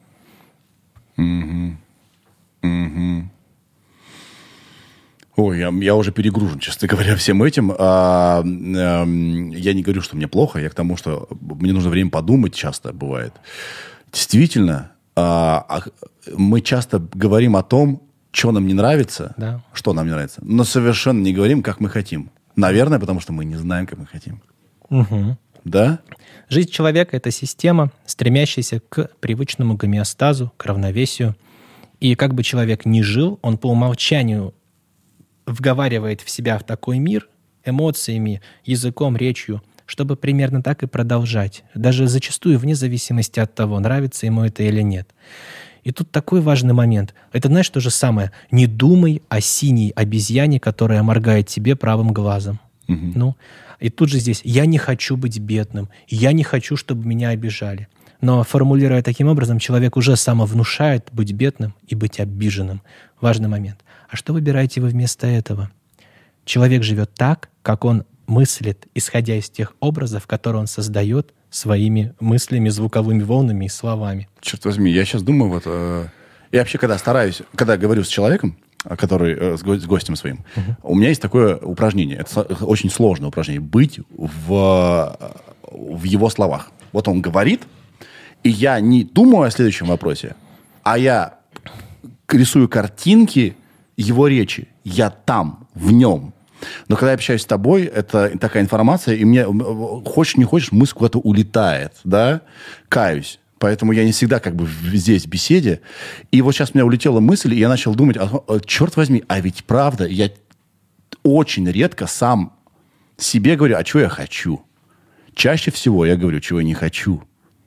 Ой, я уже перегружен, честно говоря, всем этим. Я не говорю, что мне плохо, я к тому, что мне нужно время подумать, часто бывает. Действительно, мы часто говорим о том, что нам не нравится, что нам не нравится, но совершенно не говорим, как мы хотим. Наверное, потому что мы не знаем, как мы хотим. Да? Жизнь человека — это система, стремящаяся к привычному гомеостазу, к равновесию. И как бы человек ни жил, он по умолчанию вговаривает в себя в такой мир эмоциями, языком, речью, чтобы примерно так и продолжать. Даже зачастую вне зависимости от того, нравится ему это или нет. И тут такой важный момент. Это, знаешь, то же самое. Не думай о синей обезьяне, которая моргает тебе правым глазом. Ну, и тут же здесь «я не хочу быть бедным», «я не хочу, чтобы меня обижали». Но формулируя таким образом, человек уже самовнушает быть бедным и быть обиженным. Важный момент. А что выбираете вы вместо этого? Человек живет так, как он мыслит, исходя из тех образов, которые он создает своими мыслями, звуковыми волнами и словами. Черт возьми, я сейчас думаю, вот... Я вообще, когда говорю с человеком, который с гостем своим, у меня есть такое упражнение. Это очень сложное упражнение. Быть в его словах. Вот он говорит, и я не думаю о следующем вопросе, а я рисую картинки его речи. Я там, в нем. Но когда я общаюсь с тобой, это такая информация, и мне, хочешь не хочешь, мысль куда-то улетает, да? Каюсь. Поэтому я не всегда как бы здесь в беседе. И вот сейчас у меня улетела мысль, и я начал думать, черт возьми, а ведь правда, я очень редко сам себе говорю, а чего я хочу? Чаще всего я говорю, чего я не хочу.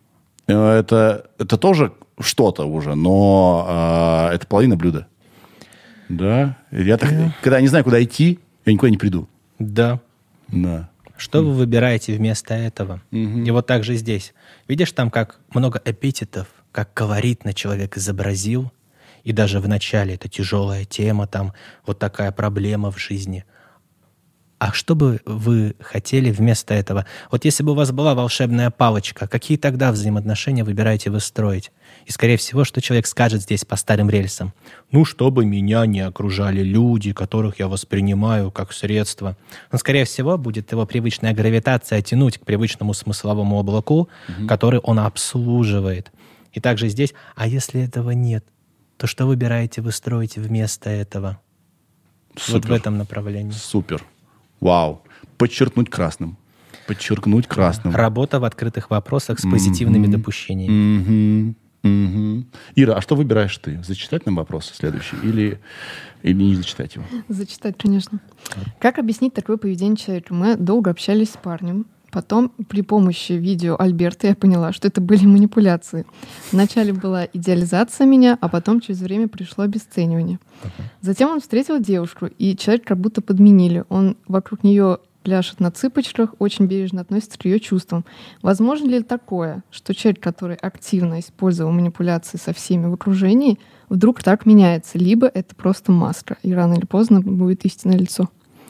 Это тоже что-то уже, но это половина блюда. Да. Я так, когда я не знаю, куда идти, я никуда не приду. Да. Да. Что вы выбираете вместо этого? И вот так же здесь. Видишь, там как много эпитетов, как колоритно человек изобразил, и даже в начале это тяжелая тема, там вот такая проблема в жизни. А что бы вы хотели вместо этого? Вот если бы у вас была волшебная палочка, какие тогда взаимоотношения выбираете вы строить? И, скорее всего, что человек скажет здесь по старым рельсам? Ну, чтобы меня не окружали люди, которых я воспринимаю как средство. Но, скорее всего, будет его привычная гравитация тянуть к привычному смысловому облаку, который он обслуживает. И также здесь, а если этого нет, то что выбираете вы строить вместо этого? Супер. Вот в этом направлении. Супер. Вау. Подчеркнуть красным. Подчеркнуть красным. Работа в открытых вопросах с позитивными допущениями. Ира, а что выбираешь ты? Зачитать нам вопрос следующий или не зачитать его? Зачитать, конечно. Как объяснить такое поведение человека? Мы долго общались с парнем. Потом при помощи видео Альберта я поняла, что это были манипуляции. Вначале была идеализация меня, а потом через время пришло обесценивание. Затем он встретил девушку, и человек как будто подменили. Он вокруг нее пляшет на цыпочках, очень бережно относится к ее чувствам. Возможно ли такое, что человек, который активно использовал манипуляции со всеми в окружении, вдруг так меняется? Либо это просто маска, и рано или поздно будет истинное лицо?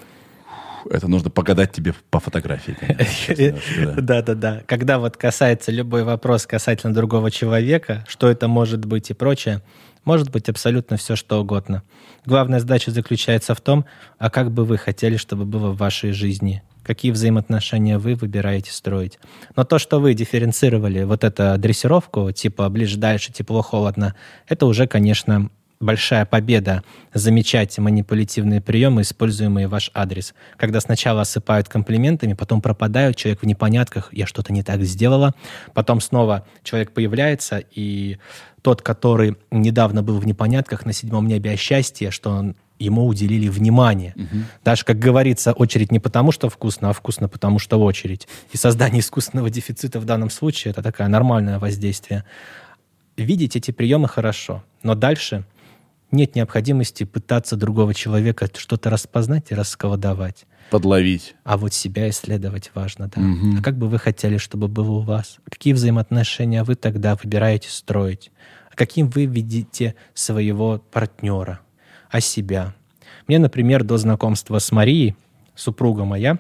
Это нужно погадать тебе по фотографии, конечно. Да. Когда вот касается любой вопрос касательно другого человека, что это может быть и прочее, может быть абсолютно все, что угодно. Главная задача заключается в том, а как бы вы хотели, чтобы было в вашей жизни, какие взаимоотношения вы выбираете строить. Но то, что вы дифференцировали вот эту дрессировку, типа ближе-дальше, тепло-холодно, это уже, конечно, большая победа замечать манипулятивные приемы, используемые в ваш адрес. Когда сначала осыпают комплиментами, потом пропадают, человек в непонятках, я что-то не так сделала, потом снова человек появляется, и тот, который недавно был в непонятках, на 7-м небе о счастье, что ему уделили внимание. Даже, как говорится, очередь не потому, что вкусно, а вкусно, потому что очередь. И создание искусственного дефицита в данном случае — это такое нормальное воздействие. Видеть эти приемы хорошо, но дальше нет необходимости пытаться другого человека что-то распознать и расколдовать. Подловить. А вот себя исследовать важно, да. А как бы вы хотели, чтобы было у вас? Какие взаимоотношения вы тогда выбираете строить? А каким вы видите своего партнера? А себя? Мне, например, до знакомства с Марией, супруга моя,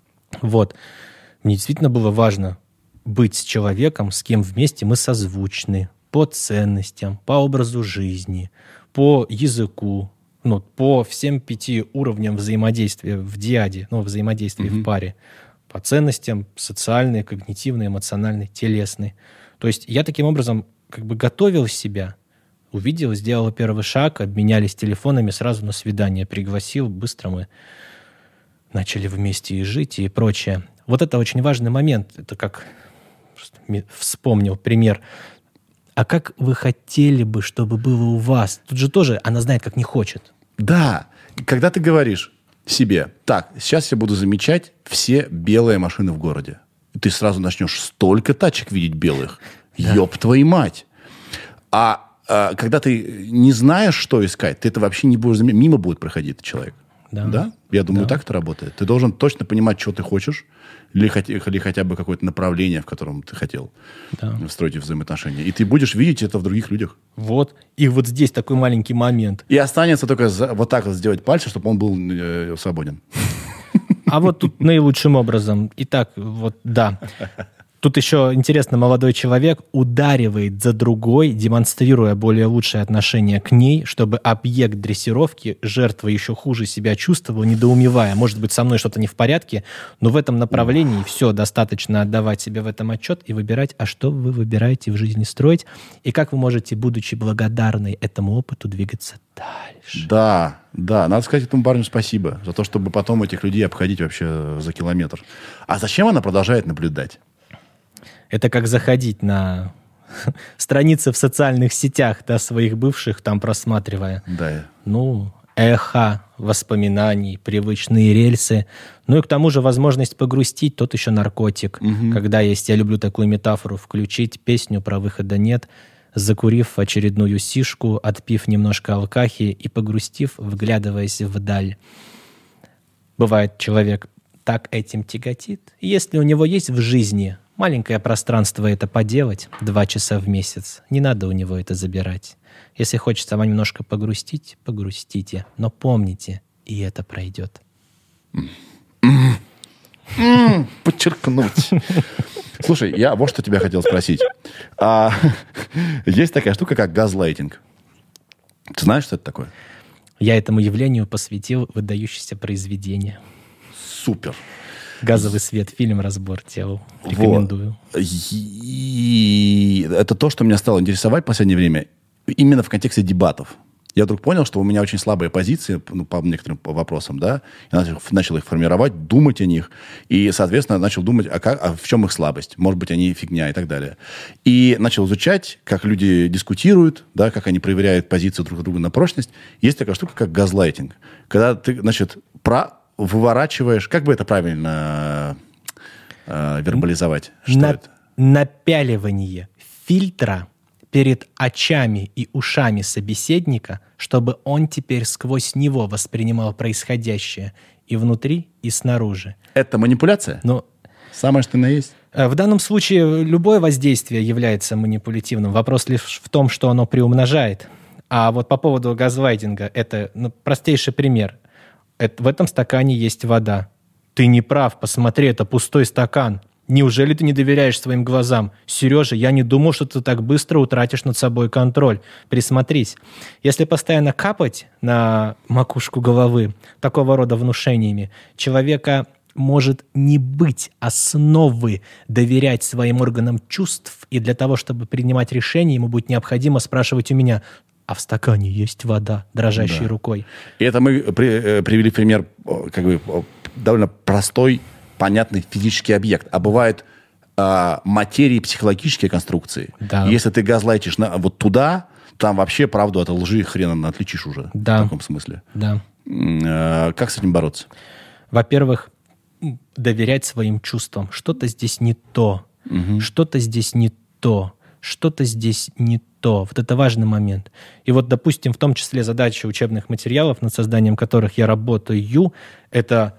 мне действительно было важно быть с человеком, с кем вместе мы созвучны по ценностям, по образу жизни, по языку, по всем 5 уровням взаимодействия в диаде, взаимодействия в паре, по ценностям социальные, когнитивные, эмоциональные, телесные. То есть я таким образом как бы готовил себя, увидел, сделал первый шаг, обменялись телефонами, сразу на свидание пригласил, быстро мы начали вместе и жить, и прочее. Вот это очень важный момент. Это как вспомнил пример. А как вы хотели бы, чтобы было у вас? Тут же тоже она знает, как не хочет. Да. Когда ты говоришь себе, так, сейчас я буду замечать все белые машины в городе. Ты сразу начнешь столько тачек видеть белых. Да. Ёб твою мать. А когда ты не знаешь, что искать, ты это вообще не будешь замечать. Мимо будет проходить этот человек. Да? Я думаю, так это работает. Ты должен точно понимать, что ты хочешь, или хотя бы какое-то направление, в котором ты хотел строить взаимоотношения. И ты будешь видеть это в других людях. И вот здесь такой маленький момент. И останется только вот так вот сделать пальцы, чтобы он был свободен. А вот тут наилучшим образом. Итак, да. Тут еще интересно, молодой человек ударивает за другой, демонстрируя более лучшее отношение к ней, чтобы объект дрессировки, жертва, еще хуже себя чувствовала, недоумевая. Может быть, со мной что-то не в порядке, но в этом направлении все, достаточно отдавать себе в этом отчет и выбирать, а что вы выбираете в жизни строить, и как вы можете, будучи благодарны этому опыту, двигаться дальше. Да, надо сказать этому парню спасибо за то, чтобы потом этих людей обходить вообще за километр. А зачем она продолжает наблюдать? Это как заходить на страницы в социальных сетях, да, своих бывших, там просматривая. Да. Ну, эхо воспоминаний, привычные рельсы. Ну и к тому же возможность погрустить, тот еще наркотик. Когда есть, я люблю такую метафору, включить песню «Про выхода нет», закурив очередную сишку, отпив немножко алкахи и погрустив, вглядываясь вдаль. Бывает, человек так этим тяготит. И если у него есть в жизни маленькое пространство это поделать, 2 часа в месяц, не надо у него это забирать. Если хочется вам немножко погрустить, погрустите. Но помните, и это пройдет. Подчеркнуть. Слушай, я вот что тебя хотел спросить. Есть такая штука, как газлайтинг. Ты знаешь, что это такое? Я этому явлению посвятил выдающееся произведение. Супер. «Газовый свет», фильм разбор делал. Рекомендую. И это то, что меня стало интересовать в последнее время, именно в контексте дебатов. Я вдруг понял, что у меня очень слабые позиции по некоторым вопросам, да, я начал их формировать, думать о них, и, соответственно, начал думать, в чем их слабость, может быть, они фигня и так далее. И начал изучать, как люди дискутируют, да, как они проверяют позиции друг друга на прочность. Есть такая штука, как газлайтинг, когда ты, значит, выворачиваешь, как бы это правильно вербализовать? Что это? Напяливание фильтра перед очами и ушами собеседника, чтобы он теперь сквозь него воспринимал происходящее и внутри, и снаружи. Это манипуляция? Но самое, что на есть? В данном случае любое воздействие является манипулятивным. Вопрос лишь в том, что оно приумножает. А вот по поводу газлайтинга, это простейший пример. В этом стакане есть вода. Ты не прав, посмотри, это пустой стакан. Неужели ты не доверяешь своим глазам? Сережа, я не думал, что ты так быстро утратишь над собой контроль. Присмотрись. Если постоянно капать на макушку головы такого рода внушениями, человека может не быть основы доверять своим органам чувств, и для того, чтобы принимать решения, ему будет необходимо спрашивать у меня: а в стакане есть вода, дрожащей рукой. И это мы привели пример, как бы, довольно простой, понятный физический объект. А бывают материи, психологические конструкции. Да. Если ты газлайтишь вот туда, там вообще правду от лжи хрена отличишь уже. Да. В таком смысле. Да. Как с этим бороться? Во-первых, доверять своим чувствам. Что-то здесь не то. Что-то здесь не то. Что-то здесь не то. Вот это важный момент. И вот, допустим, в том числе задача учебных материалов, над созданием которых я работаю, это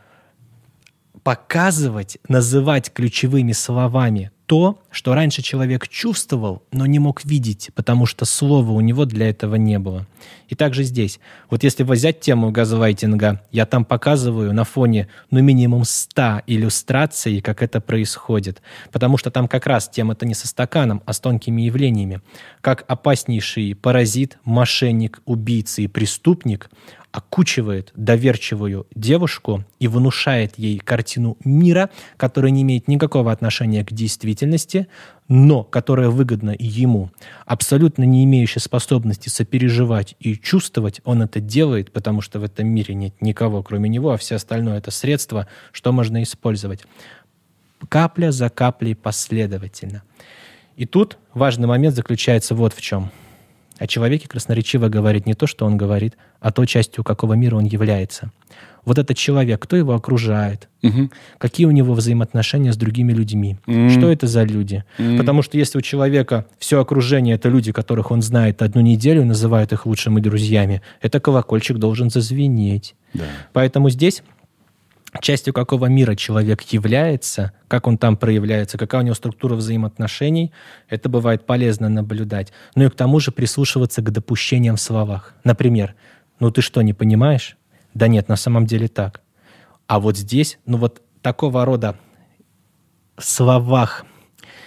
показывать, называть ключевыми словами то, что раньше человек чувствовал, но не мог видеть, потому что слова у него для этого не было. И также здесь. Вот если взять тему газлайтинга, я там показываю на фоне минимум 100 иллюстраций, как это происходит. Потому что там как раз тема-то не со стаканом, а с тонкими явлениями. Как опаснейший паразит, мошенник, убийца и преступник окучивает доверчивую девушку и внушает ей картину мира, которая не имеет никакого отношения к действительности, но которая выгодна ему. Абсолютно не имеющий способности сопереживать и чувствовать, он это делает, потому что в этом мире нет никого, кроме него, а все остальное — это средство, что можно использовать. Капля за каплей последовательно. И тут важный момент заключается вот в чем. О человеке красноречиво говорит не то, что он говорит, а то, частью какого мира он является. Вот этот человек, кто его окружает, какие у него взаимоотношения с другими людьми, что это за люди. Потому что если у человека все окружение — это люди, которых он знает 1 неделю, называют их лучшими друзьями, это колокольчик должен зазвенеть. Да. Поэтому здесь частью какого мира человек является, как он там проявляется, какая у него структура взаимоотношений, это бывает полезно наблюдать. Ну и к тому же прислушиваться к допущениям в словах. Например, ты что, не понимаешь? Да нет, на самом деле так. А вот здесь, вот такого рода в словах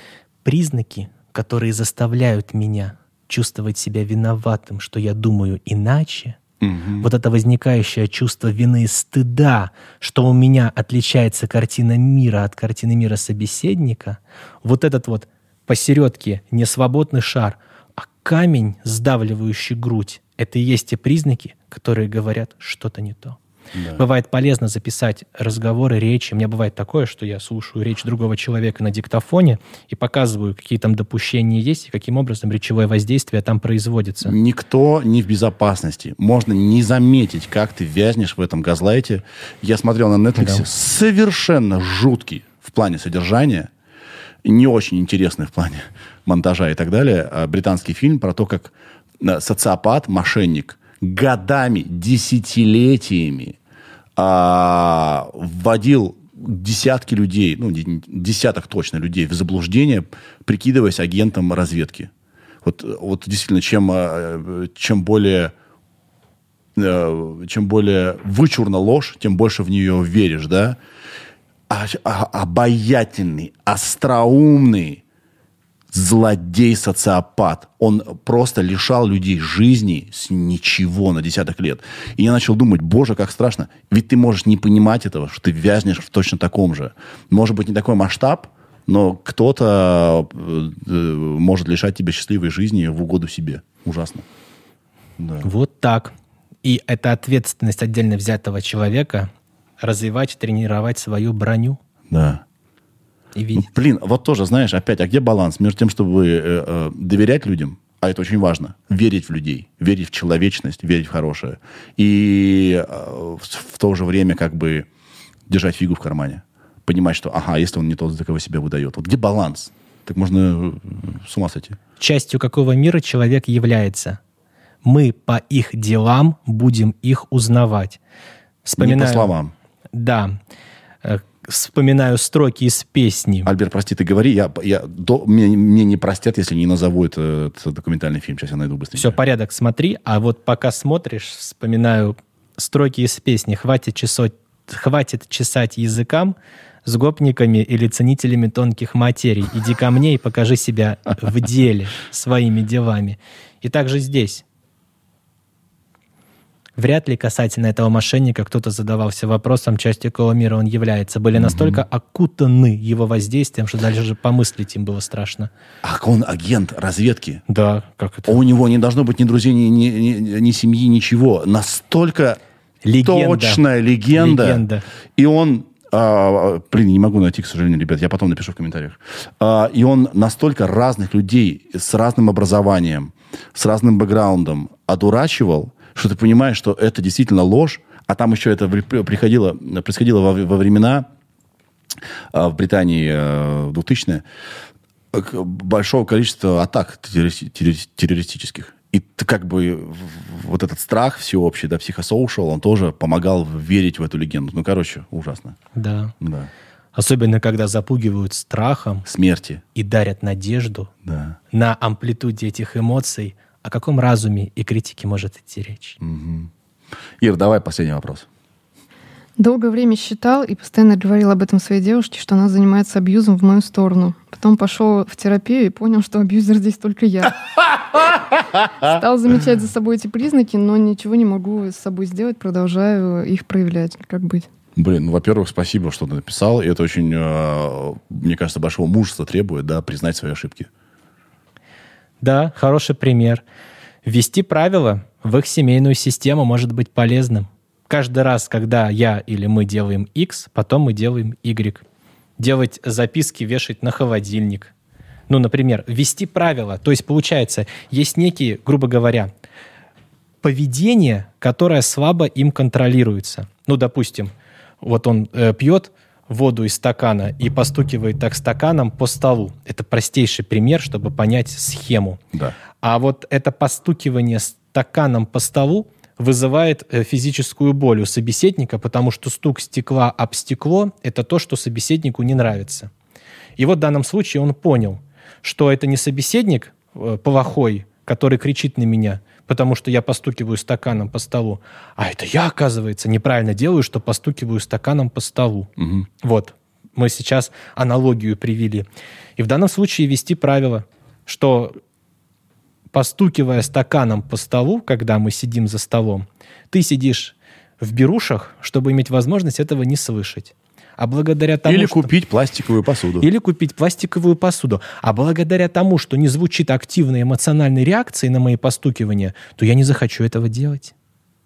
признаки, которые заставляют меня чувствовать себя виноватым, что я думаю иначе, вот это возникающее чувство вины и стыда, что у меня отличается картина мира от картины мира собеседника, вот этот вот посередке не свободный шар, а камень, сдавливающий грудь, это и есть те признаки, которые говорят что-то не то. Да. Бывает полезно записать разговоры, речи. У меня бывает такое, что я слушаю речь другого человека на диктофоне и показываю, какие там допущения есть и каким образом речевое воздействие там производится. Никто не в безопасности. Можно не заметить, как ты вязнешь в этом газлайте. Я смотрел на Netflix, да. Совершенно жуткий в плане содержания, не очень интересный в плане монтажа и так далее, британский фильм про то, как социопат, мошенник, годами, десятилетиями вводил десятки людей, десяток точно людей в заблуждение, прикидываясь агентом разведки. Вот действительно, чем более вычурна ложь, тем больше в нее веришь, да? Обаятельный, остроумный злодей-социопат. Он просто лишал людей жизни с ничего на десяток лет. И я начал думать, боже, как страшно. Ведь ты можешь не понимать этого, что ты вязнешь в точно таком же. Может быть, не такой масштаб, но кто-то может лишать тебя счастливой жизни в угоду себе. Ужасно. Да. Вот так. И это ответственность отдельно взятого человека развивать, тренировать свою броню. Да. Блин, вот тоже, знаешь, опять, а где баланс между тем, чтобы доверять людям, а это очень важно, верить в людей, верить в человечность, верить в хорошее, и в то же время как бы держать фигу в кармане, понимать, что, если он не тот, за кого себя выдает. Вот где баланс? Так можно с ума сойти. Частью какого мира человек является? Мы по их делам будем их узнавать. Не по словам. Да. Вспоминаю строки из песни. Альберт, прости, ты говори. Мне не простят, если не назову этот документальный фильм. Сейчас я найду быстрее. Все, порядок, смотри. А вот пока смотришь, вспоминаю строки из песни. Хватит чесать языкам с гопниками или ценителями тонких материй. Иди ко мне и покажи себя в деле своими делами. И также здесь. Вряд ли касательно этого мошенника кто-то задавался вопросом, частью какого мира он является. Были настолько окутаны его воздействием, что даже помыслить им было страшно. Ах, он агент разведки. Да, как это? У него не должно быть ни друзей, ни семьи, ничего. Настолько точная легенда. И он... не могу найти, к сожалению, ребят, я потом напишу в комментариях. И он настолько разных людей с разным образованием, с разным бэкграундом одурачивал, что ты понимаешь, что это действительно ложь, а там еще это происходило во времена в Британии 2000-е большого количества атак террористических. И как бы вот этот страх всеобщий, да, психосоушал, он тоже помогал верить в эту легенду. Ужасно. Да. Особенно, когда запугивают страхом. Смерти. И дарят надежду. Да. На амплитуде этих эмоций. О каком разуме и критике может идти речь? Угу. Ир, давай последний вопрос. Долгое время считал и постоянно говорил об этом своей девушке, что она занимается абьюзом в мою сторону. Потом пошел в терапию и понял, что абьюзер здесь только я. Стал замечать за собой эти признаки, но ничего не могу с собой сделать, продолжаю их проявлять. Как быть? Блин, во-первых, спасибо, что ты написал. И это очень, мне кажется, большого мужества требует, да, признать свои ошибки. Да, хороший пример. Ввести правила в их семейную систему может быть полезным. Каждый раз, когда я или мы делаем X, потом мы делаем Y. Делать записки, вешать на холодильник. Например, ввести правила. То есть, получается, есть некие, грубо говоря, поведение, которое слабо им контролируется. Допустим, вот он пьет воду из стакана и постукивает так стаканом по столу. Это простейший пример, чтобы понять схему. Да. А вот это постукивание стаканом по столу вызывает физическую боль у собеседника, потому что стук стекла об стекло – это то, что собеседнику не нравится. И вот в данном случае он понял, что это не собеседник плохой, который кричит на меня, потому что я постукиваю стаканом по столу, а это я, оказывается, неправильно делаю, что постукиваю стаканом по столу. Угу. Вот. мы сейчас аналогию привели. И в данном случае ввести правило, что постукивая стаканом по столу, когда мы сидим за столом, ты сидишь в берушах, чтобы иметь возможность этого не слышать. А благодаря тому, Или купить пластиковую посуду. Или купить пластиковую посуду. А благодаря тому, что не звучит активной эмоциональной реакции на мои постукивания, то я не захочу этого делать.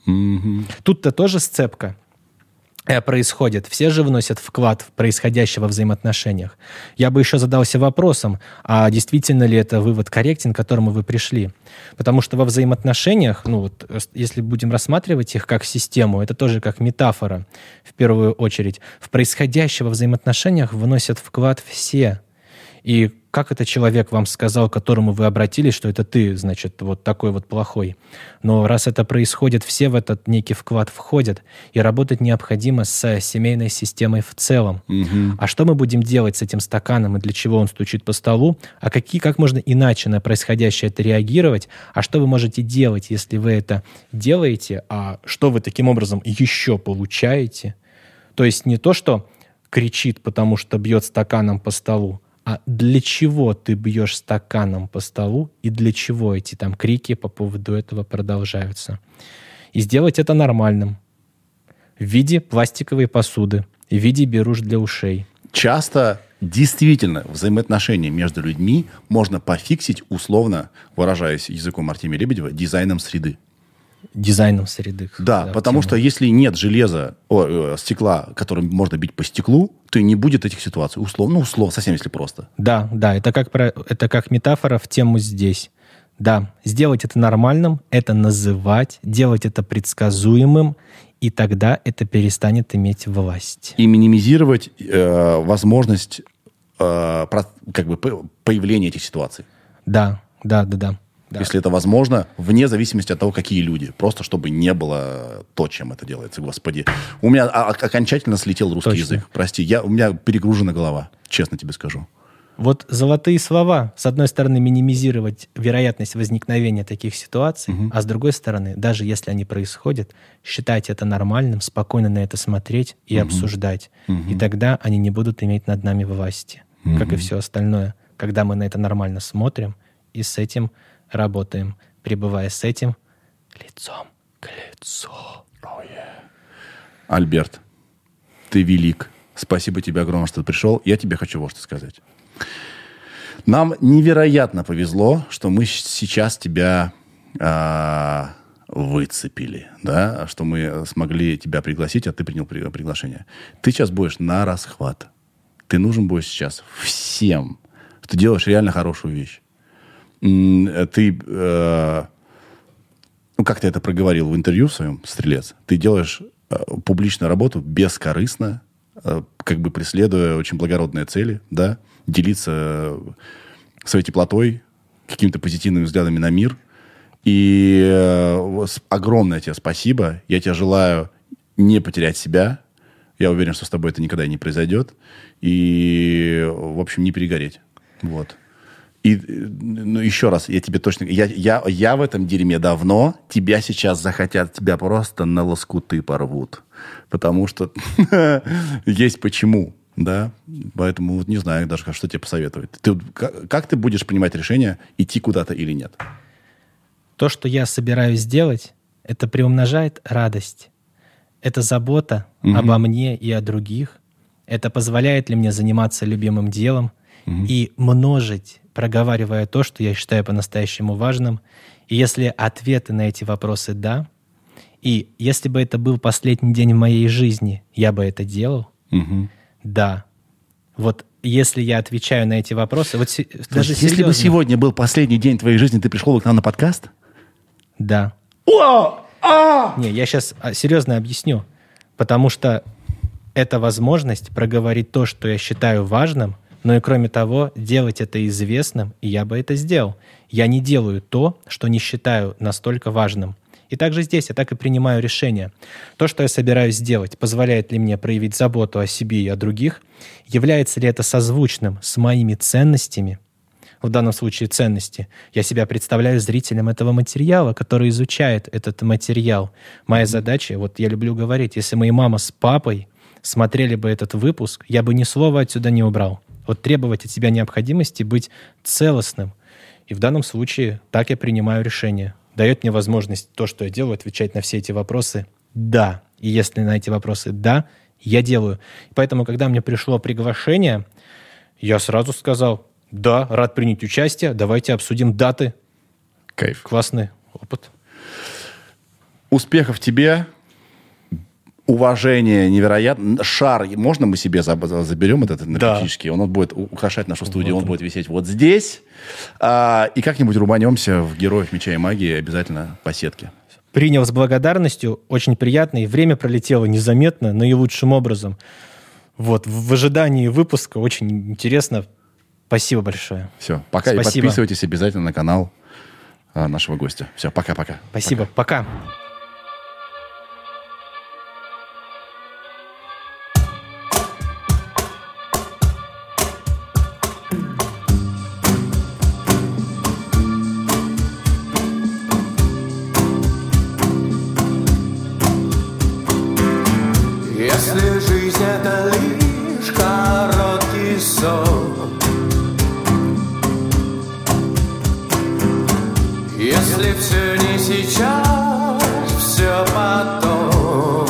Тут-то тоже сцепка происходит. Все же вносят вклад в происходящее во взаимоотношениях. Я бы еще задался вопросом, а действительно ли это вывод корректен, к которому вы пришли? Потому что во взаимоотношениях, если будем рассматривать их как систему, это тоже как метафора, в первую очередь. В происходящее во взаимоотношениях вносят вклад все. И как это человек вам сказал, к которому вы обратились, что это ты, значит, вот такой вот плохой. Но раз это происходит, все в этот некий вклад входят, и работать необходимо с семейной системой в целом. А что мы будем делать с этим стаканом, и для чего он стучит по столу? А как можно иначе на происходящее это реагировать? А что вы можете делать, если вы это делаете? А что вы таким образом еще получаете? То есть не то, что кричит, потому что бьет стаканом по столу, а для чего ты бьешь стаканом по столу и для чего эти там крики по поводу этого продолжаются. И сделать это нормальным. В виде пластиковой посуды, в виде беруш для ушей. Часто действительно взаимоотношения между людьми можно пофиксить, условно, выражаясь языком Артемия Лебедева, дизайном среды. Дизайном среды. Да, потому что если нет стекла, которым можно бить по стеклу, то и не будет этих ситуаций. Условно, совсем если просто. Да, это как метафора в тему здесь. Да, сделать это нормальным, это называть, делать это предсказуемым, и тогда это перестанет иметь власть. И минимизировать возможность появления этих ситуаций. Да. Да. Если это возможно, вне зависимости от того, какие люди. Просто чтобы не было то, чем это делается. Господи. У меня окончательно слетел русский язык. Прости, у меня перегружена голова. Честно тебе скажу. Вот золотые слова. С одной стороны, минимизировать вероятность возникновения таких ситуаций, а с другой стороны, даже если они происходят, считать это нормальным, спокойно на это смотреть и обсуждать. И тогда они не будут иметь над нами власти. Как и все остальное. Когда мы на это нормально смотрим и с этим работаем, пребывая с этим лицом к лицу. Альберт, ты велик. Спасибо тебе огромное, что ты пришел. Я тебе хочу вот что сказать. Нам невероятно повезло, что мы сейчас тебя выцепили, да, что мы смогли тебя пригласить, а ты принял приглашение. Ты сейчас будешь на расхват. Ты нужен будешь сейчас всем. Ты делаешь реально хорошую вещь. Ты, как ты это проговорил в интервью в своем, «Стрелец», ты делаешь публичную работу бескорыстно, преследуя очень благородные цели, да, делиться своей теплотой, какими-то позитивными взглядами на мир. И огромное тебе спасибо. Я тебе желаю не потерять себя. Я уверен, что с тобой это никогда не произойдет. И, в общем, не перегореть. Вот. И еще раз, я тебе точно... Я в этом дерьме давно. Тебя сейчас захотят, тебя просто на лоскуты порвут. Потому что есть почему. Да? Поэтому не знаю даже, что тебе посоветовать. Как ты будешь принимать решение, идти куда-то или нет? То, что я собираюсь сделать, это приумножает радость. Это забота обо мне и о других. Это позволяет ли мне заниматься любимым делом и множить, проговаривая то, что я считаю по-настоящему важным. И если ответы на эти вопросы «да», и если бы это был последний день в моей жизни, я бы это делал, да. Вот если я отвечаю на эти вопросы... Даже если бы сегодня был последний день твоей жизни, ты пришел бы к нам на подкаст? Да. Не, я сейчас серьезно объясню. Потому что это возможность проговорить то, что я считаю важным, но и кроме того, делать это известным, и я бы это сделал. Я не делаю то, что не считаю настолько важным. И также здесь я так и принимаю решение. То, что я собираюсь сделать, позволяет ли мне проявить заботу о себе и о других, является ли это созвучным с моими ценностями, в данном случае ценности. Я себя представляю зрителем этого материала, который изучает этот материал. Моя задача, вот я люблю говорить, если моя мама с папой смотрели бы этот выпуск, я бы ни слова отсюда не убрал. Вот требовать от себя необходимости быть целостным. И в данном случае так я принимаю решение. Дает мне возможность то, что я делаю, отвечать на все эти вопросы «да». И если на эти вопросы «да», я делаю. И поэтому, когда мне пришло приглашение, я сразу сказал «да, рад принять участие, давайте обсудим даты». Кайф. Классный опыт. Успехов тебе. Уважение невероятно. Шар, можно мы себе заберем этот энергетический? Он будет украшать нашу студию, он будет висеть вот здесь. И как-нибудь рубанемся в «Героев меча и магии» обязательно по сетке. Принял с благодарностью, очень приятно, и время пролетело незаметно, наилучшим образом. Вот, в ожидании выпуска очень интересно. Спасибо большое. Все, пока. Спасибо. И подписывайтесь обязательно на канал нашего гостя. Все, пока-пока. Спасибо, пока. Если жизнь это лишь короткий сон, если все не сейчас, все потом,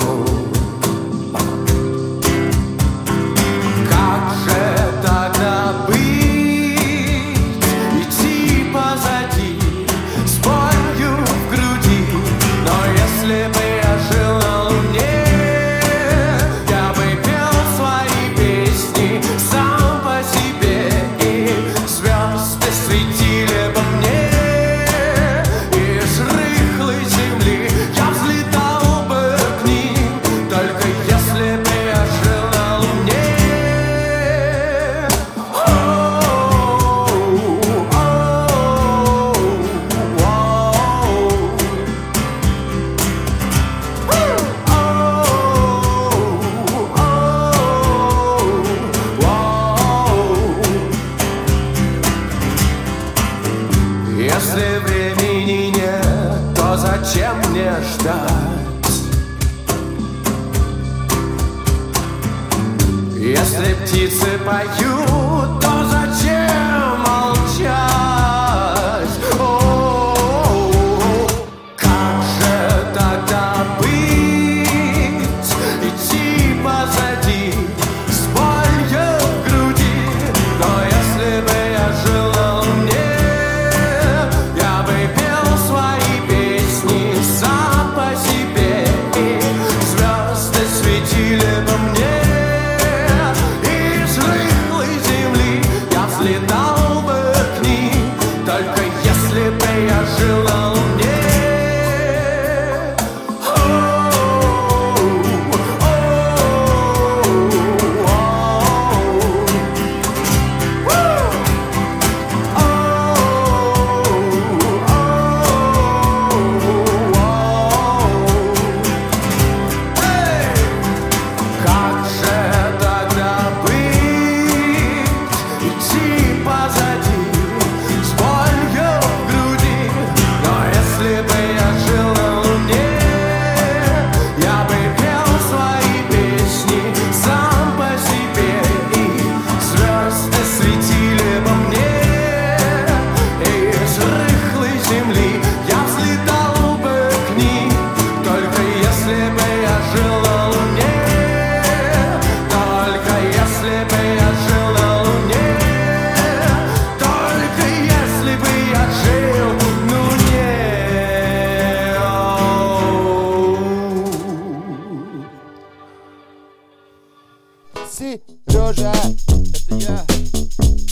как же тогда быть, идти позади с болью в груди? Но если бы я жил на Луне, сам по себе, и звезды светили бы мне, из рыхлой земли я взлетал бы к ним, только если бы я жил на Луне. Если времени нет, то зачем мне ждать? Если птицы поют, то зачем молчать? Как же тогда быть, идти позади с болью в груди? Но если бы я жил на Луне, я бы пел свои песни сам по себе, и звезды светили бы мне, из рыхлой земли я взлетал бы к ним, только если бы я жил на Луне. Как же тогда быть, идти позади с болью в груди? Но если бы я жил на Луне, я бы пел свои песни сам по себе, и звезды светили бы мне, из рыхлой земли я взлетал бы к ним, только если бы я жил на Луне. Только если бы я жил на Луне, только если бы я жил на Луне. Сережа, это я.